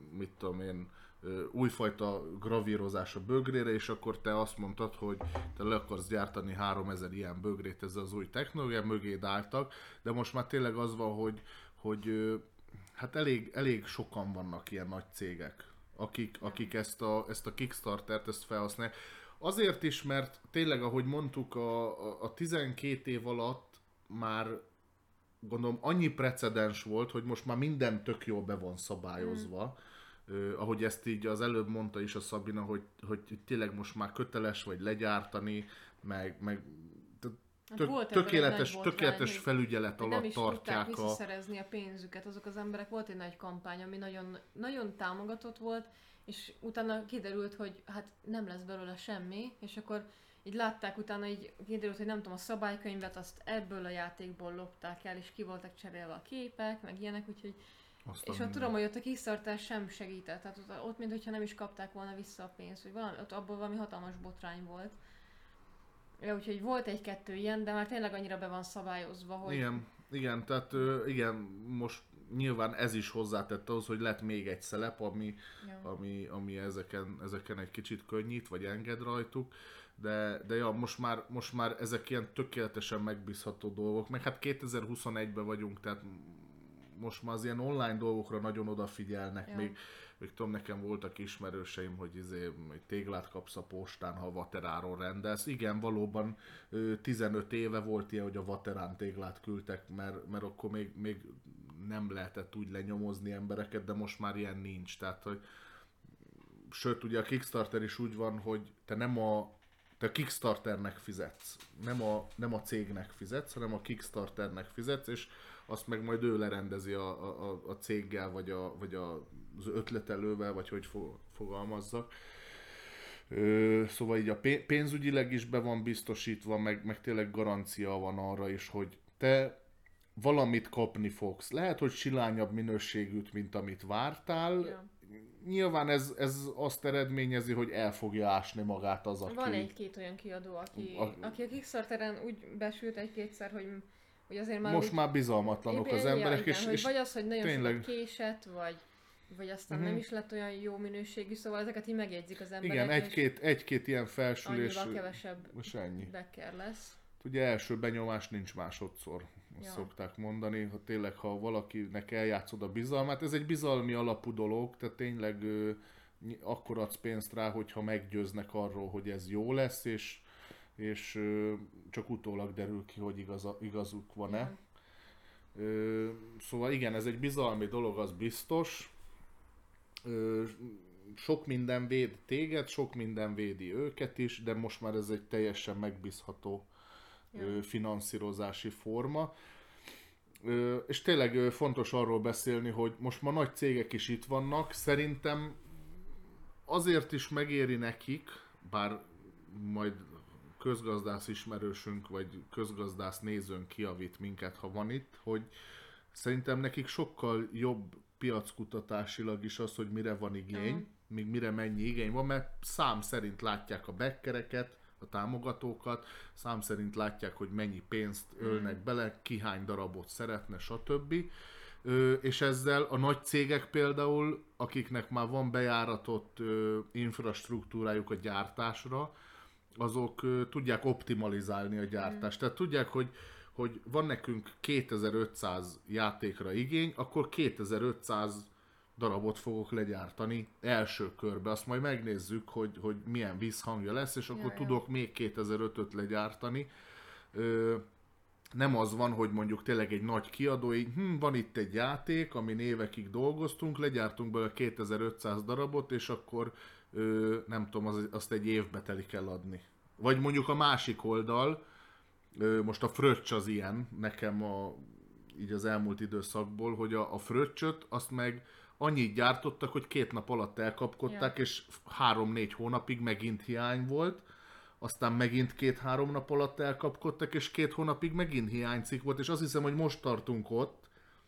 mit tudom én, újfajta gravírozás a bögrére, és akkor te azt mondtad, hogy te le akarsz gyártani háromezer ilyen bögrét ezzel az új technológia, mögéd álltak, de most már tényleg az van, hogy, hogy hát elég, elég sokan vannak ilyen nagy cégek, akik, akik ezt, a, ezt a Kickstartert, ezt felhasználják. Azért is, mert tényleg, ahogy mondtuk, a, a, a tizenkét év alatt már gondolom annyi precedens volt, hogy most már minden tök jól be van szabályozva. Mm. Uh, ahogy ezt így az előbb mondta is a Szabina, hogy, hogy tényleg most már köteles vagy legyártani, meg, meg tök, hát tökéletes, tökéletes botrány, felügyelet alatt nem tartják. Nem is tudták visszaszerezni a pénzüket azok az emberek. Volt egy nagy kampány, ami nagyon, nagyon támogatott volt, és utána kiderült, hogy hát nem lesz belőle semmi, és akkor így látták utána, így kiderült, hogy nem tudom, a szabálykönyvet azt ebből a játékból lopták el, és ki voltak cserélve a képek, meg ilyenek, úgyhogy aztán és ott tudom, hogy ott a Kickstarter sem segített, tehát ott, ott mintha nem is kapták volna vissza a pénzt, hogy valami, ott abból valami hatalmas botrány volt. Ja, úgyhogy volt egy-kettő ilyen, de már tényleg annyira be van szabályozva, hogy... Igen, igen, tehát igen, most nyilván ez is hozzátett ahhoz, hogy lett még egy szelep, ami, ja. ami, ami ezeken, ezeken egy kicsit könnyít, vagy enged rajtuk. De, de ja, most már, most már ezek ilyen tökéletesen megbízható dolgok, meg hát kétezer-huszonegyben vagyunk, tehát most már az ilyen online dolgokra nagyon odafigyelnek, ja. még, még tudom, nekem voltak ismerőseim, hogy, izé, hogy téglát kapsz a postán, ha a Vateráron rendelsz. Igen, valóban tizenöt éve volt ilyen, hogy a Vaterán téglát küldtek, mert, mert akkor még, még nem lehetett úgy lenyomozni embereket, de most már ilyen nincs. Tehát, hogy, sőt, ugye a Kickstarter is úgy van, hogy te nem a te a Kickstarternek fizetsz, nem a, nem a cégnek fizetsz, hanem a Kickstarternek fizetsz, és azt meg majd ő lerendezi a, a, a céggel, vagy, a, vagy a, az ötletelővel, vagy hogy fogalmazzak. Ö, szóval így a pénzügyileg is be van biztosítva, meg, meg tényleg garancia van arra is, hogy te valamit kapni fogsz. Lehet, hogy silányabb minőségűt, mint amit vártál. Ja. Nyilván ez, ez azt eredményezi, hogy el fogja ásni magát az, aki... Van egy-két olyan kiadó, aki a, aki a Kickstarteren úgy besült egy-kétszer, hogy, hogy azért már... Most úgy, már bizalmatlanok az ja, emberek, igen, és, hogy és vagy az, hogy nagyon tényleg... sokat késett, vagy, vagy aztán uh-huh. nem is lett olyan jó minőségű, szóval ezeket így megjegyzik az emberek. Igen, egy-két, egy-két ilyen felsülés... Annyival kevesebb ennyi. becker lesz. Ugye első benyomás nincs másodszor, azt ja. szokták mondani, ha tényleg, ha valakinek eljátszod a bizalmát, ez egy bizalmi alapú dolog, tehát tényleg ö, akkor adsz pénzt rá, hogyha meggyőznek arról, hogy ez jó lesz, és, és ö, csak utólag derül ki, hogy igaz, igazuk van-e. Ja. Ö, szóval igen, ez egy bizalmi dolog, az biztos. Ö, sok minden véd téged, sok minden védi őket is, de most már ez egy teljesen megbízható ja. finanszírozási forma. És tényleg fontos arról beszélni, hogy most ma nagy cégek is itt vannak, szerintem azért is megéri nekik, bár majd közgazdász ismerősünk, vagy közgazdász nézőnk kijavít minket, ha van itt, hogy szerintem nekik sokkal jobb piackutatásilag is az, hogy mire van igény, uh-huh. még mire mennyi igény van, mert szám szerint látják a backereket, a támogatókat, szám szerint látják, hogy mennyi pénzt ölnek mm. bele, ki hány darabot szeretne, stb. Ö, és ezzel a nagy cégek például, akiknek már van bejáratott ö, infrastruktúrájuk a gyártásra, azok ö, tudják optimalizálni a gyártást. Mm. Tehát tudják, hogy, hogy van nekünk kétezer-ötszáz játékra igény, akkor kétezer-ötszáz darabot fogok legyártani első körbe. Azt majd megnézzük, hogy, hogy milyen vízhangja lesz, és akkor ja, tudok ja. még kétezer-ötöt legyártani. Ö, nem az van, hogy mondjuk tényleg egy nagy kiadó, így, hm, van itt egy játék, amin évekig dolgoztunk, legyártunk belőle kétezer-ötszáz darabot, és akkor ö, nem tudom, az, azt egy évbe telik eladni. Vagy mondjuk a másik oldal, ö, most a fröccs az ilyen, nekem a, így az elmúlt időszakból, hogy a, a fröccsöt azt meg annyit gyártottak, hogy két nap alatt elkapkodták, ja. és három-négy hónapig megint hiány volt, aztán megint két-három nap alatt elkapkodtak, és két hónapig megint hiánycikk volt, és azt hiszem, hogy most tartunk ott,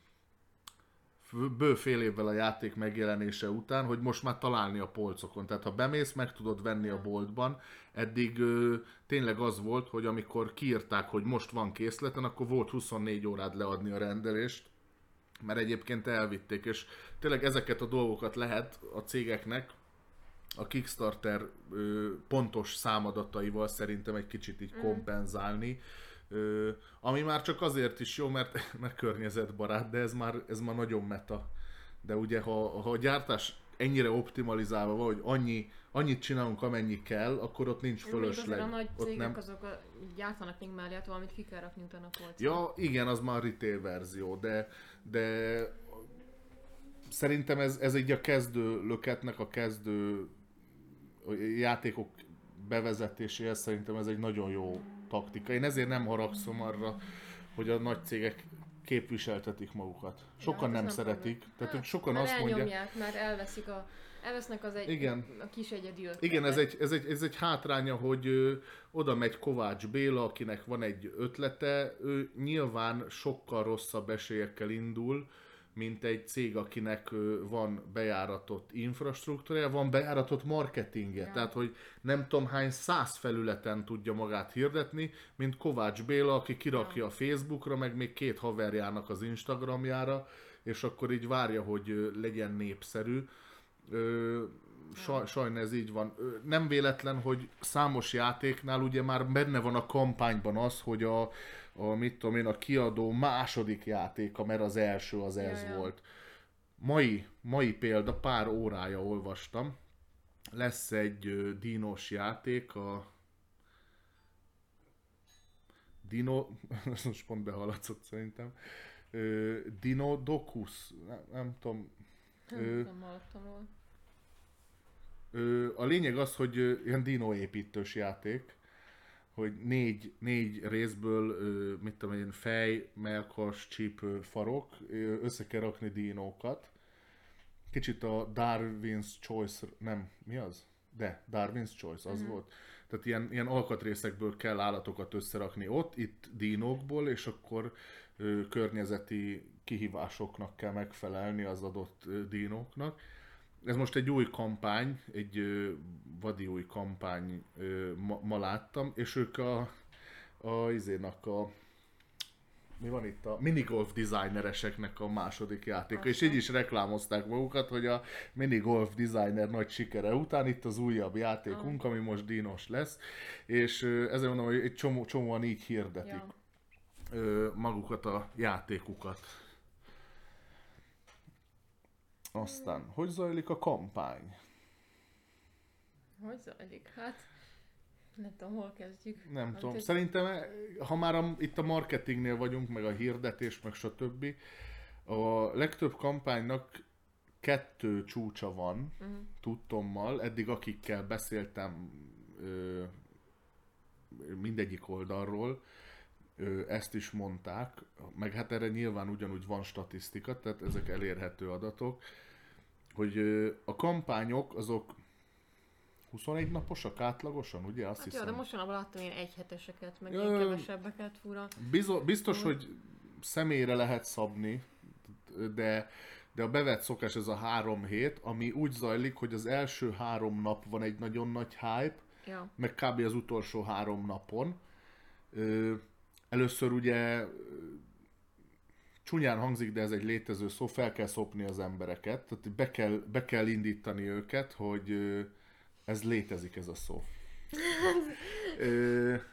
bő fél évvel a játék megjelenése után, hogy most már találni a polcokon. Tehát ha bemész, meg tudod venni a boltban. Eddig ö, tényleg az volt, hogy amikor kiírták, hogy most van készleten, akkor volt huszonnégy órád leadni a rendelést, mert egyébként elvitték, és tényleg ezeket a dolgokat lehet a cégeknek a Kickstarter ö, pontos számadataival szerintem egy kicsit így mm. kompenzálni, ö, ami már csak azért is jó, mert, mert környezetbarát, de ez már, ez már nagyon meta. De ugye, ha, ha a gyártás ennyire optimalizálva van, hogy annyi, annyit csinálunk, amennyi kell, akkor ott nincs fölösleg. A nagy ott cégek nem... azok a, gyártanak még mellett valamit ki kell rakni utána a polcra. Ja, igen, az már retail verzió, de, de szerintem ez, ez így a kezdő löketnek, a kezdő játékok bevezetéséhez szerintem ez egy nagyon jó taktika. Én ezért nem haragszom arra, hogy a nagy cégek képviseltetik magukat. Sokan ja, nem, nem szeretik. Probléma. Tehát, hogy sokan már azt mondják... mert elveszik a... Elvesznek az egy igen. a kis egyedi ötletet. Igen, ez egy, ez, egy, ez egy hátránya, hogy ö, oda megy Kovács Béla, akinek van egy ötlete, ő nyilván sokkal rosszabb esélyekkel indul, mint egy cég, akinek ö, van bejáratott infrastruktúrája, van bejáratott marketingje. Ja. Tehát, hogy nem tudom hány száz felületen tudja magát hirdetni, mint Kovács Béla, aki kirakja ja. a Facebookra, meg még két haverjának az Instagramjára, és akkor így várja, hogy ö, legyen népszerű. Ö, saj, sajna ez így van. Ö, nem véletlen, hogy számos játéknál ugye már benne van a kampányban az, hogy a, a mit tudom én, a kiadó második játéka, mert az első az ez ja, volt. Mai, mai példa, pár órája olvastam, lesz egy ö, dinos játék, a Dino, most pont behaladszott szerintem, ö, Dinodocus, nem, nem tudom, nem tudom, hallottam róla. A lényeg az, hogy ilyen dinoépítős játék, hogy négy, négy részből, mit tudom én, fej, mellkas, csípő, farok, össze kell rakni dinókat. Kicsit a Darwin's Choice, nem, mi az? De, Darwin's Choice, az mm-hmm. volt. Tehát ilyen, ilyen alkatrészekből kell állatokat összerakni ott, itt dinókból, és akkor ö, környezeti kihívásoknak kell megfelelni az adott ö, dinóknak. Ez most egy új kampány, egy ö, vadi új kampány ö, ma, ma láttam, és ők a, a izénak a mi van itt a minigolf designereseknek a második játéka, Aztán. és így is reklámozták magukat, hogy a minigolf designer nagy sikere után itt az újabb játékunk, ah. ami most dinos lesz, és ö, ezért mondom, hogy egy csomó, csomóan így hirdetik ja. ö, magukat a játékukat. Aztán, hogy zajlik a kampány? Hogy zajlik? Hát, nem tudom, hol kezdjük. Nem hát tudom. Egy... Szerintem, ha már a, itt a marketingnél vagyunk, meg a hirdetés, meg stb. A legtöbb kampánynak kettő csúcsa van, uh-huh. tudtommal. Eddig akikkel beszéltem ö, mindegyik oldalról, ö, ezt is mondták. Meg hát erre nyilván ugyanúgy van statisztika, tehát ezek elérhető adatok, hogy ö, a kampányok azok huszonegy naposak átlagosan, ugye? Azt hát hiszem. Jó, de mostanában láttam ilyen egyheteseket, meg Ö, ilyen kevesebbeket, fura. Biztos, biztos hogy személyre lehet szabni, de, de a bevett szokás ez a három hét, ami úgy zajlik, hogy az első három nap van egy nagyon nagy hype, ja. meg kb. Az utolsó három napon. Ö, először ugye csúnyán hangzik, de ez egy létező szó, fel kell szopni az embereket, tehát be kell, be kell indítani őket, hogy ez létezik, ez a szó. Ö,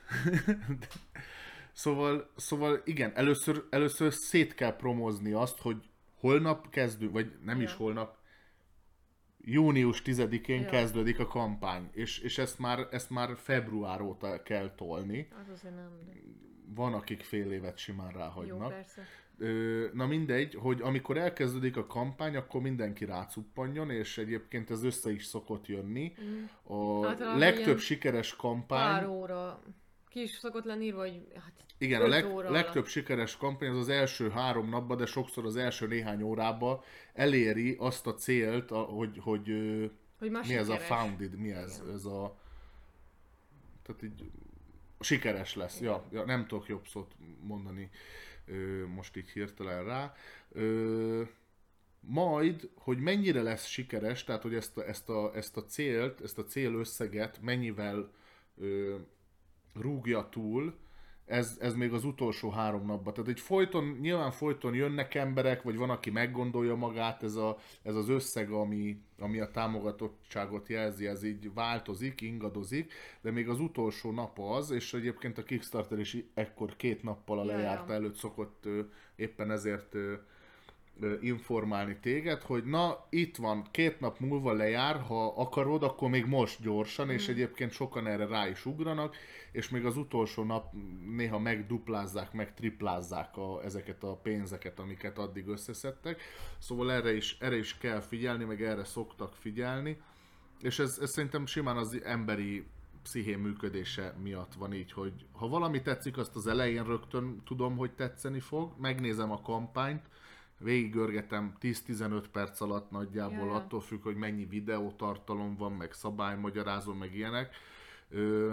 szóval, szóval igen, először, először szét kell promózni azt, hogy holnap kezdő, vagy nem ja. is holnap, június tizedikén ja. kezdődik a kampány, és, és ezt, már, ezt már február óta kell tolni. Az azért nem, de... Van, akik fél évet simán ráhagynak. Jó, persze. Na mindegy, hogy amikor elkezdődik a kampány, akkor mindenki rácuppanjon, és egyébként ez össze is szokott jönni. Mm. A Általában legtöbb sikeres kampány... Pár óra ki is szokott lenni, vagy hát igen, a leg, legtöbb sikeres kampány az az első három napban, de sokszor az első néhány órában eléri azt a célt, hogy, hogy, hogy mi sikeres. Ez a founded, mi ez, ez a... Tehát így sikeres lesz, ja, ja, nem tudok jobb szót mondani most így hirtelen rá. Ö, majd, hogy mennyire lesz sikeres, tehát hogy ezt a, ezt a, ezt a célt, ezt a célösszeget mennyivel ö, rúgja túl, ez, ez még az utolsó három napban. Tehát egy folyton, nyilván folyton jönnek emberek, vagy van, aki meggondolja magát, ez, a, ez az összeg, ami, ami a támogatottságot jelzi, ez így változik, ingadozik, de még az utolsó nap az, és egyébként a Kickstarter is ekkor két nappal a Ja, lejárta ja. előtt szokott ö, éppen ezért ö, ö, informálni téged, hogy na, itt van, két nap múlva lejár, ha akarod, akkor még most gyorsan, és egyébként sokan erre rá is ugranak, és még az utolsó nap néha megduplázzák, meg triplázzák a, ezeket a pénzeket, amiket addig összeszedtek. Szóval erre is, erre is kell figyelni, meg erre szoktak figyelni. És ez, ez szerintem simán az emberi psziché működése miatt van így, hogy ha valami tetszik, azt az elején rögtön tudom, hogy tetszeni fog, megnézem a kampányt, végigörgetem tíz-tizenöt perc alatt nagyjából, Ja, ja. attól függ, hogy mennyi videótartalom van, meg szabálymagyarázó, meg ilyenek. Ö,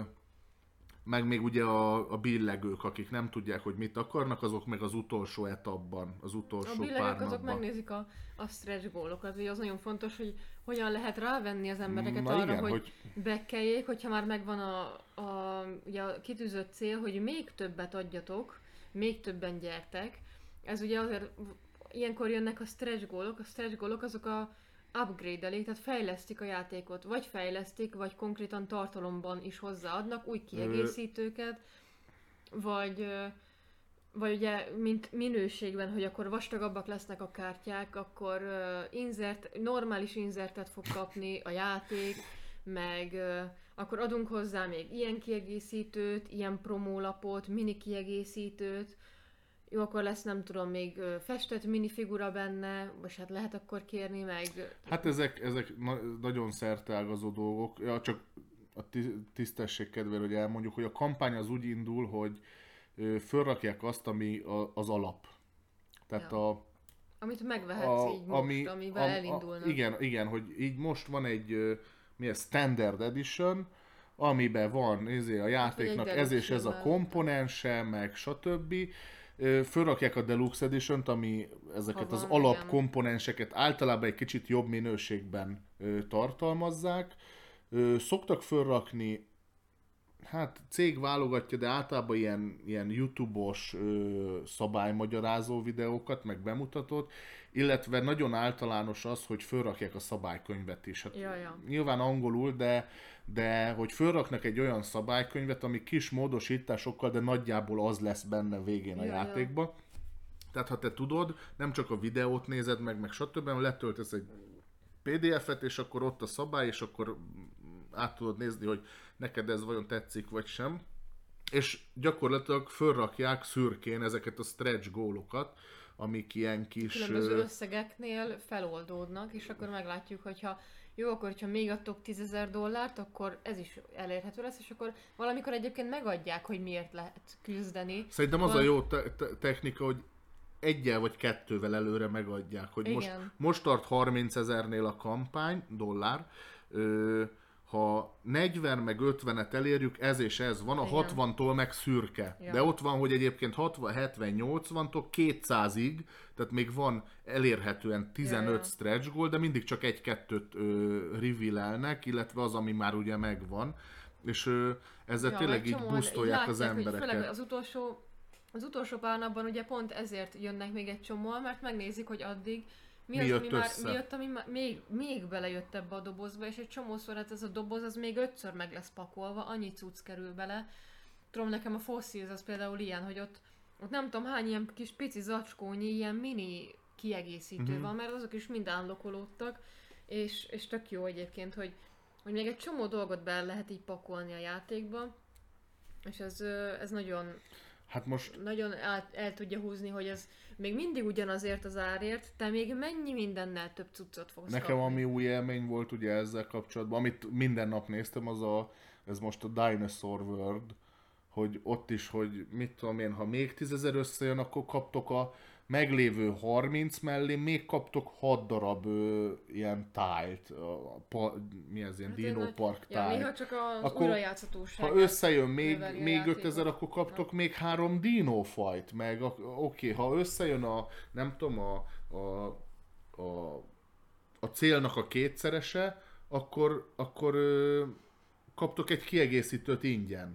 meg még ugye a, a billegők, akik nem tudják, hogy mit akarnak, azok meg az utolsó etapban, az A utolsó pár billegők azok napban. megnézik a, a stretch gólokat, ugye az nagyon fontos, hogy hogyan lehet rávenni az embereket Na arra, igen, hogy, hogy- bekkeljék, hogyha már megvan a, a, ugye a kitűzött cél, hogy még többet adjatok, még többen gyertek. Ez ugye azért, ilyenkor jönnek a stretch gólok, a stretch gólok azok a upgrade-elik, tehát fejlesztik a játékot, vagy fejlesztik, vagy konkrétan tartalomban is hozzáadnak új kiegészítőket, vagy ö, vagy ugye, mint minőségben, hogy akkor vastagabbak lesznek a kártyák, akkor uh, insert, normális insertet fog kapni a játék, meg uh, akkor adunk hozzá még ilyen kiegészítőt, ilyen promólapot, mini kiegészítőt, jó, akkor lesz nem tudom, még uh, festett minifigura benne, vagy hát lehet akkor kérni meg. Hát ezek, ezek na- nagyon szerteágazó dolgok. Ja, csak a ti- tisztesség kedvéért, hogy elmondjuk, hogy a kampány az úgy indul, hogy ö, fölrakják azt, ami a, az alap. Tehát Ja. a, Amit megvehetsz a, így most, ami, amivel am- elindulnak. A, igen, igen, hogy így most van egy ö, mi ez, Standard Edition, amiben van ezért a játéknak egy ez és ez a deluxe komponense, meg stb. Ö, Fölrakják a Deluxe Edition-t, ami ezeket Ha az van, alapkomponenseket általában egy kicsit jobb minőségben ö, tartalmazzák. Ö, Szoktak fölrakni, hát cég válogatja, de általában ilyen, ilyen YouTube-os ö, szabálymagyarázó videókat, meg bemutatót, illetve nagyon általános az, hogy fölrakják a szabálykönyvet is. Hát Ja, ja. nyilván angolul, de, de hogy fölraknak egy olyan szabálykönyvet, ami kis módosításokkal, de nagyjából az lesz benne végén a Ja, ja. játékba. Tehát ha te tudod, nem csak a videót nézed meg, meg stb., hanem letöltesz egy pé dé ef-et, és akkor ott a szabály, és akkor át tudod nézni, hogy neked ez vajon tetszik, vagy sem. És gyakorlatilag fölrakják szürkén ezeket a stretch gólokat, amik ilyen kis... Különböző ö, összegeknél feloldódnak, és akkor meglátjuk, hogyha jó, akkor hogyha még adtok tízezer dollárt, akkor ez is elérhető lesz, és akkor valamikor egyébként megadják, hogy miért lehet küzdeni. Szerintem az a Van- jó te- te- technika, hogy egyel vagy kettővel előre megadják, hogy most, Igen. most tart harminc ezernél a kampány, dollár, ö, ha negyven meg ötvenet elérjük, ez és ez van, a Igen. hatvantól meg szürke. Ja. De ott van, hogy egyébként hatvan, hetven, nyolcvantól kétszázig, tehát még van elérhetően tizenöt Ja, ja. stretch goal, de mindig csak egy-kettőt ö, reveal-elnek, illetve az, ami már ugye megvan. És ö, ezzel Ja, tényleg meg így csomóan busztolják az látják, hogy Főleg embereket. az utolsó, az utolsó pár napban ugye pont ezért jönnek még egy csomóan, mert megnézik, hogy addig mi, Mi az, jött ami már, össze? mi jött, ami már még, még belejött ebbe a dobozba, és egy csomószor hát ez a doboz az még ötször meg lesz pakolva, annyi cucc kerül bele. Tudom, nekem a Fossils az például ilyen, hogy ott, ott nem tudom hány ilyen kis pici zacskónyi, ilyen mini kiegészítő Mhm. uh-huh. van, mert azok is mind unlockolódtak, és, és tök jó egyébként, hogy, hogy még egy csomó dolgot bele lehet így pakolni a játékba, és ez, ö, ez nagyon, Hát most nagyon el, el tudja húzni, hogy ez még mindig ugyanazért az árért, te még mennyi mindennel több cuccot fogsz nekem kapni. ami új élmény volt ugye ezzel kapcsolatban, amit minden nap néztem, az a, ez most a Dinosaur World, hogy ott is, hogy mit tudom én, ha még tízezer összejön, akkor kaptok a meglévő harminc mellé, még kaptok hat darab ö, ilyen tájt, a, pa, mi ez, ilyen Hát Dino én- Park Ja, néha tájt. csak az Akkor, újrajátszhatóság. Ha összejön még, növeli a még játékot. ötezer, akkor kaptok még három Dino fajt, meg a- oké, okay, ha összejön a, nem tudom, a, a, a, a célnak a kétszerese, akkor, akkor ö, kaptok egy kiegészítőt ingyen.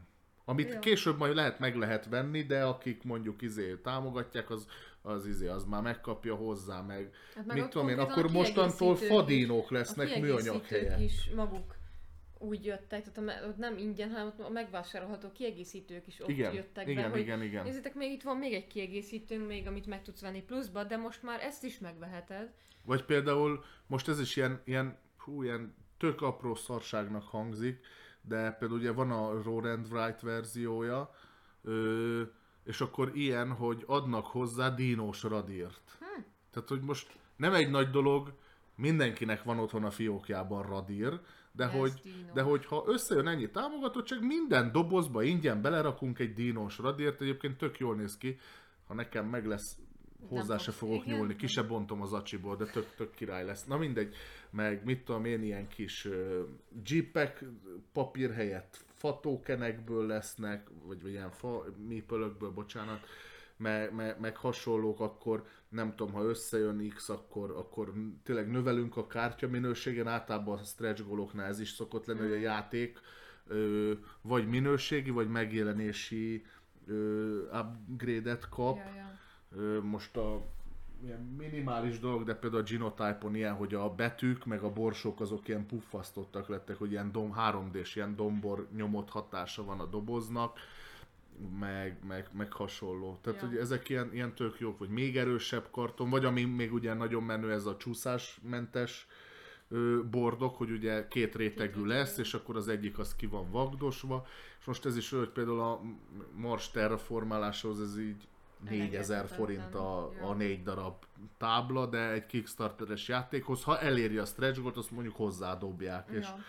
Amit Ja. később majd lehet meg lehet venni, de akik mondjuk izé támogatják, az, az izé, az már megkapja hozzá, meg Hát meg mit ott tudom én, konkrétan akkor a mostantól kiegészítők fadínok is- lesznek a műanyag kiegészítők helye. is maguk úgy jöttek, tehát a me- ott nem ingyen, hanem ott a megvásárolható kiegészítők is ott Igen, jöttek igen, be, hogy igen, igen. nézzétek, még itt van még egy kiegészítőnk, még amit meg tudsz venni pluszba, de most már ezt is megveheted. Vagy például, most ez is ilyen, ilyen, hú, ilyen tök apró szarságnak hangzik, de például ugye van a Roll and Write verziója, ö, és akkor ilyen, hogy adnak hozzá dínós radírt. Hm. Tehát, hogy most nem egy nagy dolog, mindenkinek van otthon a fiókjában radír, de, Ez hogy, dínós. de hogy ha összejön ennyi támogatottság, minden dobozba ingyen belerakunk egy dínós radírt, egyébként tök jól néz ki, ha nekem meg lesz, hozzá se fogsz- fogok igen, nyúlni, ki nem. se bontom az acsiból, de tök, tök király lesz. Na mindegy, meg mit tudom én, ilyen kis uh, jeepek papír helyett fatókenekből lesznek, vagy, vagy ilyen fa, mipölökből, bocsánat, meg, meg, meg hasonlók, akkor nem tudom, ha összejön X, akkor, akkor tényleg növelünk a kártya minőségen, általában a stretch goaloknál ez is szokott lenni, hogy a játék ö, vagy minőségi, vagy megjelenési ö, upgrade-et kap. Ja, ja. Ö, most a ilyen minimális dolog, de például a Genotype-on ilyen, hogy a betűk meg a borsók azok ilyen puffasztottak lettek, hogy ilyen dom, három dés, ilyen dombor nyomott hatása van a doboznak, meg, meg, meg hasonló. Tehát, Ja. hogy ezek ilyen, ilyen tök jók, vagy még erősebb karton, vagy ami még ugye nagyon menő, ez a csúszásmentes ö, bordok, hogy ugye két rétegű rétegű. lesz, és akkor az egyik az ki van vagdosva, és most ez is olyan, hogy például a Mars terraformáláshoz ez így négyezer forint a, a négy darab tábla, de egy Kickstarteres játékhoz, ha eléri a stretch goalt, azt mondjuk hozzádobják. És Ja.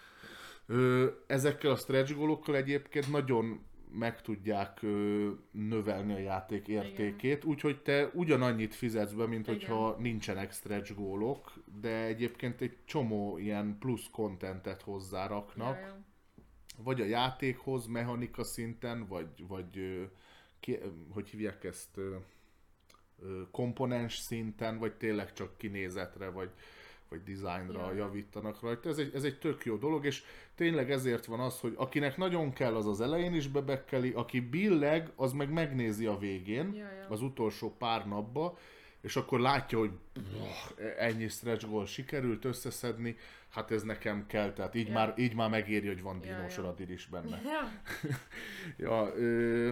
ö, ezekkel a stretch goalokkal egyébként nagyon meg tudják ö, növelni a játék értékét, úgyhogy te ugyanannyit fizetsz be, mint Igen. hogyha nincsenek stretch goalok, de egyébként egy csomó ilyen plusz kontentet hozzáraknak, Ja, ja. vagy a játékhoz, mechanika szinten, vagy, vagy ö, ki, hogy hívják ezt, ö, ö, komponens szinten, vagy tényleg csak kinézetre, vagy, vagy dizájnra Ja. javítanak rajta. Ez egy, ez egy tök jó dolog, és tényleg ezért van az, hogy akinek nagyon kell, az az elején is bebekkeli, aki billeg, az meg megnézi a végén, Ja, ja. az utolsó pár napba, és akkor látja, hogy ennyi stretch goal sikerült összeszedni, hát ez nekem kell, tehát így, Ja. már, így már megéri, hogy van Ja, dínós ja. radír is benne. Ja. Ja, ö,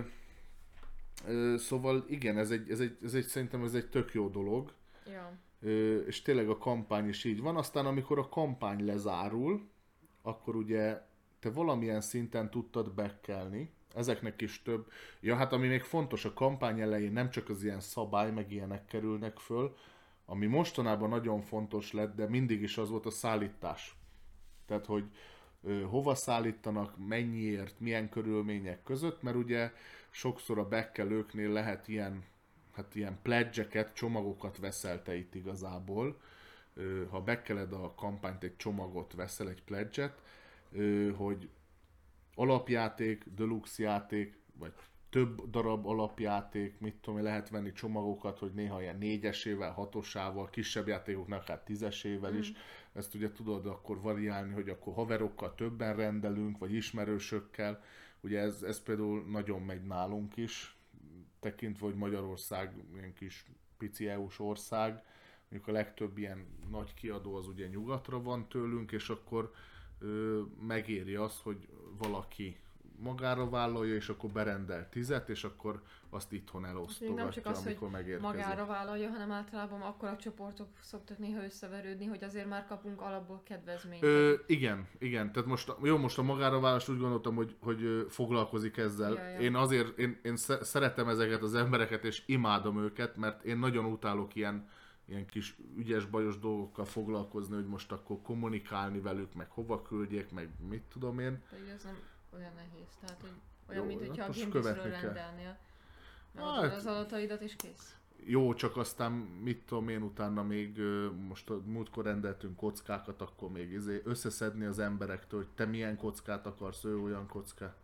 ö, szóval igen, ez egy, ez, egy, ez egy, szerintem ez egy tök jó dolog, Ja. ö, és tényleg a kampány is így van, aztán amikor a kampány lezárul, akkor ugye te valamilyen szinten tudtad bekkelni, ezeknek is több. Ja, hát ami még fontos, a kampány elején nem csak az ilyen szabály, meg ilyenek kerülnek föl, ami mostanában nagyon fontos lett, de mindig is az volt a szállítás. Tehát, hogy ö, hova szállítanak, mennyiért, milyen körülmények között, mert ugye sokszor a bekkelőknél lehet ilyen, hát ilyen pledge-eket, csomagokat veszel te itt igazából. Ö, ha bekkeled a kampányt, egy csomagot veszel, egy pledge-et, ö, hogy alapjáték, deluxe játék, vagy több darab alapjáték, mit tudom én, lehet venni csomagokat, hogy néha ilyen négyesével, hatosával, kisebb játékoknak hát tízesével is. Ezt ugye tudod akkor variálni, hogy akkor haverokkal többen rendelünk, vagy ismerősökkel. Ugye ez, ez például nagyon megy nálunk is, tekintve, hogy Magyarország ilyen kis pici é u-s ország, mondjuk a legtöbb ilyen nagy kiadó az ugye nyugatra van tőlünk, és akkor ö, megéri az, hogy valaki magára vállalja, és akkor berendel tizet, és akkor azt itthon Még nem elosztogatja, csak az, hogy amikor megérkezik. magára vállalja, hanem általában akkor a csoportok szoktak néha összeverődni, hogy azért már kapunk alapból kedvezményt. Ö, igen, igen, tehát most, jó, most a magára vállalást úgy gondoltam, hogy, hogy ö, foglalkozik ezzel. Ja, ja. Én azért, én, én sze- szeretem ezeket az embereket, és imádom őket, mert én nagyon utálok ilyen, ilyen kis ügyes, bajos dolgokkal foglalkozni, hogy most akkor kommunikálni velük, meg hova küldjék, meg mit tudom én. Pedig ez nem olyan nehéz, tehát hogy olyan, Jó, mint hogyha hát a most Gamebizről követni kell. rendelnél. Hát- Megadod az adataidat és kész. Jó, csak aztán mit tudom én, utána még ö, most a múltkor rendeltünk kockákat, akkor még izé összeszedni az emberektől, hogy te milyen kockát akarsz, ő olyan kockát.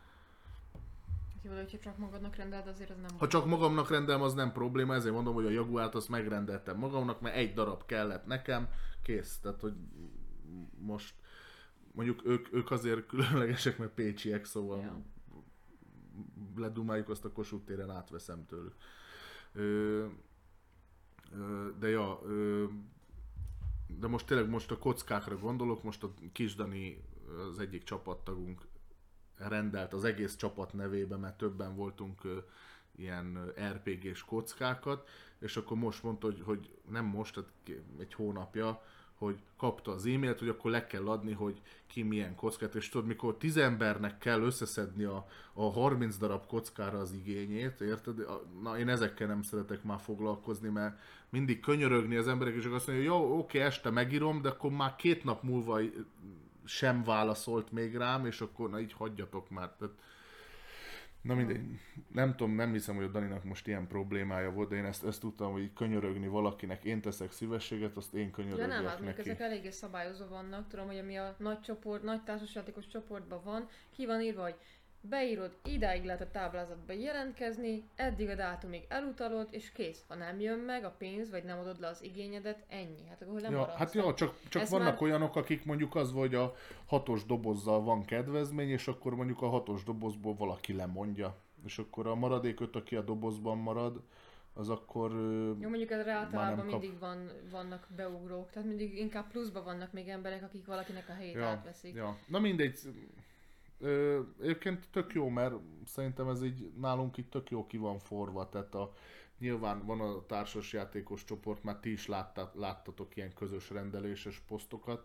Jó, de hogyha csak magadnak rendeld, azért az nem Ha csak magamnak rendelem, az nem probléma, ezért mondom, hogy a Jaguárt azt megrendeltem magamnak, mert egy darab kellett nekem, kész. Tehát, hogy most mondjuk ők, ők azért különlegesek, mert pécsiek, szóval Ja. ledumáljuk, azt a Kossuth téren átveszem tőlük. Ö, ö, de ja, ö, de most tényleg most a kockákra gondolok, most a Kisdani, az egyik csapattagunk rendelt az egész csapat nevébe, mert többen voltunk ö, ilyen er pé gés kockákat, és akkor most mondta, hogy, hogy nem most, tehát egy hónapja, hogy kapta az e-mailt, hogy akkor le kell adni, hogy ki milyen kockát, és tudod, mikor tíz embernek kell összeszedni a, a harminc darab kockára az igényét, érted? Na, én ezekkel nem szeretek már foglalkozni, mert mindig könyörögni az emberek, és azt mondja, jó, oké, este megírom, de akkor már két nap múlva sem válaszolt még rám, és akkor na így hagyjatok már. Tehát, na mindegy, nem tudom, nem hiszem, hogy a Daninak most ilyen problémája volt, de én ezt, ezt tudtam, hogy könyörögni valakinek, én teszek szívességet, azt én könyörögjek ja, nem, hát neki. ezek eléggé szabályozó vannak, tudom, hogy ami a nagy csoport, nagy társasjátékos csoportban van, ki van írva, hogy beírod, idáig lehet a táblázatba jelentkezni, eddig a dátumig elutalod, és kész. Ha nem jön meg a pénz, vagy nem adod le az igényedet, ennyi. Hát akkor nem ja, maradsz. hát jó, csak, csak vannak már... olyanok, akik mondjuk az, hogy a hatos dobozzal van kedvezmény, és akkor mondjuk a hatos dobozból valaki lemondja. És akkor a maradék öt, aki a dobozban marad, az akkor jó, mondjuk ezre általában kap... mindig van, vannak beugrók, tehát mindig inkább pluszban vannak még emberek, akik valakinek a helyét ja, átveszik. Ja. Na mindegy, Ö, egyébként tök jó, mert szerintem ez így nálunk itt tök jó ki van forva, tehát a, nyilván van a társasjátékos csoport, már ti is láttat, láttatok ilyen közös rendeléses posztokat.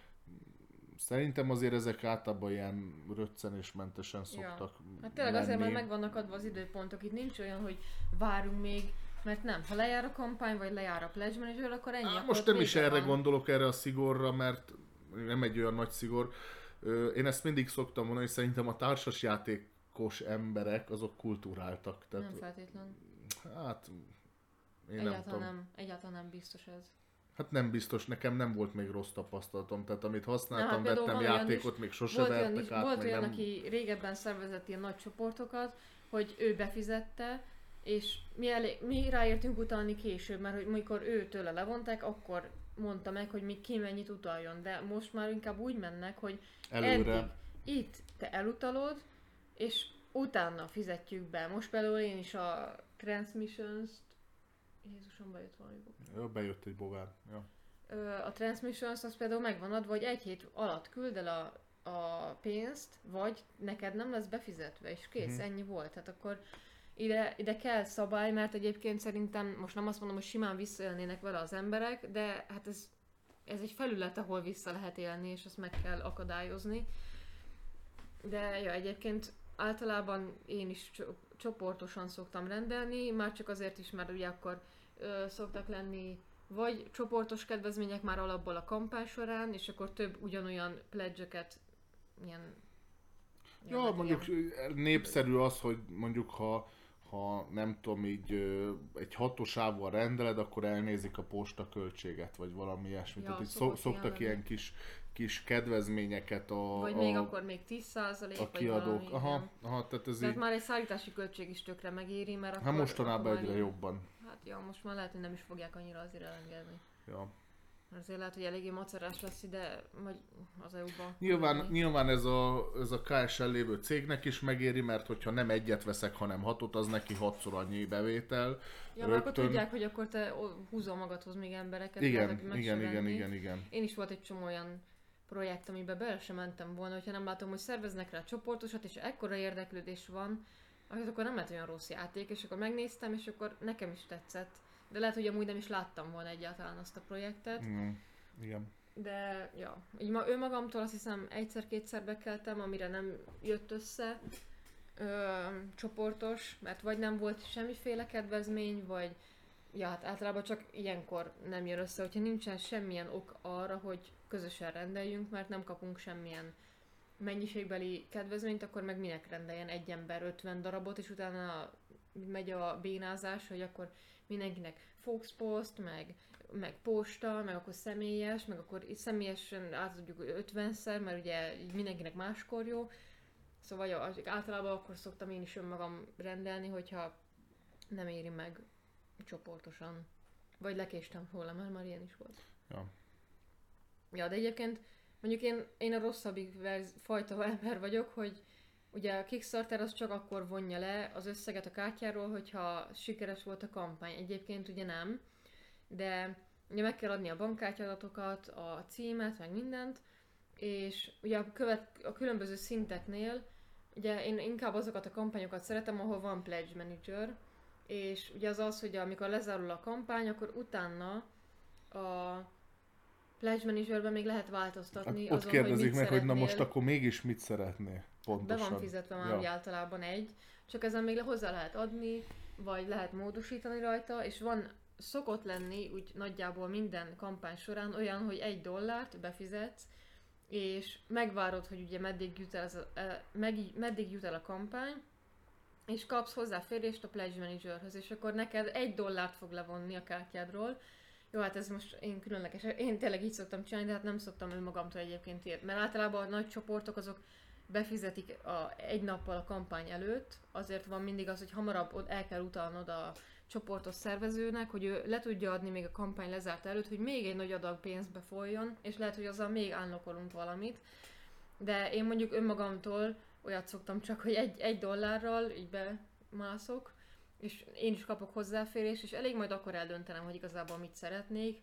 Szerintem azért ezek általában ilyen röccenésmentesen szoktak ja. Hát tényleg menni. Azért már meg vannak adva az időpontok, itt nincs olyan, hogy várunk még, mert nem, ha lejár a kampány, vagy lejár a pledge manager, akkor ennyi. Á, akkor most nem is erre van. gondolok, erre a szigorra, mert nem egy olyan nagy szigor. Én ezt mindig szoktam mondani, hogy szerintem a társasjátékos emberek azok kulturáltak. Tehát, nem feltétlen. Hát, én egyáltalán nem tudom. Nem, egyáltalán nem biztos ez. Hát nem biztos, nekem nem volt még rossz tapasztalatom, tehát amit használtam, Na, hát vettem játékot, még sose volt vertek olyan, át. Volt olyan, nem... aki régebben szervezett ilyen nagy csoportokat, hogy ő befizette, és mi, elég, mi ráértünk utalni később, mert hogy amikor ő tőle levonták, akkor mondta meg, hogy még ki mennyit utaljon, de most már inkább úgy mennek, hogy Előre. eddig itt te elutalod, és utána fizetjük be. Most például én is a Transmissions-t, Jézusom, bejött valami bogár. Ja, bejött egy bogár. Ja. A Transmissions az például megvan adva, hogy egy hét alatt küld el a, a pénzt, vagy neked nem lesz befizetve, és kész, uh-huh. ennyi volt. Tehát akkor ide, ide kell szabály, mert egyébként szerintem, most nem azt mondom, hogy simán visszaélnének vele az emberek, de hát ez, ez egy felület, ahol vissza lehet élni, és azt meg kell akadályozni. De ja, egyébként általában én is csoportosan szoktam rendelni, már csak azért is, mert ugye akkor ö, szoktak lenni vagy csoportos kedvezmények már alapból a kampány során, és akkor több ugyanolyan pledge-öket ilyen... Ja, ja mondjuk ilyen... népszerű az, hogy mondjuk ha, ha nem tudom, így egy hatosával rendeled, akkor elnézik a postaköltséget, vagy valami ilyesmit. Ja, Tehát szok, szoktak ilyen kis, kis kedvezményeket a... Vagy a, még akkor még tíz százalék, a kiadók. Vagy valami, aha, aha, tehát ez tehát így... már egy szállítási költség is tökre megéri, mert akkor... Hát mostanában akkor egyre így... jobban. Hát ja, most már lehet, hogy nem is fogják annyira azért elengedni. Ja. Azért lehet, hogy eléggé macerás lesz ide, vagy az é u-ba. Nyilván, nyilván ez, a, ez a ká es el lévő cégnek is megéri, mert hogyha nem egyet veszek, hanem hatot, az neki hatszor annyi bevétel. Ja, mert akkor tudják, hogy akkor te húzol magadhoz még embereket. Igen, lehet, igen, igen, igen, igen, igen. Én is volt egy csomó olyan projekt, amiben bele sem mentem volna, hogyha nem látom, hogy szerveznek rá csoportosat, és ekkora érdeklődés van, akkor nem lehet olyan rossz játék, és akkor megnéztem, és akkor nekem is tetszett. De lehet, hogy amúgy nem is láttam volna egyáltalán azt a projektet. Mm, igen. De, ja, így ma, ő magamtól azt hiszem egyszer-kétszer bekeltem, amire nem jött össze ö, csoportos, mert vagy nem volt semmiféle kedvezmény, vagy ja, hát általában csak ilyenkor nem jön össze, hogyha nincsen semmilyen ok arra, hogy közösen rendeljünk, mert nem kapunk semmilyen mennyiségbeli kedvezményt, akkor meg minek rendeljen egy ember ötven darabot, és utána megy a bénázás, hogy akkor mindenkinek Foxpost, meg, meg posta, meg akkor személyes, meg akkor személyesen átadjuk ötvenszer, mert ugye így mindenkinek máskor jó. Szóval jó, általában akkor szoktam én is önmagam rendelni, hogyha nem éri meg csoportosan. Vagy lekéstem róla, mert már ilyen is volt. Ja. Ja, de egyébként mondjuk én, én a rosszabbik verz, fajta ember vagyok, hogy ugye a Kickstarter az csak akkor vonja le az összeget a kártyáról, hogyha sikeres volt a kampány. Egyébként ugye nem, de ugye meg kell adni a bankkártyadatokat, a címet, meg mindent, és ugye a, követ, a különböző szinteknél, ugye én inkább azokat a kampányokat szeretem, ahol van Pledge Manager, és ugye az az, hogy amikor lezárul a kampány, akkor utána a Pledge Managerben még lehet változtatni Hát ott azon, kérdezik hogy mit meg, szeretnél. hogy na most akkor mégis mit szeretné pontosan. Be van fizetve már Ja. általában egy, csak ezen még hozzá lehet adni, vagy lehet módosítani rajta, és van, szokott lenni úgy nagyjából minden kampány során olyan, hogy egy dollárt befizetsz, és megvárod, hogy ugye meddig jut el, az a, e, meg, meddig jut el a kampány, és kapsz hozzáférést a Pledge Managerhöz, és akkor neked egy dollárt fog levonni a kártyádról. Jó, hát ez most én különleges, én tényleg így szoktam csinálni, de hát nem szoktam önmagamtól egyébként írni, mert általában a nagy csoportok azok befizetik a, egy nappal a kampány előtt, azért van mindig az, hogy hamarabb el kell utalnod a csoportos szervezőnek, hogy ő le tudja adni még a kampány lezárt előtt, hogy még egy nagy adag pénzbe folyjon, és lehet, hogy azzal még unlockolunk valamit. De én mondjuk önmagamtól olyat szoktam csak, hogy egy, egy dollárral így bemászok, és én is kapok hozzáférést, és elég majd akkor eldöntenem, hogy igazából mit szeretnék.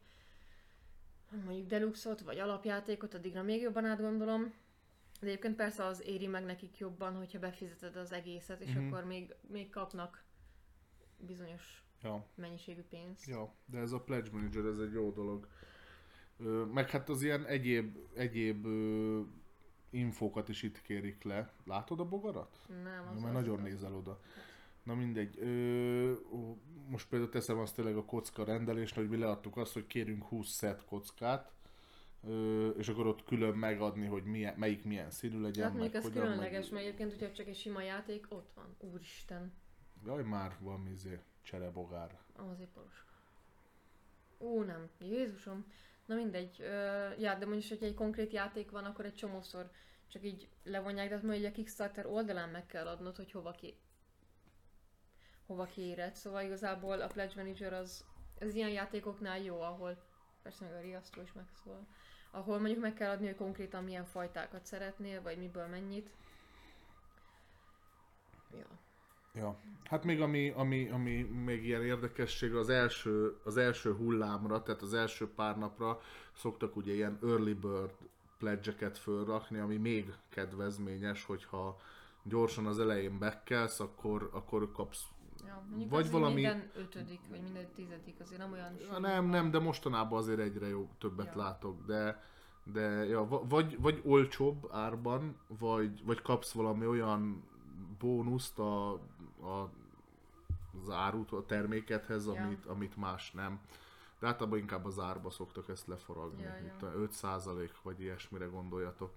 Mondjuk deluxot, vagy alapjátékot, addigra még jobban átgondolom. De egyébként persze az éri meg nekik jobban, hogyha befizeted az egészet, és Mhm. akkor még, még kapnak bizonyos Ja. mennyiségű pénzt. Ja, de ez a Pledge Manager, ez egy jó dolog. Ö, meg hát az ilyen egyéb, egyéb ö, infókat is itt kérik le. Látod a bogarat? Nem, az Mert az, nagyon az, nézel oda. Na mindegy. Ö, ó, most például teszem azt tényleg a kocka rendelést, hogy mi leadtuk azt, hogy kérünk húsz set kockát, ö, és akkor ott külön megadni, hogy milyen, melyik milyen színű legyen, Hát mondjuk meg ez hogyan, különleges, meg... mert egyébként, hogyha csak egy sima játék, ott van. Úristen. Jaj, már van izé, cserebogár. Az époros. Ó, nem. Jézusom. Na mindegy. Ö, ja, de mondjuk, hogyha egy konkrét játék van, akkor egy csomószor csak így levonják, de hát majd a Kickstarter oldalán meg kell adnod, hogy hova ki hova kéred. Szóval igazából a Pledge Manager az, az ilyen játékoknál jó, ahol persze meg a riasztó is megszól. Ahol mondjuk meg kell adni, hogy konkrétan milyen fajtákat szeretnél, vagy miből mennyit. Ja. Ja, hát még ami, ami, ami még ilyen érdekesség, az első, az első hullámra, tehát az első pár napra szoktak ugye ilyen early bird pledge-eket fölrakni, ami még kedvezményes, hogyha gyorsan az elején bekkelsz, akkor, akkor kapsz. Ja, mondjuk Vagy az valami- minden ötödik, vagy minden tizedik, azért nem olyan Ja, sűrű. nem, nem, de mostanában azért egyre jobb, többet Ja. látok, de, de ja, va- vagy, vagy olcsóbb árban, vagy, vagy kapsz valami olyan bónuszt a, a, az árut, a termékethez, Ja. amit, amit más nem. De általában inkább az árba szoktak ezt leforagni, Ja, ja. itt a öt százalék vagy ilyesmire gondoljatok.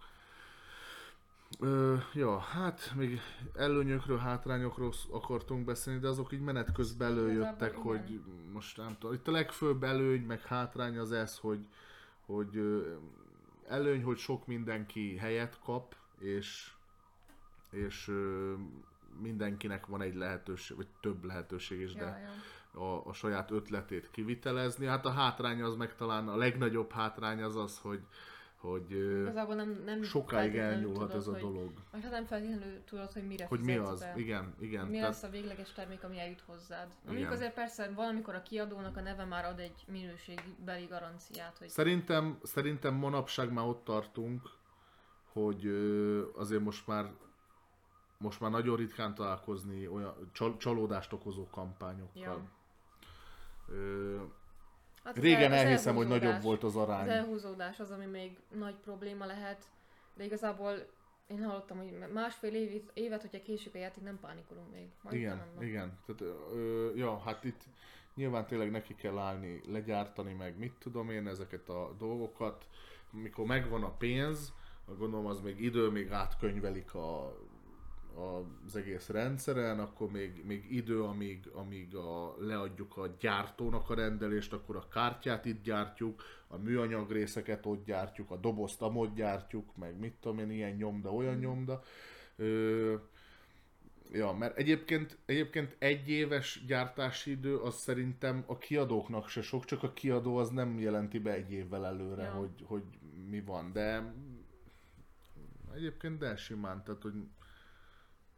Ö, ja, hát még előnyökről, hátrányokról sz- akartunk beszélni, de azok így menet közben előjöttek, Igazából igen. hogy most nem tudom. Itt a legfőbb előny, meg hátrány az ez, hogy, hogy ö, előny, hogy sok mindenki helyet kap, és, és ö, mindenkinek van egy lehetőség, vagy több lehetőség is, de Ja, ja. a, a saját ötletét kivitelezni. Hát a hátrány az meg talán a legnagyobb hátrány az az, hogy, hogy ö, Igazából nem, nem sokáig feltétlenül elnyúlhat tudod, ez a hogy, dolog. vagy hát nem feltétlenül tudod, hogy mire Hogy mi fizetsz az? be. Igen, igen. Mi tehát- lesz a végleges termék, ami eljut hozzád. Mondjuk Igen. azért persze valamikor a kiadónak a neve már ad egy minőségbeli garanciát, hogy Szerintem, szerintem manapság már ott tartunk, hogy ö, azért most már most már nagyon ritkán találkozni olyan csal, csalódást okozó kampányokkal. Ja. Ö, hát az régen el- az elhiszem, hogy elhúzódás- nagyobb volt az Az arány. elhúzódás az, ami még nagy probléma lehet, de igazából én hallottam, hogy másfél évet, évet hogyha késik a játék, nem pánikolunk még. Majd Igen, utána. igen. Tehát, ö, ja, hát itt nyilván tényleg neki kell állni, legyártani meg, mit tudom én, ezeket a dolgokat. Mikor megvan a pénz, gondolom az még idő, még átkönyvelik a, a, az egész rendszeren, akkor még, még idő, amíg, amíg a, leadjuk a gyártónak a rendelést, akkor a kártyát itt gyártjuk, a műanyag részeket ott gyártjuk, a dobozt amott gyártjuk, meg mit tudom én, ilyen nyomda, olyan nyomda. Ö, Ja, mert egyébként, egyébként egy éves gyártási idő az szerintem a kiadóknak se sok, csak a kiadó az nem jelenti be egy évvel előre, Ja. hogy, hogy mi van, de egyébként de simán, tehát hogy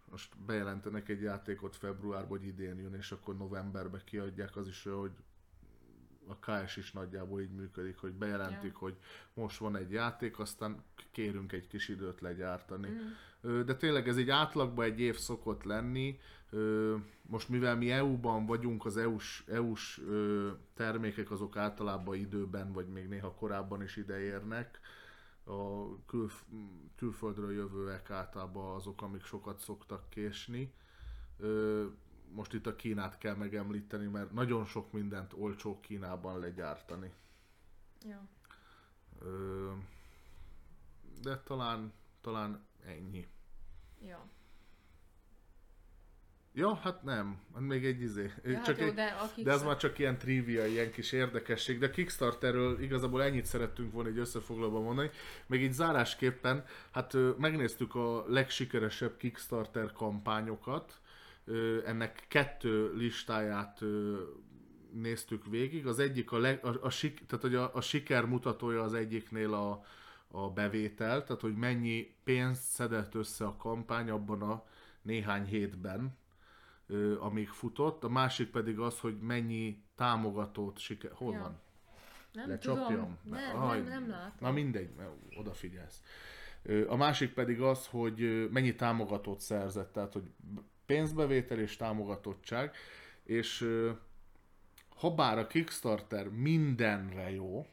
most bejelentenek egy játékot februárban, hogy idén jön, és akkor novemberben kiadják, az is olyan, hogy a ká es is nagyjából így működik, hogy bejelentik, ja. hogy most van egy játék, aztán kérünk egy kis időt legyártani. Mm. De tényleg ez egy átlagban egy év szokott lenni. Most mivel mi é u-ban vagyunk, az é u-s, é u-s termékek azok általában időben, vagy még néha korábban is ideérnek. A kül, külföldről jövőek általában azok, amik sokat szoktak késni. Most itt a Kínát kell megemlíteni, mert nagyon sok mindent olcsó Kínában legyártani. Ja. De talán, talán ennyi. Ja. Ja, hát nem. Még egy izé. Ja, csak hát jó, egy, de, de ez már csak ilyen trivia, ilyen kis érdekesség. De Kickstarterről igazából ennyit szerettünk volna egy összefoglalóban mondani. Meg így zárásképpen, hát megnéztük a legsikeresebb Kickstarter kampányokat. Ennek kettő listáját néztük végig. Az egyik a, leg, a, a, sik, tehát, hogy a, a siker mutatója az egyiknél a, a bevétel, tehát hogy mennyi pénzt szedett össze a kampány abban a néhány hétben, amíg futott. A másik pedig az, hogy mennyi támogatót siker... Hol ja. van? Nem Lecsapjam? tudom. Nem, Aj, nem, nem látom. Na mindegy, odafigyelsz. A másik pedig az, hogy mennyi támogatót szerzett, tehát hogy pénzbevétel és támogatottság, és ha bár a Kickstarter mindenre jó,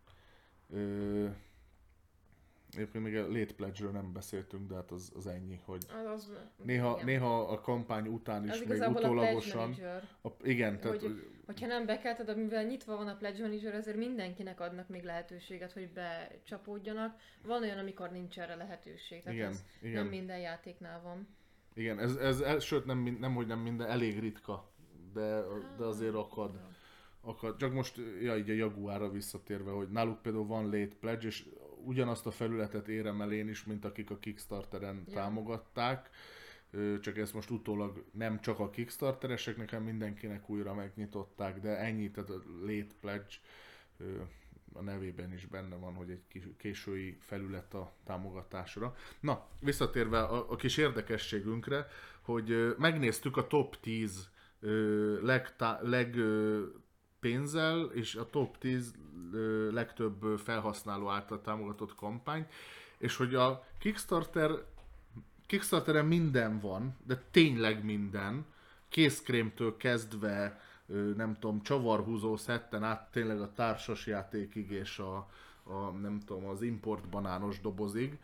Egyébként még a Late Pledge-ről nem beszéltünk, de hát az, az ennyi, hogy az, az, néha, néha a kampány után is az még utólagosan... A, igen, tehát... Hogy, hogyha nem bekelted, de mivel nyitva van a Pledge Manager, ezért mindenkinek adnak még lehetőséget, hogy becsapódjanak. Van olyan, amikor nincs erre lehetőség, tehát igen, ez igen. nem minden játéknál van. Igen, ez, ez, ez sőt nem, nem, hogy nem minden, elég ritka, de, de azért akad. akad. Csak most, ja, így a Jaguarra visszatérve, hogy náluk például van Late Pledge, és ugyanazt a felületet érem el én is, mint akik a Kickstarteren ja. támogatták, csak ezt most utólag nem csak a Kickstartereseknek, hanem mindenkinek újra megnyitották, de ennyi, tehát a Late Pledge a nevében is benne van, hogy egy késői felület a támogatásra. Na, visszatérve a, a kis érdekességünkre, hogy megnéztük a top tíz legtá, leg pénzzel és a top tíz legtöbb felhasználó által támogatott kampány, és hogy a Kickstarter Kickstarteren minden van, de tényleg minden, kézkrémtől kezdve, nem tudom, csavarhúzó szetten át tényleg a társasjátékig és a, a nem tudom, az importbanános dobozig.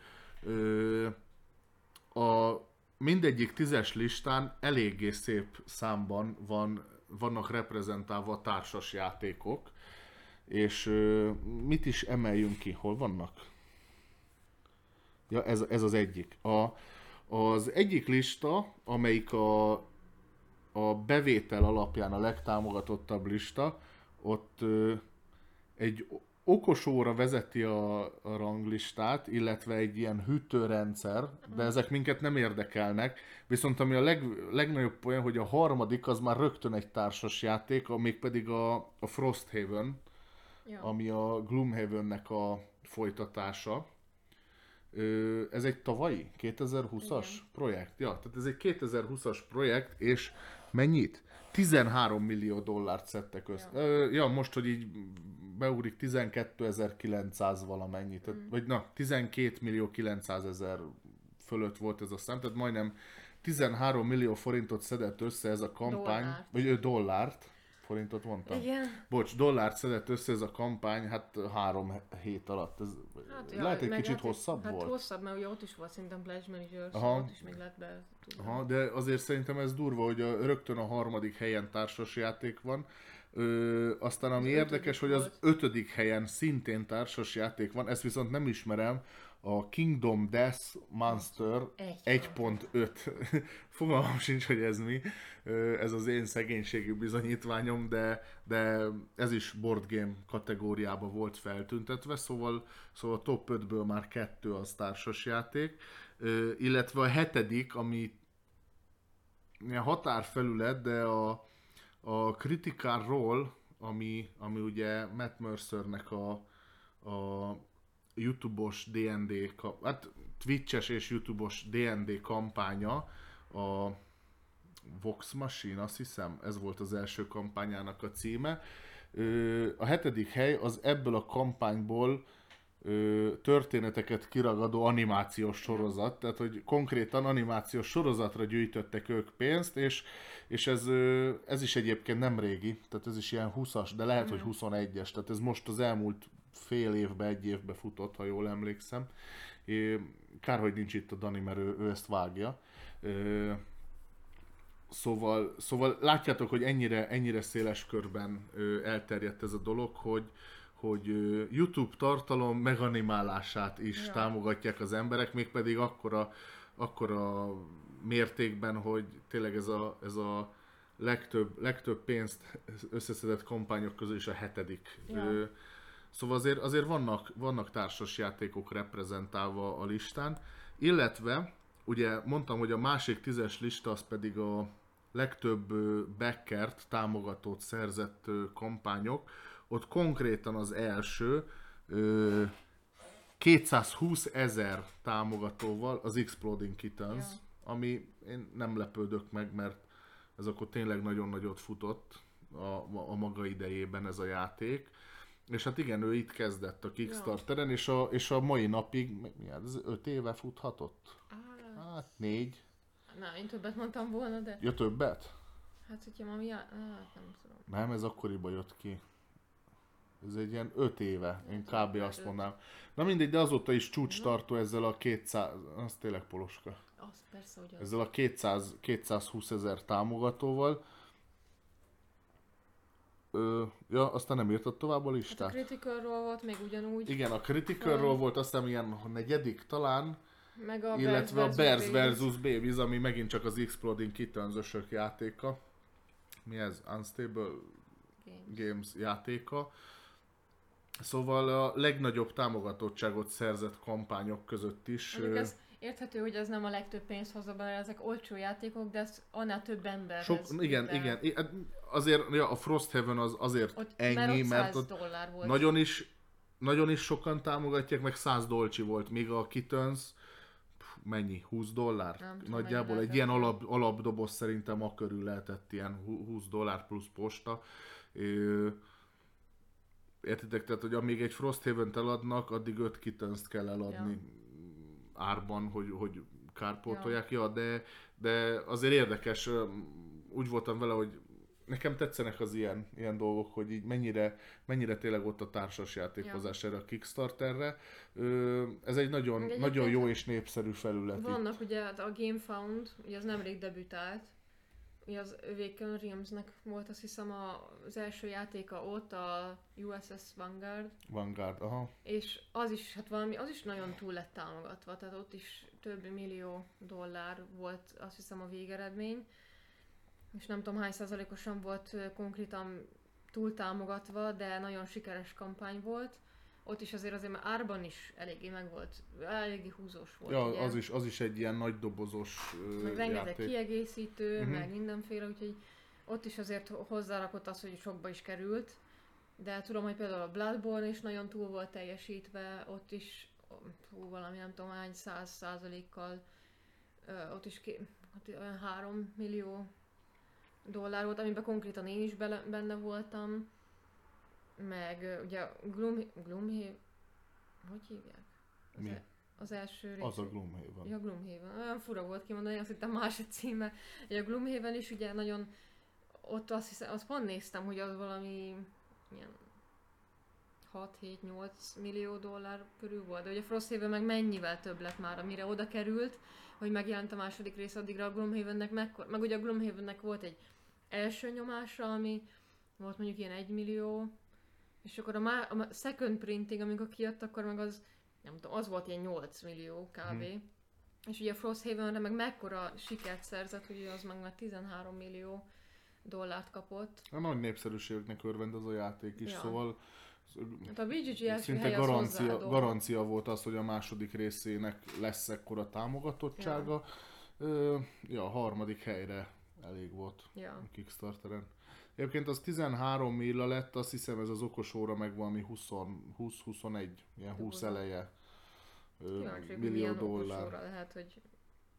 A mindegyik tízes listán eléggé szép számban van, vannak reprezentálva a társas játékok, és mit is emeljünk ki? Hol vannak? Ja, ez, ez az egyik. A, az egyik lista, amelyik a, a bevétel alapján a legtámogatottabb lista, ott ö, egy okos óra vezeti a, a ranglistát, illetve egy ilyen hűtőrendszer, de ezek minket nem érdekelnek. Viszont ami a leg, legnagyobb poén, hogy a harmadik az már rögtön egy társas játék, amíg pedig a, a Frosthaven, ja. ami a Gloomhavennek a folytatása. Ez egy tavalyi kétezer-húszas igen. projekt. Ja, tehát ez egy kétezer-húszas projekt, és mennyit? tizenhárom millió dollárt szedtek össze. Ja. ja, most, hogy így beugrik tizenkétezer-kilencszáz valamennyit, mm. vagy na, tizenkét millió kilencszázezer fölött volt ez a szám, tehát majdnem tizenhárom millió forintot szedett össze ez a kampány, dollárt. vagy dollárt, forintot mondtam. Igen. Bocs, dollárt szedett össze ez a kampány, hát három hét alatt. Ez hát, ja, lehet egy kicsit hát, hosszabb hát volt? Hát hosszabb, mert ugye ott is volt szerintem Pledge Manager, szóval ott is még lehet be tudni. Aha, de azért szerintem ez durva, hogy a, rögtön a harmadik helyen társas játék van. Ö, aztán ami az érdekes, hogy az ötödik helyen szintén társas játék van, ezt viszont nem ismerem, a Kingdom Death Monster egy pont öt. Fogalmam sincs, hogy ez mi. Ez az én szegénységű bizonyítványom, de, de ez is board game kategóriába volt feltüntetve, szóval, szóval a top ötből már kettő az társasjáték. Illetve a hetedik, ami határfelület, de a, a Critical Role, ami, ami ugye Matt Mercernek a, a YouTube-os dé en dé, hát Twitch-es és YouTube-os dé en dé kampánya, a Vox Machine, azt hiszem, ez volt az első kampányának a címe. Ö, a hetedik hely az ebből a kampányból ö, történeteket kiragadó animációs sorozat, tehát hogy konkrétan animációs sorozatra gyűjtöttek ők pénzt, és, és ez, ö, ez is egyébként nem régi, tehát ez is ilyen húszas, de lehet, mm. hogy huszonegyes, tehát ez most az elmúlt fél évbe, egy évbe futott, ha jól emlékszem. É, kár, hogy nincs itt a Dani, mert ő, ő ezt vágja. Ö, Szóval, szóval látjátok, hogy ennyire, ennyire széles körben ö, elterjedt ez a dolog, hogy, hogy ö, YouTube tartalom meganimálását is ja. támogatják az emberek, mégpedig akkora, akkora mértékben, hogy tényleg ez a, ez a legtöbb, legtöbb pénzt összeszedett kampányok közül is a hetedik. Ja. Ö, szóval azért, azért vannak, vannak társasjátékok reprezentálva a listán, illetve ugye mondtam, hogy a másik tízes lista az pedig a legtöbb backert, támogatót szerzett kampányok. Ott konkrétan az első kétszázhúszezer támogatóval az Exploding Kittens, ja. ami én nem lepődök meg, mert ez akkor tényleg nagyon nagyot futott a, a maga idejében ez a játék. És hát igen, ő itt kezdett a Kickstarteren, ja. és, a, és a mai napig, ez öt éve futhatott? Hát négy. Na, én többet mondtam volna, de... Ja, többet? Hát, hogyha ma mi... Hát nem tudom. Nem, ez akkoriban jött ki. Ez egy ilyen öt éve, én kb. Azt mondanám. Na mindegy, de azóta is csúcs tartó ezzel a kétszáz... Az tényleg poloska. Az persze, hogy az. Ezzel a kétszáz, kétszázhúszezer támogatóval. Ö, ja, aztán nem írtad tovább a listát? Hát a Criticalról volt még ugyanúgy. Igen, a Criticalról volt aztán ilyen a negyedik talán. Meg a illetve a Bears versus. Babies, ami megint csak az Exploding Kittens-ösök játéka. Mi ez? Unstable Games. Games játéka. Szóval a legnagyobb támogatottságot szerzett kampányok között is. Mondjuk ez érthető, hogy ez nem a legtöbb pénzt hozza be, ezek olcsó játékok, de ez annál több ember. Sok, igen, el. igen. Azért ja, a Frosthaven az azért ott, ennyi, mert ott dollár volt. Nagyon is, nagyon is sokan támogatják, meg száz dolcsi volt, míg a Kittens mennyi? húsz dollár? Nem, nagyjából egy ilyen alap, alapdoboz szerintem a körül lehetett ilyen húsz dollár plusz posta. Értitek? Tehát, hogy amíg egy Frosthaven-t eladnak, addig öt Kittens-t kell eladni ja. árban, hogy, hogy kárpótolják. Ja. Ja, de, de azért érdekes, úgy voltam vele, hogy nekem tetszenek az ilyen, ilyen dolgok, hogy így mennyire, mennyire tényleg ott a társasjátékozás ja. erre a Kickstarterre. Ez egy nagyon, nagyon jó és népszerű felület. Vannak itt. ugye a GameFound, ugye az nemrég debütált, ugye az Awaken Realmsnek volt azt hiszem az első játéka ott, a U S S Vanguard. Vanguard, aha. És az is, hát valami, az is nagyon túl lett támogatva, tehát ott is több millió dollár volt azt hiszem a végeredmény. És nem tudom hány százalékosan volt konkrétan túl támogatva, de nagyon sikeres kampány volt. Ott is azért azért már árban is eléggé meg volt, eléggé húzós volt. Ja, ugye? Az, is, az is egy ilyen nagy dobozos uh, meg rengeteg játék. Kiegészítő, uh-huh. meg mindenféle, úgyhogy ott is azért hozzárakott az, hogy sokba is került. De tudom, hogy például a Bloodborne is nagyon túl volt teljesítve, ott is hú, valami nem tudom hány száz százalékkal, uh, ott is ké, hát olyan három millió dollár volt, amiben konkrétan én is bele, benne voltam, meg uh, ugye Gloom, Gloomhaven, hogy hívják? Az, Mi? E, az első rész. Az a Gloomhaven. Ja, Gloomhaven. Olyan fura volt kimondani, azt hittem más a címe. A Gloomhaven is ugye nagyon, ott azt hiszem, azt pont néztem, hogy az valami ilyen hat-hét-nyolc millió dollár körül volt, de ugye a Frosthaven meg mennyivel több lett már, amire oda került, hogy megjelent a második rész, addigra a Gloomhavennek mekkor, meg ugye a Gloomhavennek volt egy első nyomása, ami volt mondjuk ilyen egy millió, és akkor a, má, a second printing, amikor kijött, akkor meg az, nem tudom, az volt ilyen nyolc millió kb. Hmm. És ugye a Frosthavenre meg mekkora sikert szerzett, hogy az meg már tizenhárom millió dollárt kapott. A nagy népszerűségnek örvend az a játék is, ja. Szóval hát a bé gé gé első szinte garancia, garancia volt az, hogy a második részének lesz ekkora támogatottsága. Ja, Ö, ja a harmadik helyre elég volt ja. a Kickstarteren. Egyébként az tizenhárom milla lett, azt hiszem ez az okos óra meg valami húsz-huszonegy, ilyen húsz eleje ö, millió dollár. Lehet, hogy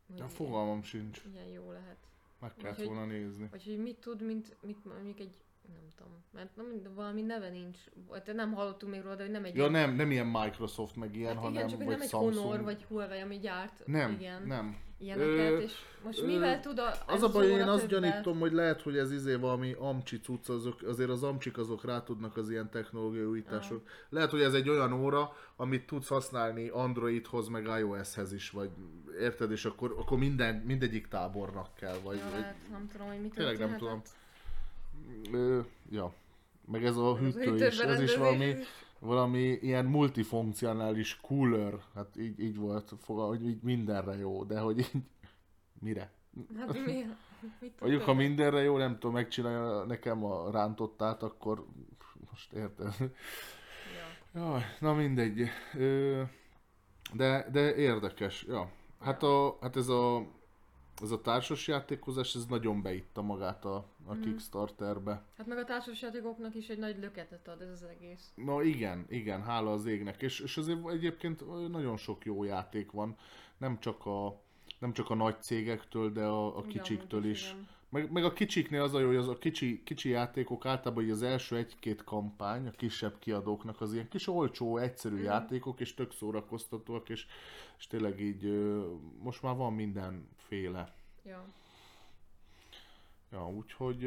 hogy A fogalmam sincs. ilyen jó lehet. Meg kellett Vagy, volna nézni. Vagy hogy mit tud, mint, mint mondjuk egy, nem tudom, mert nem, valami neve nincs, vagy nem hallottunk még róla, de hogy nem egy... Ja nem, nem ilyen Microsoft meg ilyen, hát hanem igen, csak vagy nem egy Samsung. Honor vagy Huawei, ami gyárt Nem, igen, nem. ilyeneket, Ö, és most mivel ö, tud a... Az a baj, én azt többet? gyanítom, hogy lehet, hogy ez izé valami amcsi cucc, azok, azért az amcsik azok rá tudnak az ilyen technológiai újítások. Ah. Lehet, hogy ez egy olyan óra, amit tudsz használni Androidhoz, meg iOS-hez is, vagy érted, és akkor, akkor minden, mindegyik tábornak kell, vagy... Ja, vagy lehet, nem tudom, hogy mit tényleg nem történhetett. tudom. Ö, ja. Meg ez a Az hűtő is, ez is valami, valami ilyen multifunkcionális cooler, hát így, így volt fogal, hogy így mindenre jó, de hogy így mire? Hát mi? Mit Mondjuk, ha mindenre jó, nem tudom, megcsinálja nekem a rántottát, akkor most érted? Ja. Jaj, na mindegy. Ö, de, de érdekes, ja. Hát, a, hát ez a ez a társas játékozás, ez nagyon beitta magát a, a mm. Kickstarterbe. Hát meg a társasjátékoknak is egy nagy löketet ad ez az egész. Na igen, igen, hála az égnek. És, és azért egyébként nagyon sok jó játék van. Nem csak a, nem csak a nagy cégektől, de a, a kicsiktől is. is. Meg, meg a kicsiknél az a jó, hogy az a kicsi, kicsi játékok általában hogy az első egy-két kampány, a kisebb kiadóknak az ilyen kis olcsó, egyszerű mm. játékok, és tök szórakoztatóak, és, és tényleg így most már van mindenféle. Ja. Ja, úgyhogy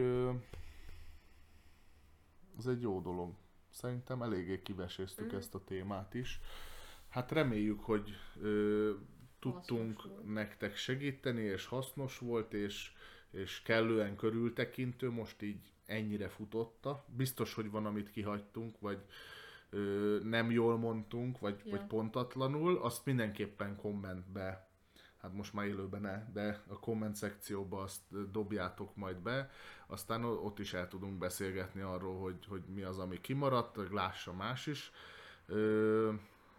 ez egy jó dolog. Szerintem eléggé kiveséztük mm. ezt a témát is. Hát reméljük, hogy ö, tudtunk nektek segíteni, és hasznos volt, és és kellően körültekintő, most így ennyire futotta. Biztos, hogy van, amit kihagytunk, vagy ö, nem jól mondtunk, vagy, ja. vagy pontatlanul. Azt mindenképpen kommentbe, hát most már élőben ne, de a komment szekcióba azt dobjátok majd be. Aztán ott is el tudunk beszélgetni arról, hogy, hogy mi az, ami kimaradt, lássa más is. Ö,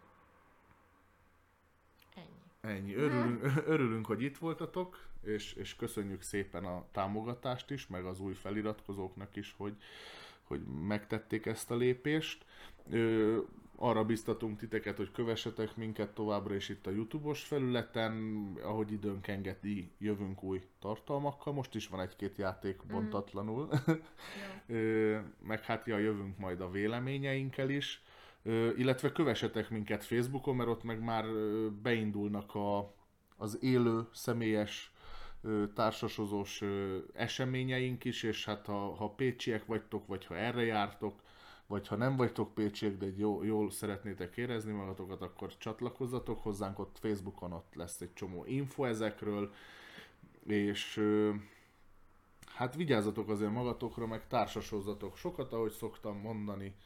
Ennyi. Ennyi. Örülünk, örülünk, hogy itt voltatok. És, és köszönjük szépen a támogatást is, meg az új feliratkozóknak is, hogy, hogy megtették ezt a lépést. Ö, arra biztatunk titeket, hogy kövessetek minket továbbra is itt a YouTube-os felületen, ahogy időnk engedi, jövünk új tartalmakkal. Most is van egy-két játék bontatlanul. Mm. Ö, meg hát ja, jövünk majd a véleményeinkkel is. Ö, illetve kövessetek minket Facebookon, mert ott meg már beindulnak a, az élő, személyes társasozós eseményeink is, és hát ha, ha pécsiek vagytok, vagy ha erre jártok, vagy ha nem vagytok pécsiek, de jó, jól szeretnétek érezni magatokat, akkor csatlakozzatok hozzánk, ott Facebookon ott lesz egy csomó info ezekről, és hát vigyázzatok azért magatokra, meg társasozzatok sokat, ahogy szoktam mondani.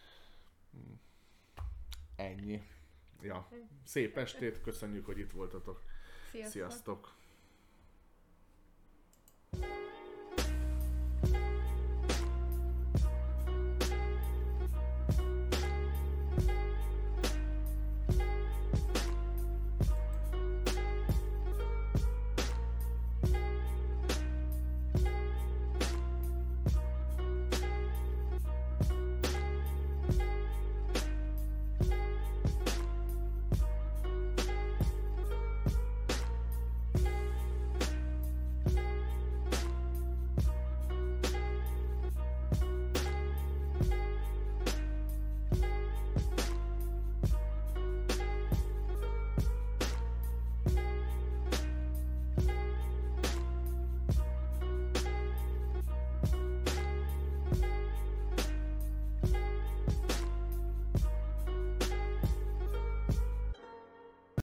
Ennyi. Ja. Szép estét, köszönjük, hogy itt voltatok. Sziasztok! Sziasztok.